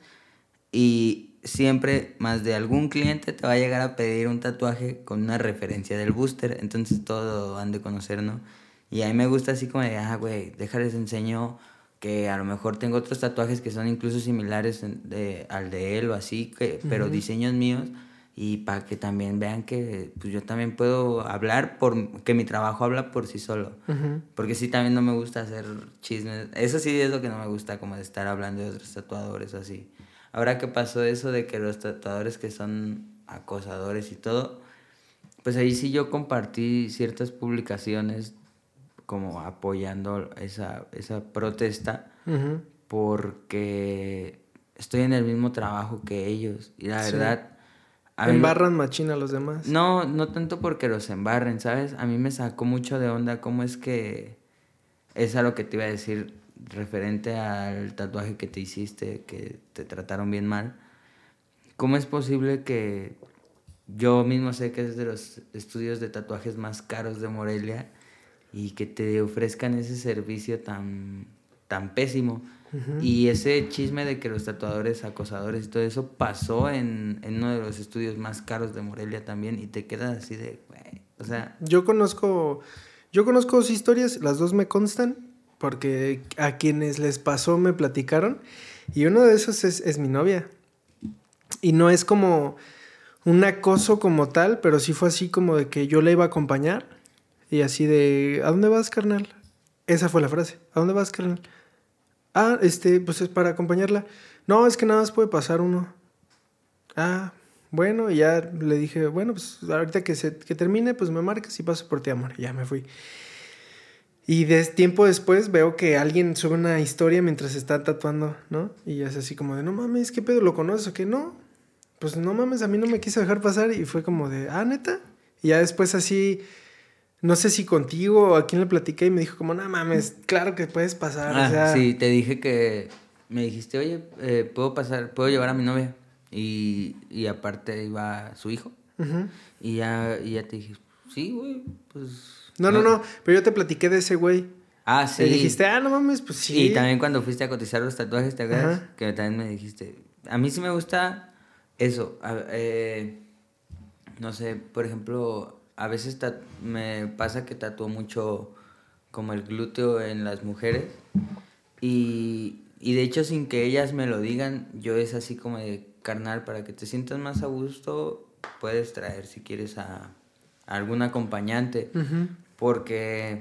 Y siempre más de algún cliente te va a llegar a pedir un tatuaje con una referencia del Booster. Entonces todo han de conocer, ¿no? Y a mí me gusta así como de, ah, güey, déjales enseño que a lo mejor tengo otros tatuajes que son incluso similares en- de- al de él o así, que, pero
Ujú.
diseños míos. y para que también vean que pues, yo también puedo hablar, por que mi trabajo habla por sí solo. Uh-huh. Porque sí, también no me gusta hacer chismes. Eso sí es lo que no me gusta, como de estar hablando de otros tatuadores o así. Ahora que pasó eso de que los tatuadores que son acosadores y todo, pues ahí sí yo compartí ciertas publicaciones como apoyando esa, esa protesta, uh-huh. porque estoy en el mismo trabajo que ellos y la sí. verdad...
¿Embarran machina a los demás?
No, no tanto porque los embarren, ¿sabes? A mí me sacó mucho de onda cómo es que... Es a lo que te iba a decir referente al tatuaje que te hiciste, que te trataron bien mal. ¿Cómo es posible que yo mismo sé que es de los estudios de tatuajes más caros de Morelia y que te ofrezcan ese servicio tan, tan pésimo? Uh-huh. Y ese chisme de que los tatuadores acosadores y todo eso pasó en, en uno de los estudios más caros de Morelia también y te quedas así de, güey, o sea...
Yo conozco, yo conozco dos historias, las dos me constan, porque a quienes les pasó me platicaron, y uno de esos es, es mi novia. Y no es como un acoso como tal, pero sí fue así como de que yo la iba a acompañar, y así de, ¿a dónde vas, carnal? Esa fue la frase, ¿a dónde vas, carnal? Ah, este, pues es para acompañarla. No, es que nada más puede pasar uno. Ah, bueno, y ya le dije, bueno, pues ahorita que, se, que termine, pues me marcas y paso por ti, amor. Y ya me fui. Y de tiempo después veo que alguien sube una historia mientras está tatuando, ¿no? Y es así como de, no mames, ¿qué pedo? ¿Lo conoces o qué? No, pues no mames, a mí no me quiso dejar pasar. Y fue como de, ah, ¿neta? Y ya después así... No sé si contigo o a quién le platiqué y me dijo como, no mames, claro que puedes pasar.
Ah,
o sea...
sí, te dije que... Me dijiste, oye, eh, ¿puedo pasar? ¿Puedo llevar a mi novia? Y, y aparte iba su hijo. Uh-huh. Y, ya, y ya te dije, sí, güey, pues...
No, no, no, no, pero yo te platiqué de ese güey.
Ah, sí.
Y dijiste, ah, no mames, pues sí.
Y también cuando fuiste a cotizar los tatuajes, ¿te acuerdas? Uh-huh. Que también me dijiste, a mí sí me gusta eso. Eh, no sé, por ejemplo... A veces tat- me pasa que tatúo mucho como el glúteo en las mujeres y, y de hecho sin que ellas me lo digan, yo es así como de carnal, para que te sientas más a gusto puedes traer si quieres a, a algún acompañante, uh-huh. porque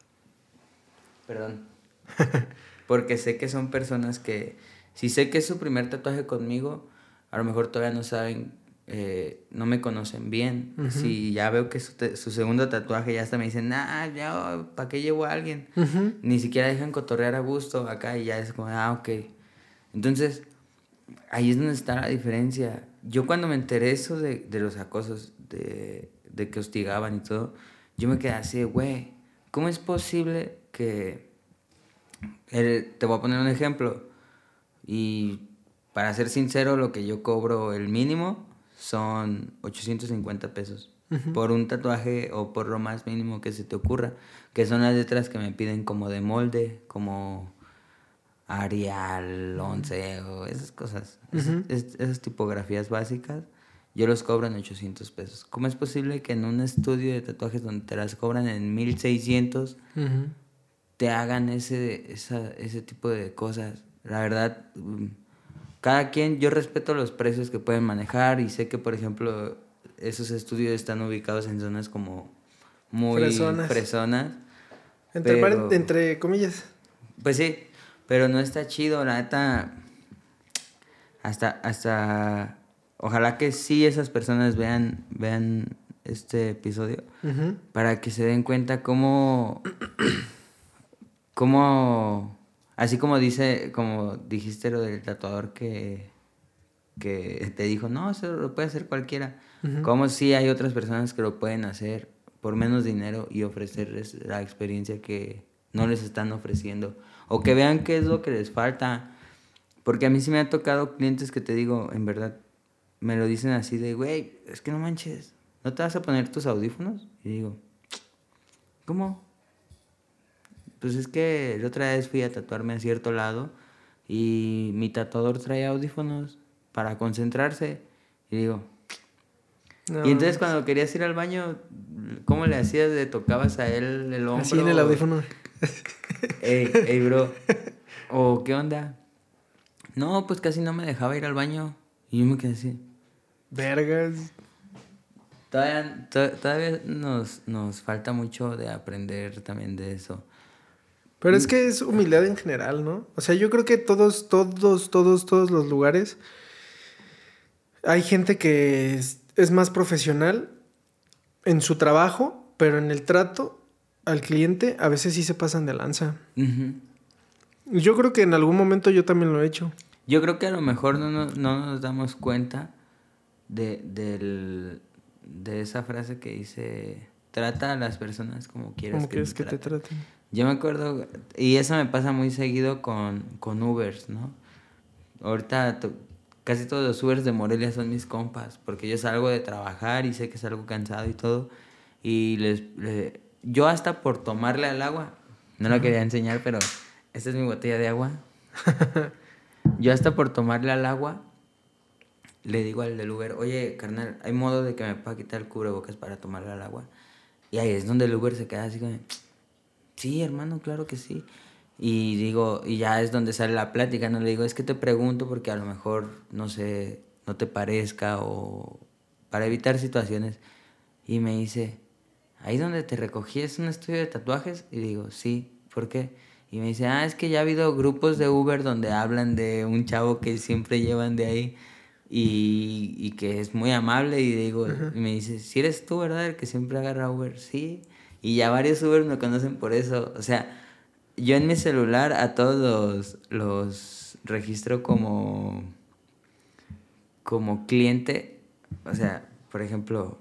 perdón porque sé que son personas que si sé que es su primer tatuaje conmigo, a lo mejor todavía no saben. Eh, no me conocen bien. Uh-huh. Si ya veo que su, te- su segundo tatuaje ya hasta me dicen, nah, ya, ¿para qué llevo a alguien? Uh-huh. Ni siquiera dejan cotorrear a gusto acá y ya es como, ah, ok. Entonces, ahí es donde está la diferencia. Yo cuando me enteré eso de, de los acosos, de, de que hostigaban y todo, yo me quedé así de, güey, ¿cómo es posible que... El, te voy a poner un ejemplo. Y para ser sincero, lo que yo cobro el mínimo... son ochocientos cincuenta pesos uh-huh. por un tatuaje o por lo más mínimo que se te ocurra, que son las letras que me piden como de molde, como Arial, once o esas cosas, uh-huh. es, es, esas tipografías básicas, yo los cobro en ochocientos pesos. ¿Cómo es posible que en un estudio de tatuajes donde te las cobran en mil seiscientos uh-huh. te hagan ese, esa, ese tipo de cosas? La verdad... Cada quien, yo respeto los precios que pueden manejar y sé que, por ejemplo, esos estudios están ubicados en zonas como muy fresonas. fresonas
entre, pero, par, entre comillas.
Pues sí, pero no está chido, la neta. Hasta, hasta, ojalá que sí esas personas vean, vean este episodio uh-huh. para que se den cuenta cómo, cómo... Así como dice, como dijiste lo del tatuador que, que te dijo, no, eso lo puede hacer cualquiera. Uh-huh. Como si hay otras personas que lo pueden hacer por menos dinero y ofrecerles la experiencia que no les están ofreciendo. O que vean qué es lo que les falta. Porque a mí sí me ha tocado clientes que te digo, en verdad, me lo dicen así de, güey, es que no manches, ¿no te vas a poner tus audífonos? Y digo, ¿cómo? Pues es que la otra vez fui a tatuarme a cierto lado y mi tatuador traía audífonos para concentrarse. Y digo... No. Y entonces cuando querías ir al baño, ¿cómo le hacías? ¿Le tocabas a él el hombro?
Así en el audífono.
Ey, ey, bro. ¿O qué onda? No, pues casi no me dejaba ir al baño. Y yo me quedé así.
Vergas.
Todavía, to- todavía nos, nos falta mucho de aprender también de eso.
Pero es que es humildad en general, ¿no? O sea, yo creo que todos, todos, todos, todos los lugares hay gente que es, es más profesional en su trabajo, pero en el trato al cliente a veces sí se pasan de lanza.
Ujú.
Yo creo que en algún momento yo también lo he hecho.
Yo creo que a lo mejor no, no, no nos damos cuenta de, del, de esa frase que dice, trata a las personas como quieras
Como
que
quieres
te
que te
traten.
traten.
Yo me acuerdo, y eso me pasa muy seguido con, con Ubers, ¿no? Ahorita to- casi todos los Ubers de Morelia son mis compas, porque yo salgo de trabajar y sé que salgo cansado y todo, y les, le- yo hasta por tomarle al agua, no la quería enseñar, pero esta es mi botella de agua. Yo hasta por tomarle al agua, le digo al del Uber, oye, carnal, ¿hay modo de que me pueda quitar el cubrebocas para tomarle al agua? Y ahí es donde el Uber se queda así como, sí, hermano, claro que sí. Y digo, y ya es donde sale la plática, ¿no? Le digo, es que te pregunto porque a lo mejor, no sé, no te parezca o para evitar situaciones. Y me dice, ¿ahí donde te recogí es un estudio de tatuajes? Y digo, sí, ¿por qué? Y me dice, ah, es que ya ha habido grupos de Uber donde hablan de un chavo que siempre llevan de ahí y, y que es muy amable. Y digo,
Ajá.
y me dice, si eres tú, ¿verdad? El que siempre agarra Uber, sí. Y ya varios Uber me conocen por eso. O sea, yo en mi celular a todos los, los registro como, como cliente. O sea, por ejemplo,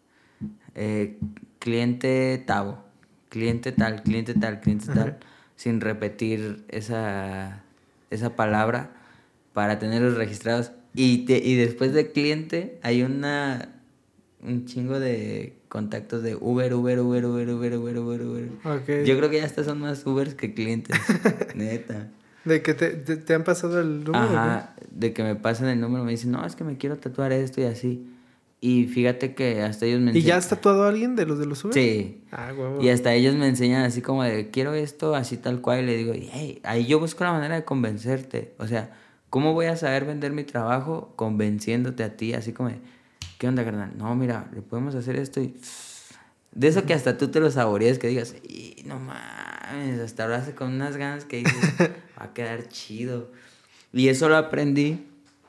eh, cliente Tavo, cliente tal, cliente tal, cliente
Ajá.
tal, sin repetir esa, esa palabra para tenerlos registrados. Y, te, y después de cliente hay una un chingo de contactos de Uber, Uber, Uber, Uber, Uber, Uber, Uber, Uber.
Ok.
Yo creo que ya hasta son más Ubers que clientes, neta.
¿De que te, te, te han pasado el número? ¿O qué?
Ajá, de que me pasan el número, me dicen, no, es que me quiero tatuar esto y así. Y fíjate que hasta ellos me
¿Y ya
enseñan.
has tatuado a alguien de los de los Uber?
Sí.
Ah, huevo.
Y hasta ellos me enseñan así como de, quiero esto, así tal cual. Y le digo, hey, ahí yo busco la manera de convencerte. O sea, ¿cómo voy a saber vender mi trabajo convenciéndote a ti? Así como de, ¿qué onda, carnal? No, mira, le podemos hacer esto y... De eso que hasta tú te lo saboreas, que digas, y no mames, hasta ahora hace con unas ganas que dices, va a quedar chido. Y eso lo aprendí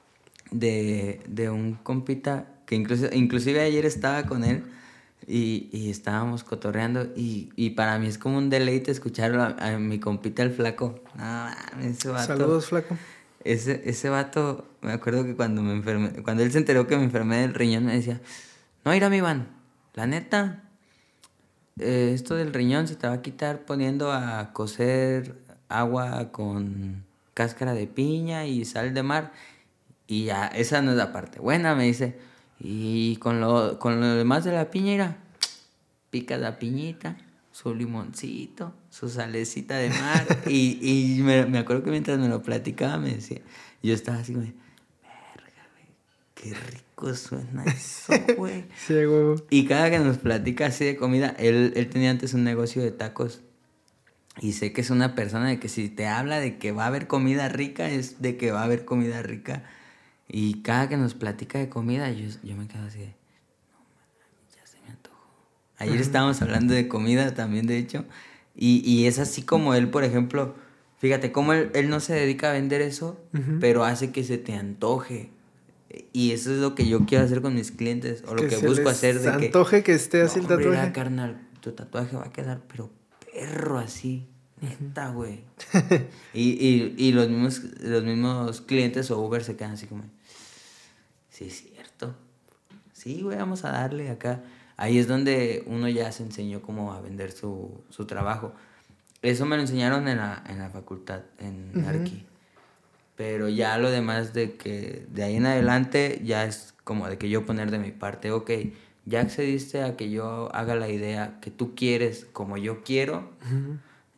de, de un compita que incluso, inclusive ayer estaba con él y, y estábamos cotorreando y, y para mí es como un deleite escucharlo a, a mi compita el flaco. No mames, ese vato.
Saludos, flaco.
Ese, ese vato, me acuerdo que cuando me enfermé, cuando él se enteró que me enfermé del riñón, me decía, no, mira mi Iván, la neta, eh, esto del riñón se te va a quitar poniendo a cocer agua con cáscara de piña y sal de mar. Y ya, esa no es la parte buena, me dice. Y con lo, con lo demás de la piña, mira, pica la piñita, su limoncito, su salecita de mar. y y me, me acuerdo que mientras me lo platicaba, me decía, yo estaba así como, verga, güey, qué rico suena eso, güey.
Sí, huevo.
Y cada que nos platica así de comida, él, él tenía antes un negocio de tacos. Y sé que es una persona de que si te habla de que va a haber comida rica, es de que va a haber comida rica. Y cada que nos platica de comida, yo, yo me quedo así de, no mames, ya se me antojó. Ayer estábamos hablando de comida también, de hecho. Y, y es así como él, por ejemplo, fíjate, cómo él, él no se dedica a vender eso,
Ujú.
pero hace que se te antoje. Y eso es lo que yo quiero hacer con mis clientes, o lo que
se
busco
les
hacer de que...
antoje que esté
No,
así el
hombre,
tatuaje.
mira, carnal, tu tatuaje va a quedar, pero perro así, neta, güey. y, y, y los mismos, los mismos clientes o Uber se quedan así como, sí, es cierto. Sí, güey, vamos a darle acá. Ahí es donde uno ya se enseñó cómo a vender su, su trabajo. Eso me lo enseñaron en la, en la facultad, en
Ujú.
Arqui. Pero ya lo demás de que de ahí en adelante ya es como de que yo poner de mi parte, ok, ya accediste a que yo haga la idea que tú quieres como yo quiero,
Ujú.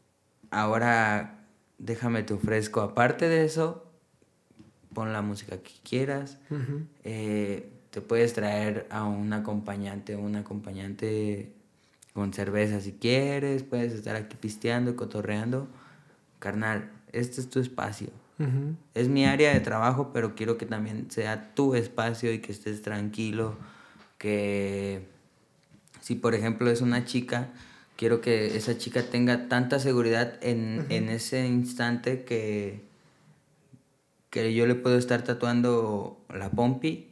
ahora déjame te ofrezco, aparte de eso, pon la música que quieras,
Ujú.
eh, te puedes traer a un acompañante o un acompañante con cerveza si quieres, puedes estar aquí pisteando, cotorreando, carnal, este es tu espacio. Uh-huh. Es mi área de trabajo, pero quiero que también sea tu espacio y que estés tranquilo. Que si, por ejemplo, es una chica, quiero que esa chica tenga tanta seguridad en, uh-huh. en ese instante que, que yo le puedo estar tatuando la pompi,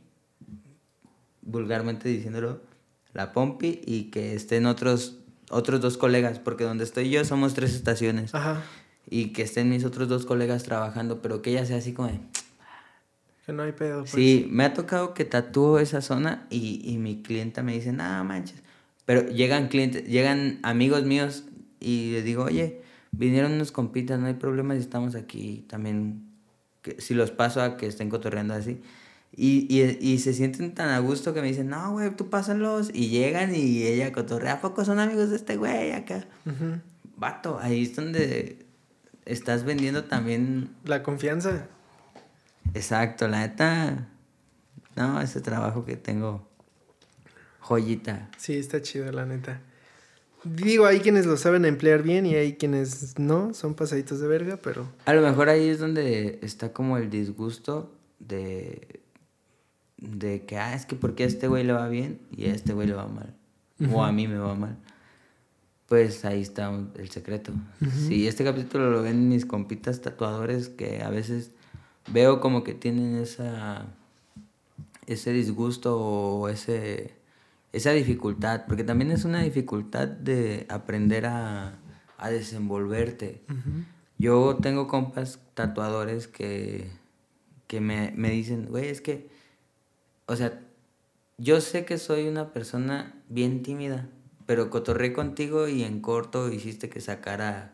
vulgarmente diciéndolo, la pompi, y que estén otros, otros dos colegas, porque donde estoy yo somos tres estaciones.
Ajá.
Y que estén mis otros dos colegas trabajando, pero que ella sea así como de...
Que no hay pedo, pues.
Sí, me ha tocado que tatúo esa zona y, y mi clienta me dice, no manches. Pero llegan clientes, llegan amigos míos y les digo, oye, vinieron unos compitas, no hay problema si estamos aquí también, que, si los paso a que estén cotorreando así. Y, y, y se sienten tan a gusto que me dicen, no, güey, tú pásalos. Y llegan y ella cotorrea, ¿a poco son amigos de este güey acá? Uh-huh. Vato, ahí es donde... estás vendiendo también...
la confianza.
Exacto, la neta... No, ese trabajo que tengo... joyita.
Sí, está chido, la neta. Digo, hay quienes lo saben emplear bien y hay quienes no, son pasaditos de verga, pero...
A lo mejor ahí es donde está como el disgusto de... de que, ah, es que porque a este güey le va bien y a este güey le va mal. Uh-huh. O a mí me va mal. Pues ahí está el secreto. Uh-huh. Sí, este capítulo lo ven mis compitas tatuadores que a veces veo como que tienen esa ese disgusto o ese esa dificultad, porque también es una dificultad de aprender a, a desenvolverte. Uh-huh. Yo tengo compas tatuadores que, que me, me dicen, güey, es que, o sea, yo sé que soy una persona bien tímida, pero cotorré contigo y en corto hiciste que sacara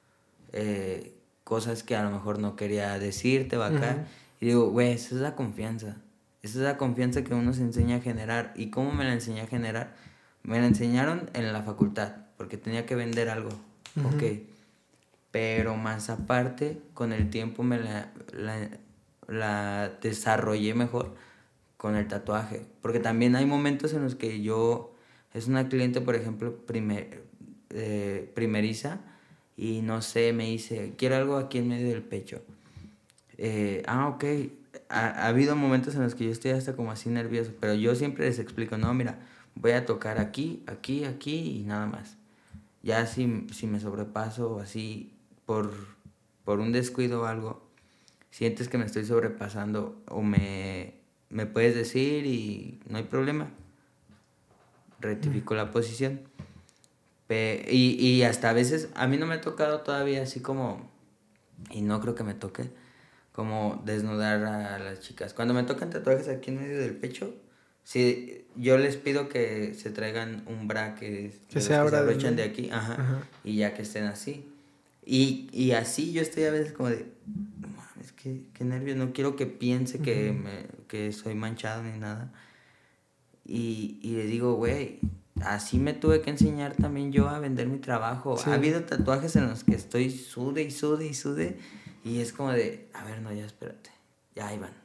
eh, cosas que a lo mejor no quería decirte o acá. Uh-huh. Y digo, güey, esa es la confianza. Esa es la confianza que uno se enseña a generar. ¿Y cómo me la enseñé a generar? Me la enseñaron en la facultad, porque tenía que vender algo. Uh-huh. Ok. Pero más aparte, con el tiempo me la, la, la desarrollé mejor con el tatuaje. Porque también hay momentos en los que yo... Es una cliente, por ejemplo, primer, eh, primeriza y no sé, me dice, quiero algo aquí en medio del pecho. Eh, ah, ok. Ha, ha habido momentos en los que yo estoy hasta como así nervioso, pero yo siempre les explico, no, mira, voy a tocar aquí, aquí, aquí y nada más. Ya si, si me sobrepaso así por, por un descuido o algo, sientes que me estoy sobrepasando o me, me puedes decir y no hay problema. Rectifico la posición. Pe- y, y hasta a veces, a mí no me ha tocado todavía así como, y no creo que me toque, como desnudar a las chicas. Cuando me tocan tatuajes aquí en medio del pecho, sí, yo les pido que se traigan un bra que,
que se abra,
que se abrochan de aquí, ajá, ajá, y ya que estén así. Y, y así yo estoy a veces como de, mames, qué, qué nervios, no quiero que piense uh-huh. que, me, que soy manchado ni nada. Y, y le digo, güey, así me tuve que enseñar también yo a vender mi trabajo. Sí. Ha habido tatuajes en los que estoy sude y sude y sude. Y es como de, a ver, no, ya espérate. Ya ahí van.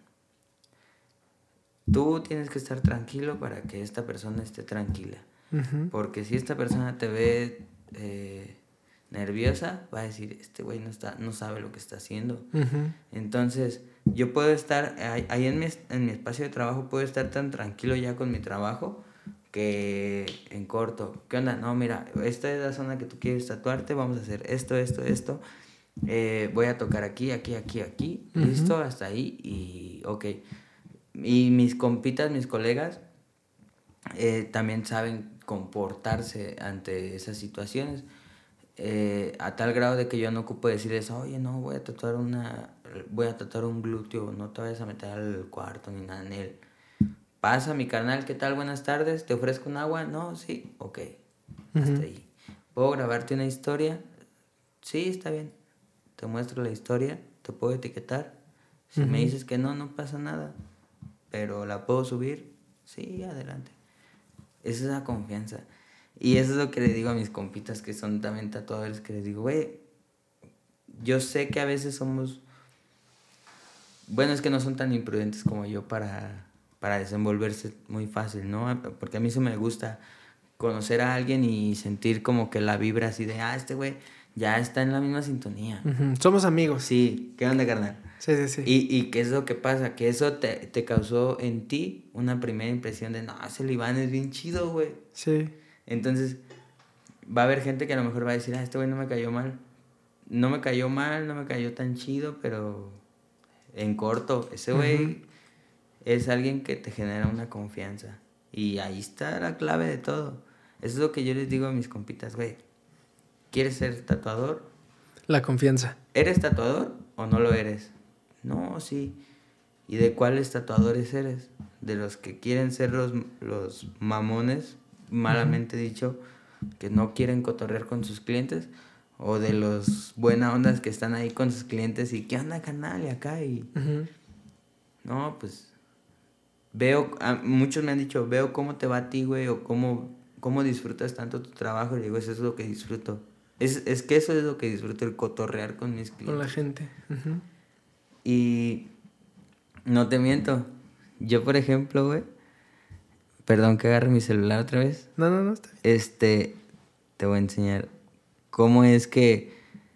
Tú tienes que estar tranquilo para que esta persona esté tranquila. Uh-huh. Porque si esta persona te ve eh, nerviosa, va a decir, este güey no, está, no sabe lo que está haciendo. Uh-huh. Entonces... yo puedo estar, ahí en mi, en mi espacio de trabajo, puedo estar tan tranquilo ya con mi trabajo que en corto, ¿qué onda? No, mira, esta es la zona que tú quieres tatuarte, vamos a hacer esto, esto, esto, eh, voy a tocar aquí, aquí, aquí, aquí, uh-huh. listo, hasta ahí y ok. Y mis compitas, mis colegas, eh, también saben comportarse ante esas situaciones. Eh, a tal grado de que yo no ocupo decirles, oye, no, voy a tatuar una, voy a tatuar un glúteo, no te vayas a meter al cuarto ni nada en él. Pasa, mi carnal, ¿qué tal? Buenas tardes, ¿te ofrezco un agua? No, sí, ok, uh-huh. hasta ahí. ¿Puedo grabarte una historia? Sí, está bien. Te muestro la historia, te puedo etiquetar. Si uh-huh. me dices que no, no pasa nada, pero ¿la puedo subir? Sí, adelante. Esa es la confianza. Y eso es lo que le digo a mis compitas que son también tatuadores, que les digo, güey, yo sé que a veces somos, bueno, es que no son tan imprudentes como yo para, para desenvolverse muy fácil, ¿no? Porque a mí sí me gusta conocer a alguien y sentir como que la vibra así de, ah, este güey ya está en la misma sintonía.
Uh-huh. Somos amigos.
Sí, ¿qué onda, carnal?
Sí, sí, sí.
Y, y ¿qué es lo que pasa? Que eso te, te causó en ti una primera impresión de, no, ese Iván es bien chido, güey.
Sí.
Entonces, va a haber gente que a lo mejor va a decir, ah, este güey no me cayó mal. No me cayó mal, no me cayó tan chido, pero en corto, ese güey
Ujú.
es alguien que te genera una confianza. Y ahí está la clave de todo. Eso es lo que yo les digo a mis compitas, güey. ¿Quieres ser tatuador?
La confianza.
¿Eres tatuador o no lo eres? No, sí. ¿Y de cuáles tatuadores eres? ¿De los que quieren ser los, los mamones, malamente uh-huh. dicho, que no quieren cotorrear con sus clientes? ¿O de los buena ondas que están ahí con sus clientes y qué onda, canal? Y acá y... Uh-huh. No, pues... Veo... A, muchos me han dicho, veo cómo te va a ti, güey, o cómo, cómo disfrutas tanto tu trabajo. Y digo, eso es lo que disfruto. Es, es que eso es lo que disfruto, el cotorrear con mis clientes.
Con la gente. Uh-huh.
Y... No te miento. Yo, por ejemplo, güey... Perdón que agarre mi celular otra vez.
No, no, no, está bien.
Este... Te voy a enseñar cómo es que...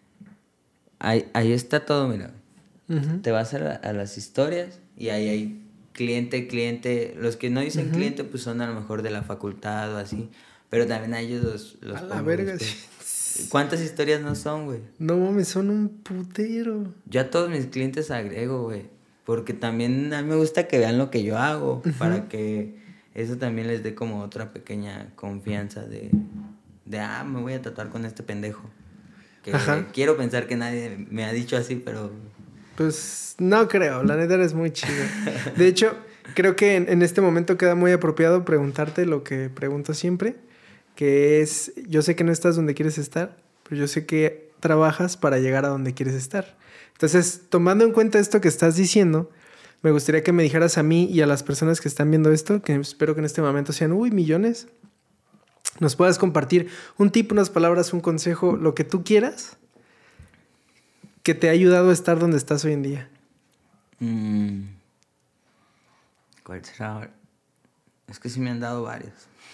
Ahí, ahí está todo, mira. Uh-huh. Te vas a, la, a las historias y ahí hay cliente, cliente. Los que no dicen uh-huh. cliente, pues son a lo mejor de la facultad o así. Pero también a ellos los... los
a la verga,
sí. ¿Cuántas historias no son, güey?
No mames, son un putero.
Yo a todos mis clientes agrego, güey. Porque también a mí me gusta que vean lo que yo hago. Uh-huh. Para que eso también les dé como otra pequeña confianza de... De, ah, me voy a tatuar con este pendejo. Que Ajá. quiero pensar que nadie me ha dicho así, pero...
Pues no creo, la neta eres muy chido. De hecho, creo que en, en este momento queda muy apropiado preguntarte lo que pregunto siempre, que es, yo sé que no estás donde quieres estar, pero yo sé que trabajas para llegar a donde quieres estar. Entonces, tomando en cuenta esto que estás diciendo, me gustaría que me dijeras a mí y a las personas que están viendo esto, que espero que en este momento sean, uy, millones, nos puedas compartir un tip, unas palabras, un consejo, lo que tú quieras, que te ha ayudado a estar donde estás hoy en día.
Mm. ¿Cuál será? Es que sí me han dado varios.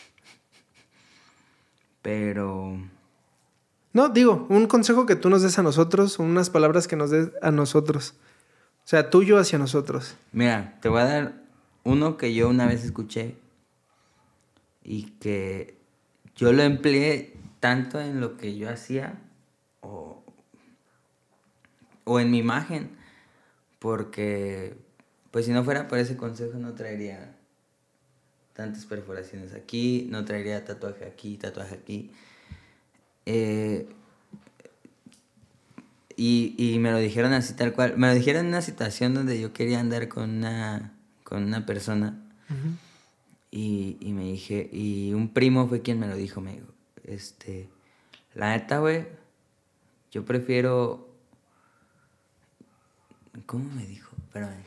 Pero...
No, digo, un consejo que tú nos des a nosotros, unas palabras que nos des a nosotros. O sea, tuyo hacia nosotros.
Mira, te voy a dar uno que yo una vez escuché y que yo lo empleé tanto en lo que yo hacía o, o en mi imagen, porque pues si no fuera por ese consejo no traería tantas perforaciones aquí, no traería tatuaje aquí, tatuaje aquí. Eh, y, y me lo dijeron así tal cual. Me lo dijeron en una situación donde yo quería andar con una, con una persona. Uh-huh. Y, y me dije, y un primo fue quien me lo dijo, me dijo, este, la neta, güey, yo prefiero, ¿cómo me dijo? Espérame.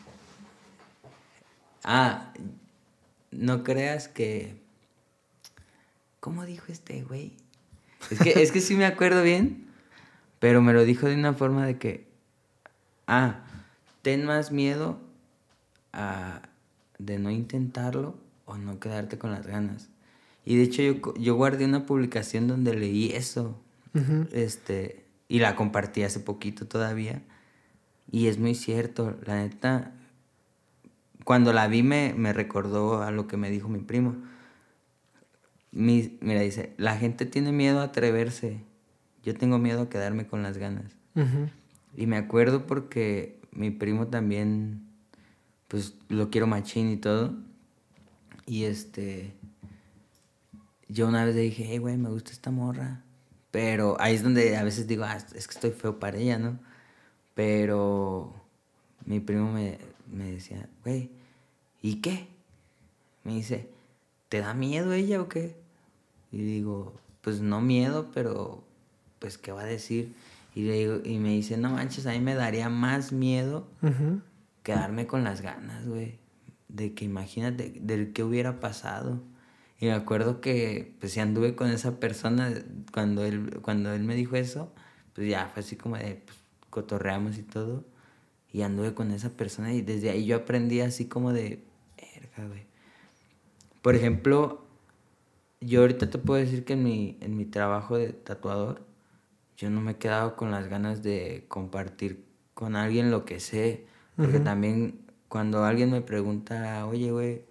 Ah, no creas que, ¿cómo dijo este güey? Es que, es que sí me acuerdo bien, pero me lo dijo de una forma de que, ah, ten más miedo a, de no intentarlo o no quedarte con las ganas. Y de hecho yo, yo guardé una publicación donde leí eso. Uh-huh. Este, y la compartí hace poquito todavía. Y es muy cierto, la neta. Cuando la vi me, me recordó a lo que me dijo mi primo. Mi, mira, dice, la gente tiene miedo a atreverse. Yo tengo miedo a quedarme con las ganas. Uh-huh. Y me acuerdo porque mi primo también, pues lo quiero machín y todo. Y este, yo una vez le dije, hey, güey, me gusta esta morra. Pero ahí es donde a veces digo, ah, es que estoy feo para ella, ¿no? Pero mi primo me, me decía, güey, ¿y qué? Me dice, ¿te da miedo ella o qué? Y digo, pues no miedo, pero pues, ¿qué va a decir? Y, le digo, y me dice, no manches, a mí me daría más miedo uh-huh. quedarme con las ganas, güey. De que imagínate, del que hubiera pasado. Y me acuerdo que, pues, si anduve con esa persona, cuando él, cuando él me dijo eso, pues ya fue así como de, pues, cotorreamos y todo. Y anduve con esa persona y desde ahí yo aprendí así como de, verga, güey. Por ejemplo, yo ahorita te puedo decir que en mi, en mi trabajo de tatuador, yo no me he quedado con las ganas de compartir con alguien lo que sé. Porque uh-huh. también cuando alguien me pregunta, oye, güey,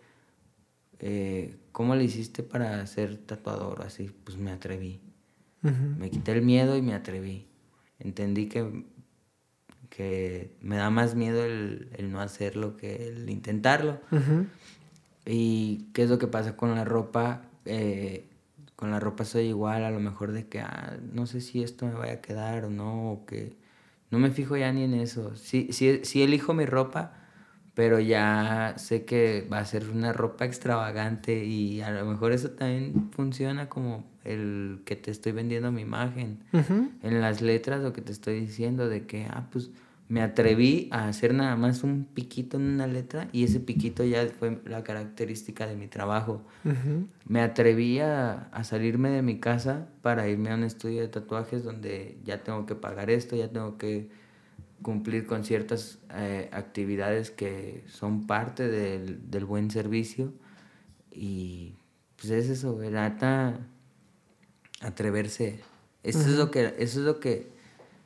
eh, ¿cómo le hiciste para ser tatuador? Así, pues me atreví. Uh-huh. Me quité el miedo y me atreví. Entendí que, que me da más miedo el, el no hacerlo que el intentarlo. Uh-huh. ¿Y qué es lo que pasa con la ropa? Eh, con la ropa soy igual, a lo mejor de que, ah, no sé si esto me vaya a quedar o no, o que no me fijo ya ni en eso. Sí, sí, sí elijo mi ropa, pero ya sé que va a ser una ropa extravagante y a lo mejor eso también funciona como el que te estoy vendiendo mi imagen. Uh-huh. En las letras lo que te estoy diciendo de que, ah, pues me atreví a hacer nada más un piquito en una letra y ese piquito ya fue la característica de mi trabajo. Uh-huh. Me atreví a, a salirme de mi casa para irme a un estudio de tatuajes donde ya tengo que pagar esto, ya tengo que cumplir con ciertas eh, actividades que son parte del, del buen servicio. Y pues es eso, ¿verdad? Atreverse. Eso, uh-huh. es lo que, eso es lo que...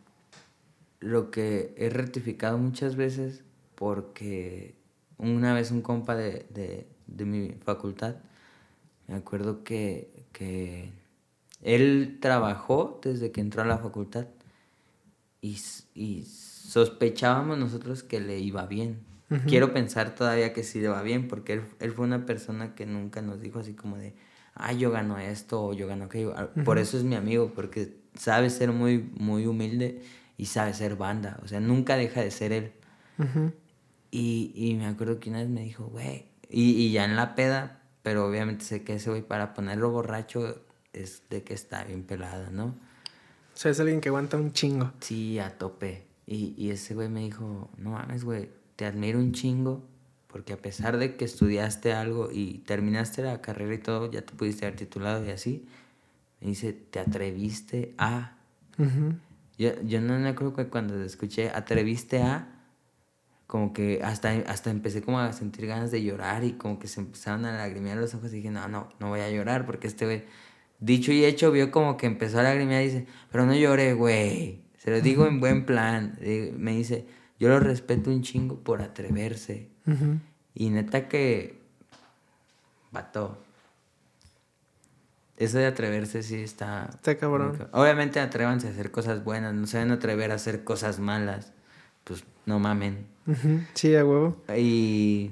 lo que he rectificado muchas veces, porque una vez un compa de, de, de mi facultad, me acuerdo que, que él trabajó desde que entró a la facultad y, y sospechábamos nosotros que le iba bien. Uh-huh. Quiero pensar todavía que sí le va bien, porque él, él fue una persona que nunca nos dijo así como de, ah, yo gano esto o yo gano aquello. Uh-huh. Por eso es mi amigo, porque sabe ser muy, muy humilde y sabe ser banda, o sea, nunca deja de ser él. Uh-huh. Y, y me acuerdo que una vez me dijo, güey, y, y ya en la peda, pero obviamente sé que ese güey para ponerlo borracho es de que está bien pelada, ¿no?
O sea, es alguien que aguanta un chingo.
Sí, a tope. Y, y ese güey me dijo, no mames, güey, te admiro un chingo, porque a pesar de que estudiaste algo y terminaste la carrera y todo, ya te pudiste haber titulado y así, me dice, te atreviste a... Uh-huh. Yo, yo no me acuerdo que cuando escuché atreviste a, como que hasta, hasta empecé como a sentir ganas de llorar y como que se empezaron a lagrimear los ojos y dije, no, no, no voy a llorar porque este güey, dicho y hecho, vio como que empezó a lagrimear y dice, pero no lloré, güey, se lo digo en buen plan. Me dice, yo lo respeto un chingo por atreverse. Uh-huh. Y neta que, vato, eso de atreverse sí está...
Está cabrón.
Muy... Obviamente atrévanse a hacer cosas buenas, no se van a atrever a hacer cosas malas. Pues no mamen.
Uh-huh. Sí, a huevo.
Y...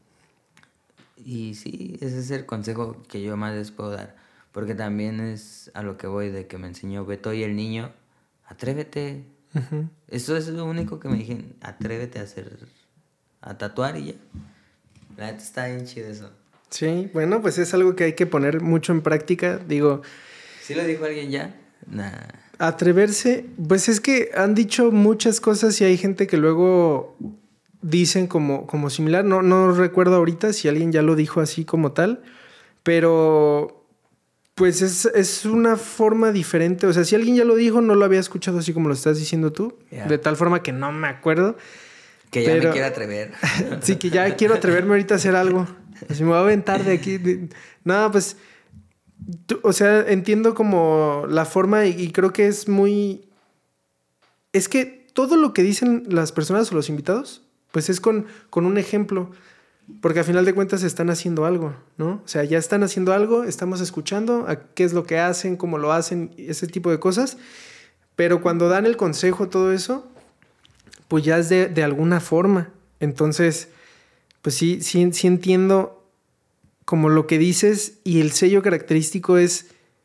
Y sí, ese es el consejo que yo más les puedo dar. Porque también es a lo que voy de que me enseñó Beto y el niño. Atrévete. Uh-huh. Eso es lo único que me dijeron. Atrévete a hacer... A tatuar y ya. La neta está bien chido eso.
Sí, bueno, pues es algo que hay que poner mucho en práctica, digo...
¿Sí lo dijo alguien ya? Nah.
Atreverse, pues es que han dicho muchas cosas y hay gente que luego dicen como, como similar, no, no recuerdo ahorita si alguien ya lo dijo así como tal, pero pues es, es una forma diferente, o sea, si alguien ya lo dijo, no lo había escuchado así como lo estás diciendo tú, yeah. De tal forma que no me acuerdo.
Que ya pero... me quiero atrever.
Sí, que ya quiero atreverme ahorita a hacer algo. Así me voy a aventar de aquí. No, pues, tú, o sea, entiendo como la forma y, y creo que es muy... Es que todo lo que dicen las personas o los invitados, pues es con, con un ejemplo. Porque a final de cuentas están haciendo algo, ¿no? O sea, ya están haciendo algo, estamos escuchando a qué es lo que hacen, cómo lo hacen, ese tipo de cosas. Pero cuando dan el consejo, todo eso, pues ya es de, de alguna forma. Entonces... Pues sí, sí, sí entiendo como lo que dices y el sello característico es,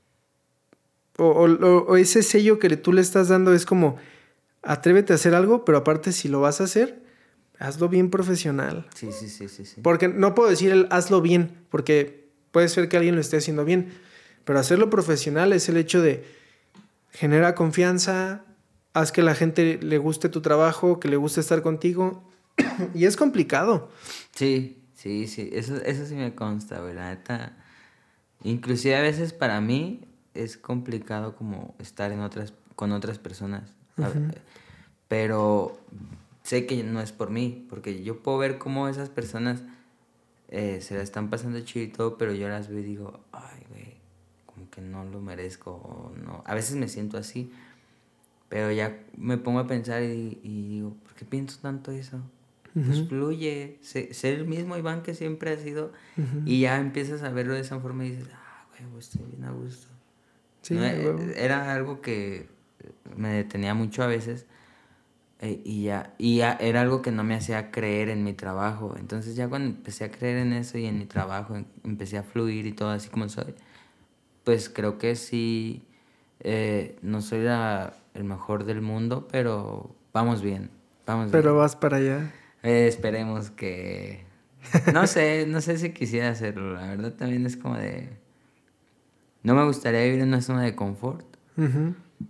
o, o, o ese sello que tú le estás dando es como, atrévete a hacer algo, pero aparte si lo vas a hacer, hazlo bien profesional.
Sí, sí, sí, sí, sí.
Porque no puedo decir el hazlo bien, porque puede ser que alguien lo esté haciendo bien, pero hacerlo profesional es el hecho de genera confianza, haz que la gente le guste tu trabajo, que le guste estar contigo. Y es complicado.
Sí, sí, sí. Eso, eso sí me consta, güey. La neta. Inclusive a veces para mí es complicado como estar en otras, con otras personas. Uh-huh. Pero sé que no es por mí. Porque yo puedo ver cómo esas personas eh, se la están pasando chido y todo, pero yo las veo y digo, ay, güey, como que no lo merezco. O no. A veces me siento así. Pero ya me pongo a pensar y, y digo, ¿por qué pienso tanto eso? Uh-huh. Pues fluye, sé, ser el mismo Iván que siempre ha sido, uh-huh. y ya empiezas a verlo de esa forma y dices, ah, huevo, estoy bien a gusto. Sí, no, era algo que me detenía mucho a veces, eh, y, ya, y ya era algo que no me hacía creer en mi trabajo. Entonces ya cuando empecé a creer en eso y en mi trabajo, empecé a fluir y todo así como soy, pues creo que sí, eh, no soy la, el mejor del mundo, pero vamos bien, vamos
pero
bien.
vas para allá.
Eh, esperemos que... No sé, no sé si quisiera hacerlo. La verdad también es como de... No me gustaría vivir en una zona de confort. Uh-huh.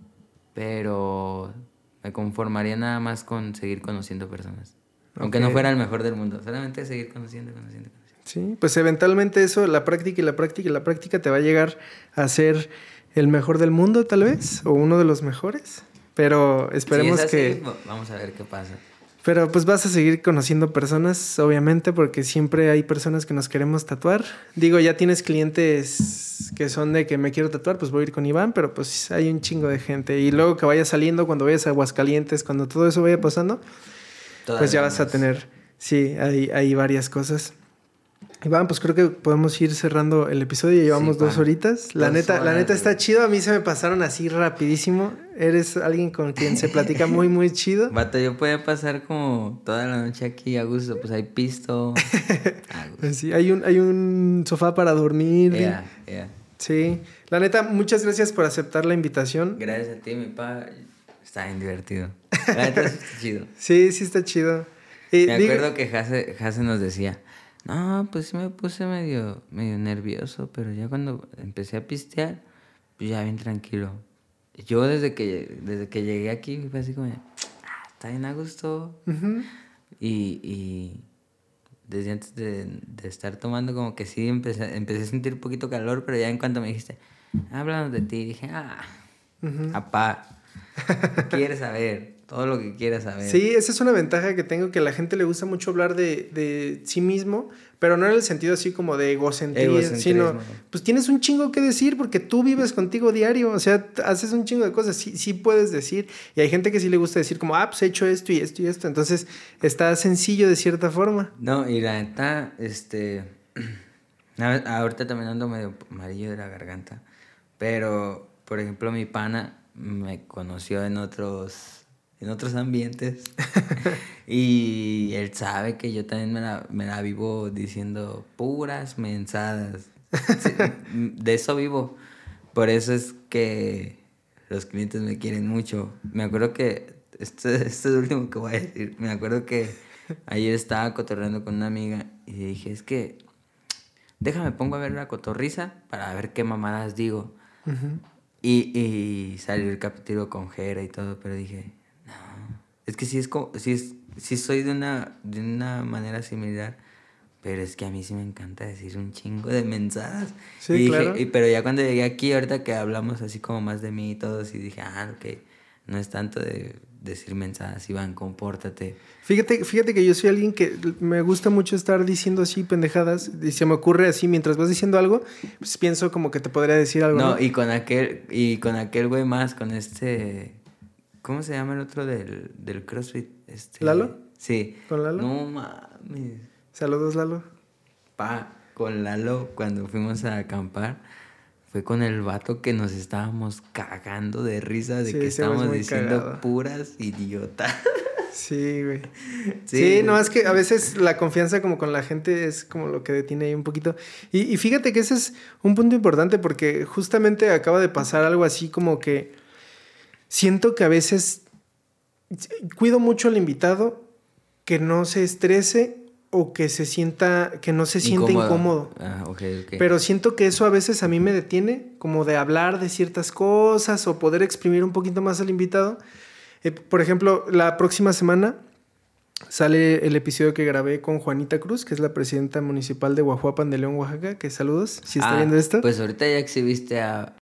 Pero me conformaría nada más con seguir conociendo personas. Okay. Aunque no fuera el mejor del mundo. Solamente seguir conociendo, conociendo, conociendo.
Sí, pues eventualmente eso, la práctica y la práctica y la práctica te va a llegar a ser el mejor del mundo, tal vez. O uno de los mejores. Pero esperemos
si es así,
que...
vamos a ver qué pasa.
Pero pues vas a seguir conociendo personas, obviamente, porque siempre hay personas que nos queremos tatuar. Digo, ya tienes clientes que son de que me quiero tatuar, pues voy a ir con Iván, pero pues hay un chingo de gente. Y luego que vaya saliendo, cuando vayas a Aguascalientes, cuando todo eso vaya pasando, todavía pues ya vas más. a tener, sí, hay, hay varias cosas. Iván, pues creo que podemos ir cerrando el episodio. Llevamos sí, dos horitas. La dos neta, horas, la neta está güey. chido. A mí se me pasaron así rapidísimo. Eres alguien con quien se platica muy, muy chido.
Vato, yo podía pasar como toda la noche aquí a gusto. Pues hay pisto.
Pues sí, hay un, hay un sofá para dormir.
Yeah, yeah.
Sí. La neta, muchas gracias por aceptar la invitación.
Gracias a ti, mi pa. Está bien divertido. La neta sí está chido.
Sí, sí está chido.
Y, me acuerdo digo... que Jase, Jase nos decía... No, pues sí me puse medio, medio nervioso, pero ya cuando empecé a pistear, pues ya bien tranquilo. Yo desde que, desde que llegué aquí fue así como, ah, está bien a gusto. Uh-huh. Y, y desde antes de, de estar tomando como que sí empecé, empecé a sentir un poquito calor, pero ya en cuanto me dijiste, háblanos de ti, dije, ah, uh-huh. apá, ¿qué quieres saber? Todo lo que quieras saber.
Sí, esa es una ventaja que tengo, que a la gente le gusta mucho hablar de, de sí mismo, pero no en el sentido así como de egocentrismo, sino pues tienes un chingo que decir porque tú vives contigo diario, o sea, haces un chingo de cosas, sí, sí puedes decir, y hay gente que sí le gusta decir como, ah, pues he hecho esto y esto y esto, entonces está sencillo de cierta forma.
No, y la neta, este, ahorita también ando medio amarillo de la garganta, pero, por ejemplo, mi pana me conoció en otros... en otros ambientes y él sabe que yo también me la, me la vivo diciendo puras mensadas. Sí, de eso vivo. Por eso es que los clientes me quieren mucho. Me acuerdo que esto, esto es lo último que voy a decir. Me acuerdo que ayer estaba cotorreando con una amiga y dije, es que déjame pongo a ver la cotorriza para ver qué mamadas digo. Uh-huh. y, y salió el capítulo con Jera y todo, pero dije, es que sí es como, sí es, sí soy de una, de una manera similar, pero es que a mí sí me encanta decir un chingo de mensajes.
Sí,
y
claro.
Dije, y, pero ya cuando llegué aquí, ahorita que hablamos así como más de mí y todo, sí dije, ah, ok, no es tanto de decir mensajes, Iván, compórtate.
Fíjate, fíjate que yo soy alguien que me gusta mucho estar diciendo así pendejadas, y se me ocurre así, mientras vas diciendo algo, pues pienso como que te podría decir algo.
No,
¿no?
y con aquel, y con aquel güey más, con este... ¿Cómo se llama el otro del, del CrossFit? Este,
¿Lalo?
Sí.
¿Con Lalo?
No mames.
Saludos, Lalo.
Pa, con Lalo, cuando fuimos a acampar, fue con el vato que nos estábamos cagando de risa de sí, que estábamos diciendo cagado. Puras idiotas.
Sí, güey. Sí, sí, no, es que a veces la confianza como con la gente es como lo que detiene ahí un poquito. Y, y fíjate que ese es un punto importante porque justamente acaba de pasar algo así como que siento que a veces cuido mucho al invitado que no se estrese o que se sienta, que no se sienta incómodo. incómodo.
Ah, okay, okay.
Pero siento que eso a veces a mí me detiene, como de hablar de ciertas cosas o poder exprimir un poquito más al invitado. Eh, por ejemplo, la próxima semana sale el episodio que grabé con Juanita Cruz, que es la presidenta municipal de Guajuapan de León, Oaxaca. Que saludos, si está
ah,
viendo esto.
Pues ahorita ya exhibiste a...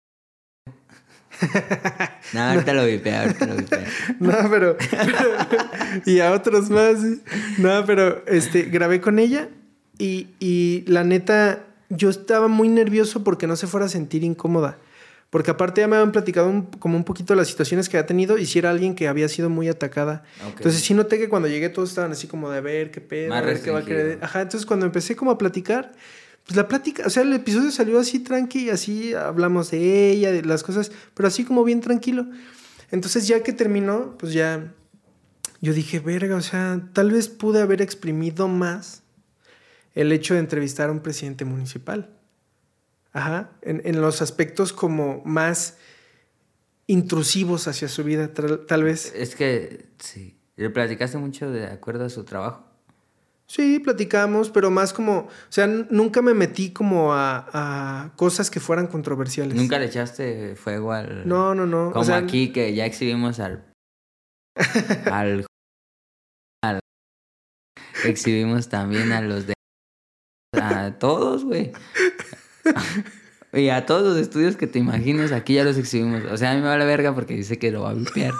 No, ahorita no. lo vipé, ahorita lo vipé.
No, pero, pero... Y a otros más. No, pero este, grabé con ella y, y la neta, yo estaba muy nervioso porque no se fuera a sentir incómoda. Porque aparte ya me habían platicado un, como un poquito las situaciones que había tenido y si era alguien que había sido muy atacada. Okay. Entonces sí noté que cuando llegué todos estaban así como de a ver qué pedo, a ver qué va a querer. Ajá, entonces cuando empecé como a platicar, pues la plática, o sea, el episodio salió así tranqui, así hablamos de ella, de las cosas, pero así como bien tranquilo. Entonces ya que terminó, pues ya yo dije, verga, o sea, tal vez pude haber exprimido más el hecho de entrevistar a un presidente municipal. Ajá, en, en los aspectos como más intrusivos hacia su vida, tal, tal vez.
Es que, sí, ¿le platicaste mucho de acuerdo a su trabajo?
Sí, platicamos, pero más como, o sea, n- nunca me metí como a, a cosas que fueran controversiales.
¿Nunca le echaste fuego al...?
No, no, no.
Como o sea, aquí que ya exhibimos al... al... al... exhibimos también a los de... a todos, güey. Y a todos los estudios que te imagines, aquí ya los exhibimos. O sea, a mí me vale verga porque dice que lo va a vipear.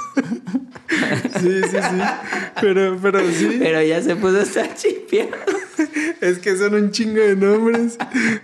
Sí, sí, sí. Pero, pero sí.
Pero ya se puso hasta chipeado.
Es que son un chingo de nombres.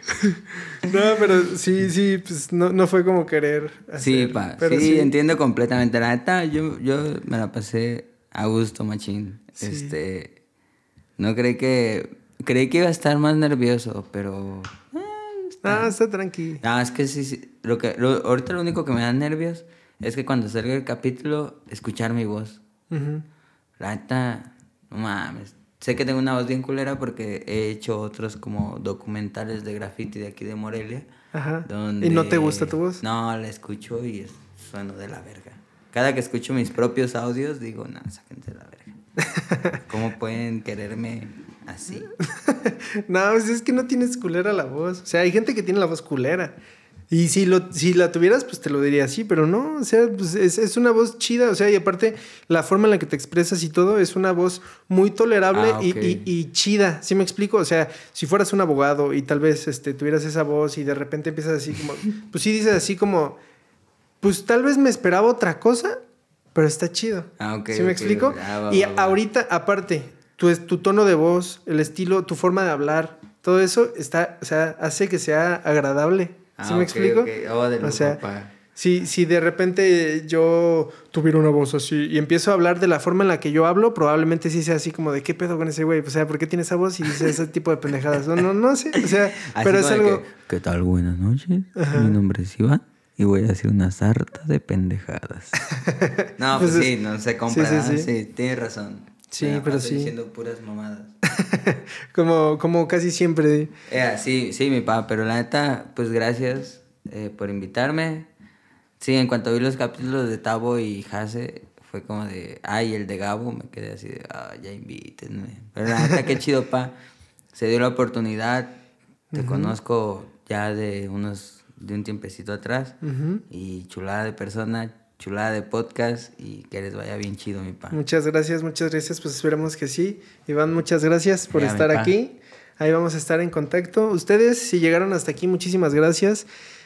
No, pero sí, sí, pues no, no fue como querer hacer.
Sí, pa.
Pero
sí,
sí,
entiendo completamente. La neta, yo, yo me la pasé a gusto, machín. Sí. Este... No creí que... Creí que iba a estar más nervioso, pero...
Ah, está tranqui.
No, es que sí, sí. Lo que, lo, ahorita lo único que me da nervios es que cuando salga el capítulo, escuchar mi voz. Uh-huh. La neta, no mames. Sé que tengo una voz bien culera porque he hecho otros como documentales de graffiti de aquí de Morelia.
Ajá.
Donde,
¿y no te gusta tu voz?
No, la escucho y es, sueno de la verga. Cada que escucho mis propios audios, digo, no, sáquense de la verga. ¿Cómo pueden quererme así?
No, pues es que no tienes culera la voz. O sea, hay gente que tiene la voz culera. Y si, lo, si la tuvieras, pues te lo diría así, pero no, o sea, pues es, es una voz chida, o sea, y aparte la forma en la que te expresas y todo es una voz muy tolerable ah, okay. y, y, y chida, ¿sí me explico? O sea, si fueras un abogado y tal vez este, tuvieras esa voz y de repente empiezas así como, pues sí dices así como, pues tal vez me esperaba otra cosa, pero está chido,
ah, okay,
¿sí me
okay,
explico?
Okay. Ah, va,
y
va, va.
ahorita, aparte, tu, tu tono de voz, el estilo, tu forma de hablar, todo eso está, o sea, hace que sea agradable. ¿Sí
ah,
me
okay,
explico?
Okay. Oh, de lujo,
o sea,
pa.
si, si de repente yo tuviera una voz así y empiezo a hablar de la forma en la que yo hablo, probablemente sí sea así como de ¿qué pedo con ese güey? O sea, ¿por qué tiene esa voz y dice ese tipo de pendejadas? No, no, no sé, o sea,
así
pero es algo...
Que, ¿qué tal? Buenas noches, ajá. Mi nombre es Iván y voy a decir una sarta de pendejadas. No, pues, pues sí, es... no se compra, sí, sí, sí. sí, tienes razón.
Sí,
pero,
pero
estoy
sí.
diciendo puras mamadas.
como, como casi siempre.
Eh, sí, sí, mi papá, pero la neta, pues gracias eh, por invitarme. Sí, en cuanto vi los capítulos de Tabo y Hase, fue como de, ay, el de Gabo, me quedé así de, ah, ya invítenme. Pero la neta, qué chido, pa. Se dio la oportunidad, te uh-huh. conozco ya de unos, de un tiempecito atrás, uh-huh. y chulada de persona, chulada de podcast y que les vaya bien chido, mi pa.
Muchas gracias, muchas gracias, pues esperamos que sí. Iván, muchas gracias por ya, estar aquí. Ahí vamos a estar en contacto. Ustedes, si llegaron hasta aquí, muchísimas gracias.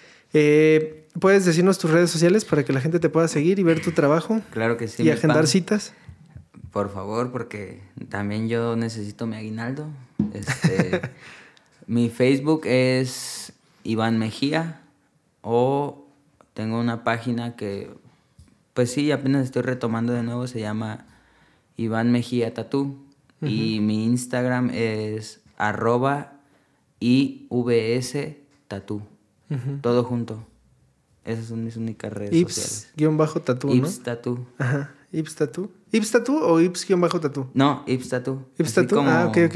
Eh, ¿Puedes decirnos tus redes sociales para que la gente te pueda seguir y ver tu trabajo?
Claro que sí.
Y agendar pa. citas.
Por favor, porque también yo necesito mi aguinaldo. Este, mi Facebook es Iván Mejía o tengo una página que... Pues sí, apenas estoy retomando de nuevo, se llama Iván Mejía Tatú. Uh-huh. Y mi Instagram es arroba I V S Tatú. Uh-huh. Todo junto. Esas son mis únicas redes
Ips
sociales.
Guión bajo tatú, ¿no?
Ips Tatú.
Ajá. Ips Tatú. ¿Ips Tatú o Ips guión bajo tatú?
No, Ips Tatú.
Ips Tatú. Como... Ah, ok, ok.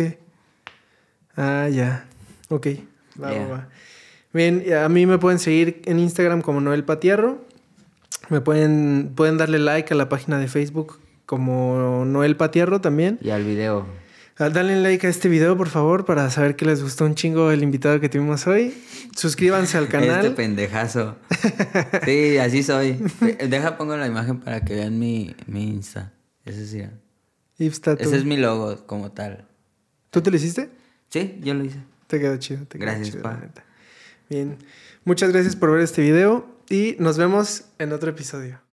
Ah, ya. Ok. Va, yeah. va, va. Bien, a mí me pueden seguir en Instagram como Noel Patiarro. Me pueden, pueden darle like a la página de Facebook como Noel Patiarro también.
Y al video.
Dale like a este video, por favor, para saber que les gustó un chingo el invitado que tuvimos hoy. Suscríbanse al canal.
Este pendejazo. Sí, así soy. Deja, pongo la imagen para que vean mi, mi Insta. Ese sí. Ese es mi logo como tal.
¿Tú te lo hiciste?
Sí, yo lo hice.
Te quedó chido. Te quedó
gracias,
chido,
pa.
Bien. Muchas gracias por ver este video y nos vemos en otro episodio.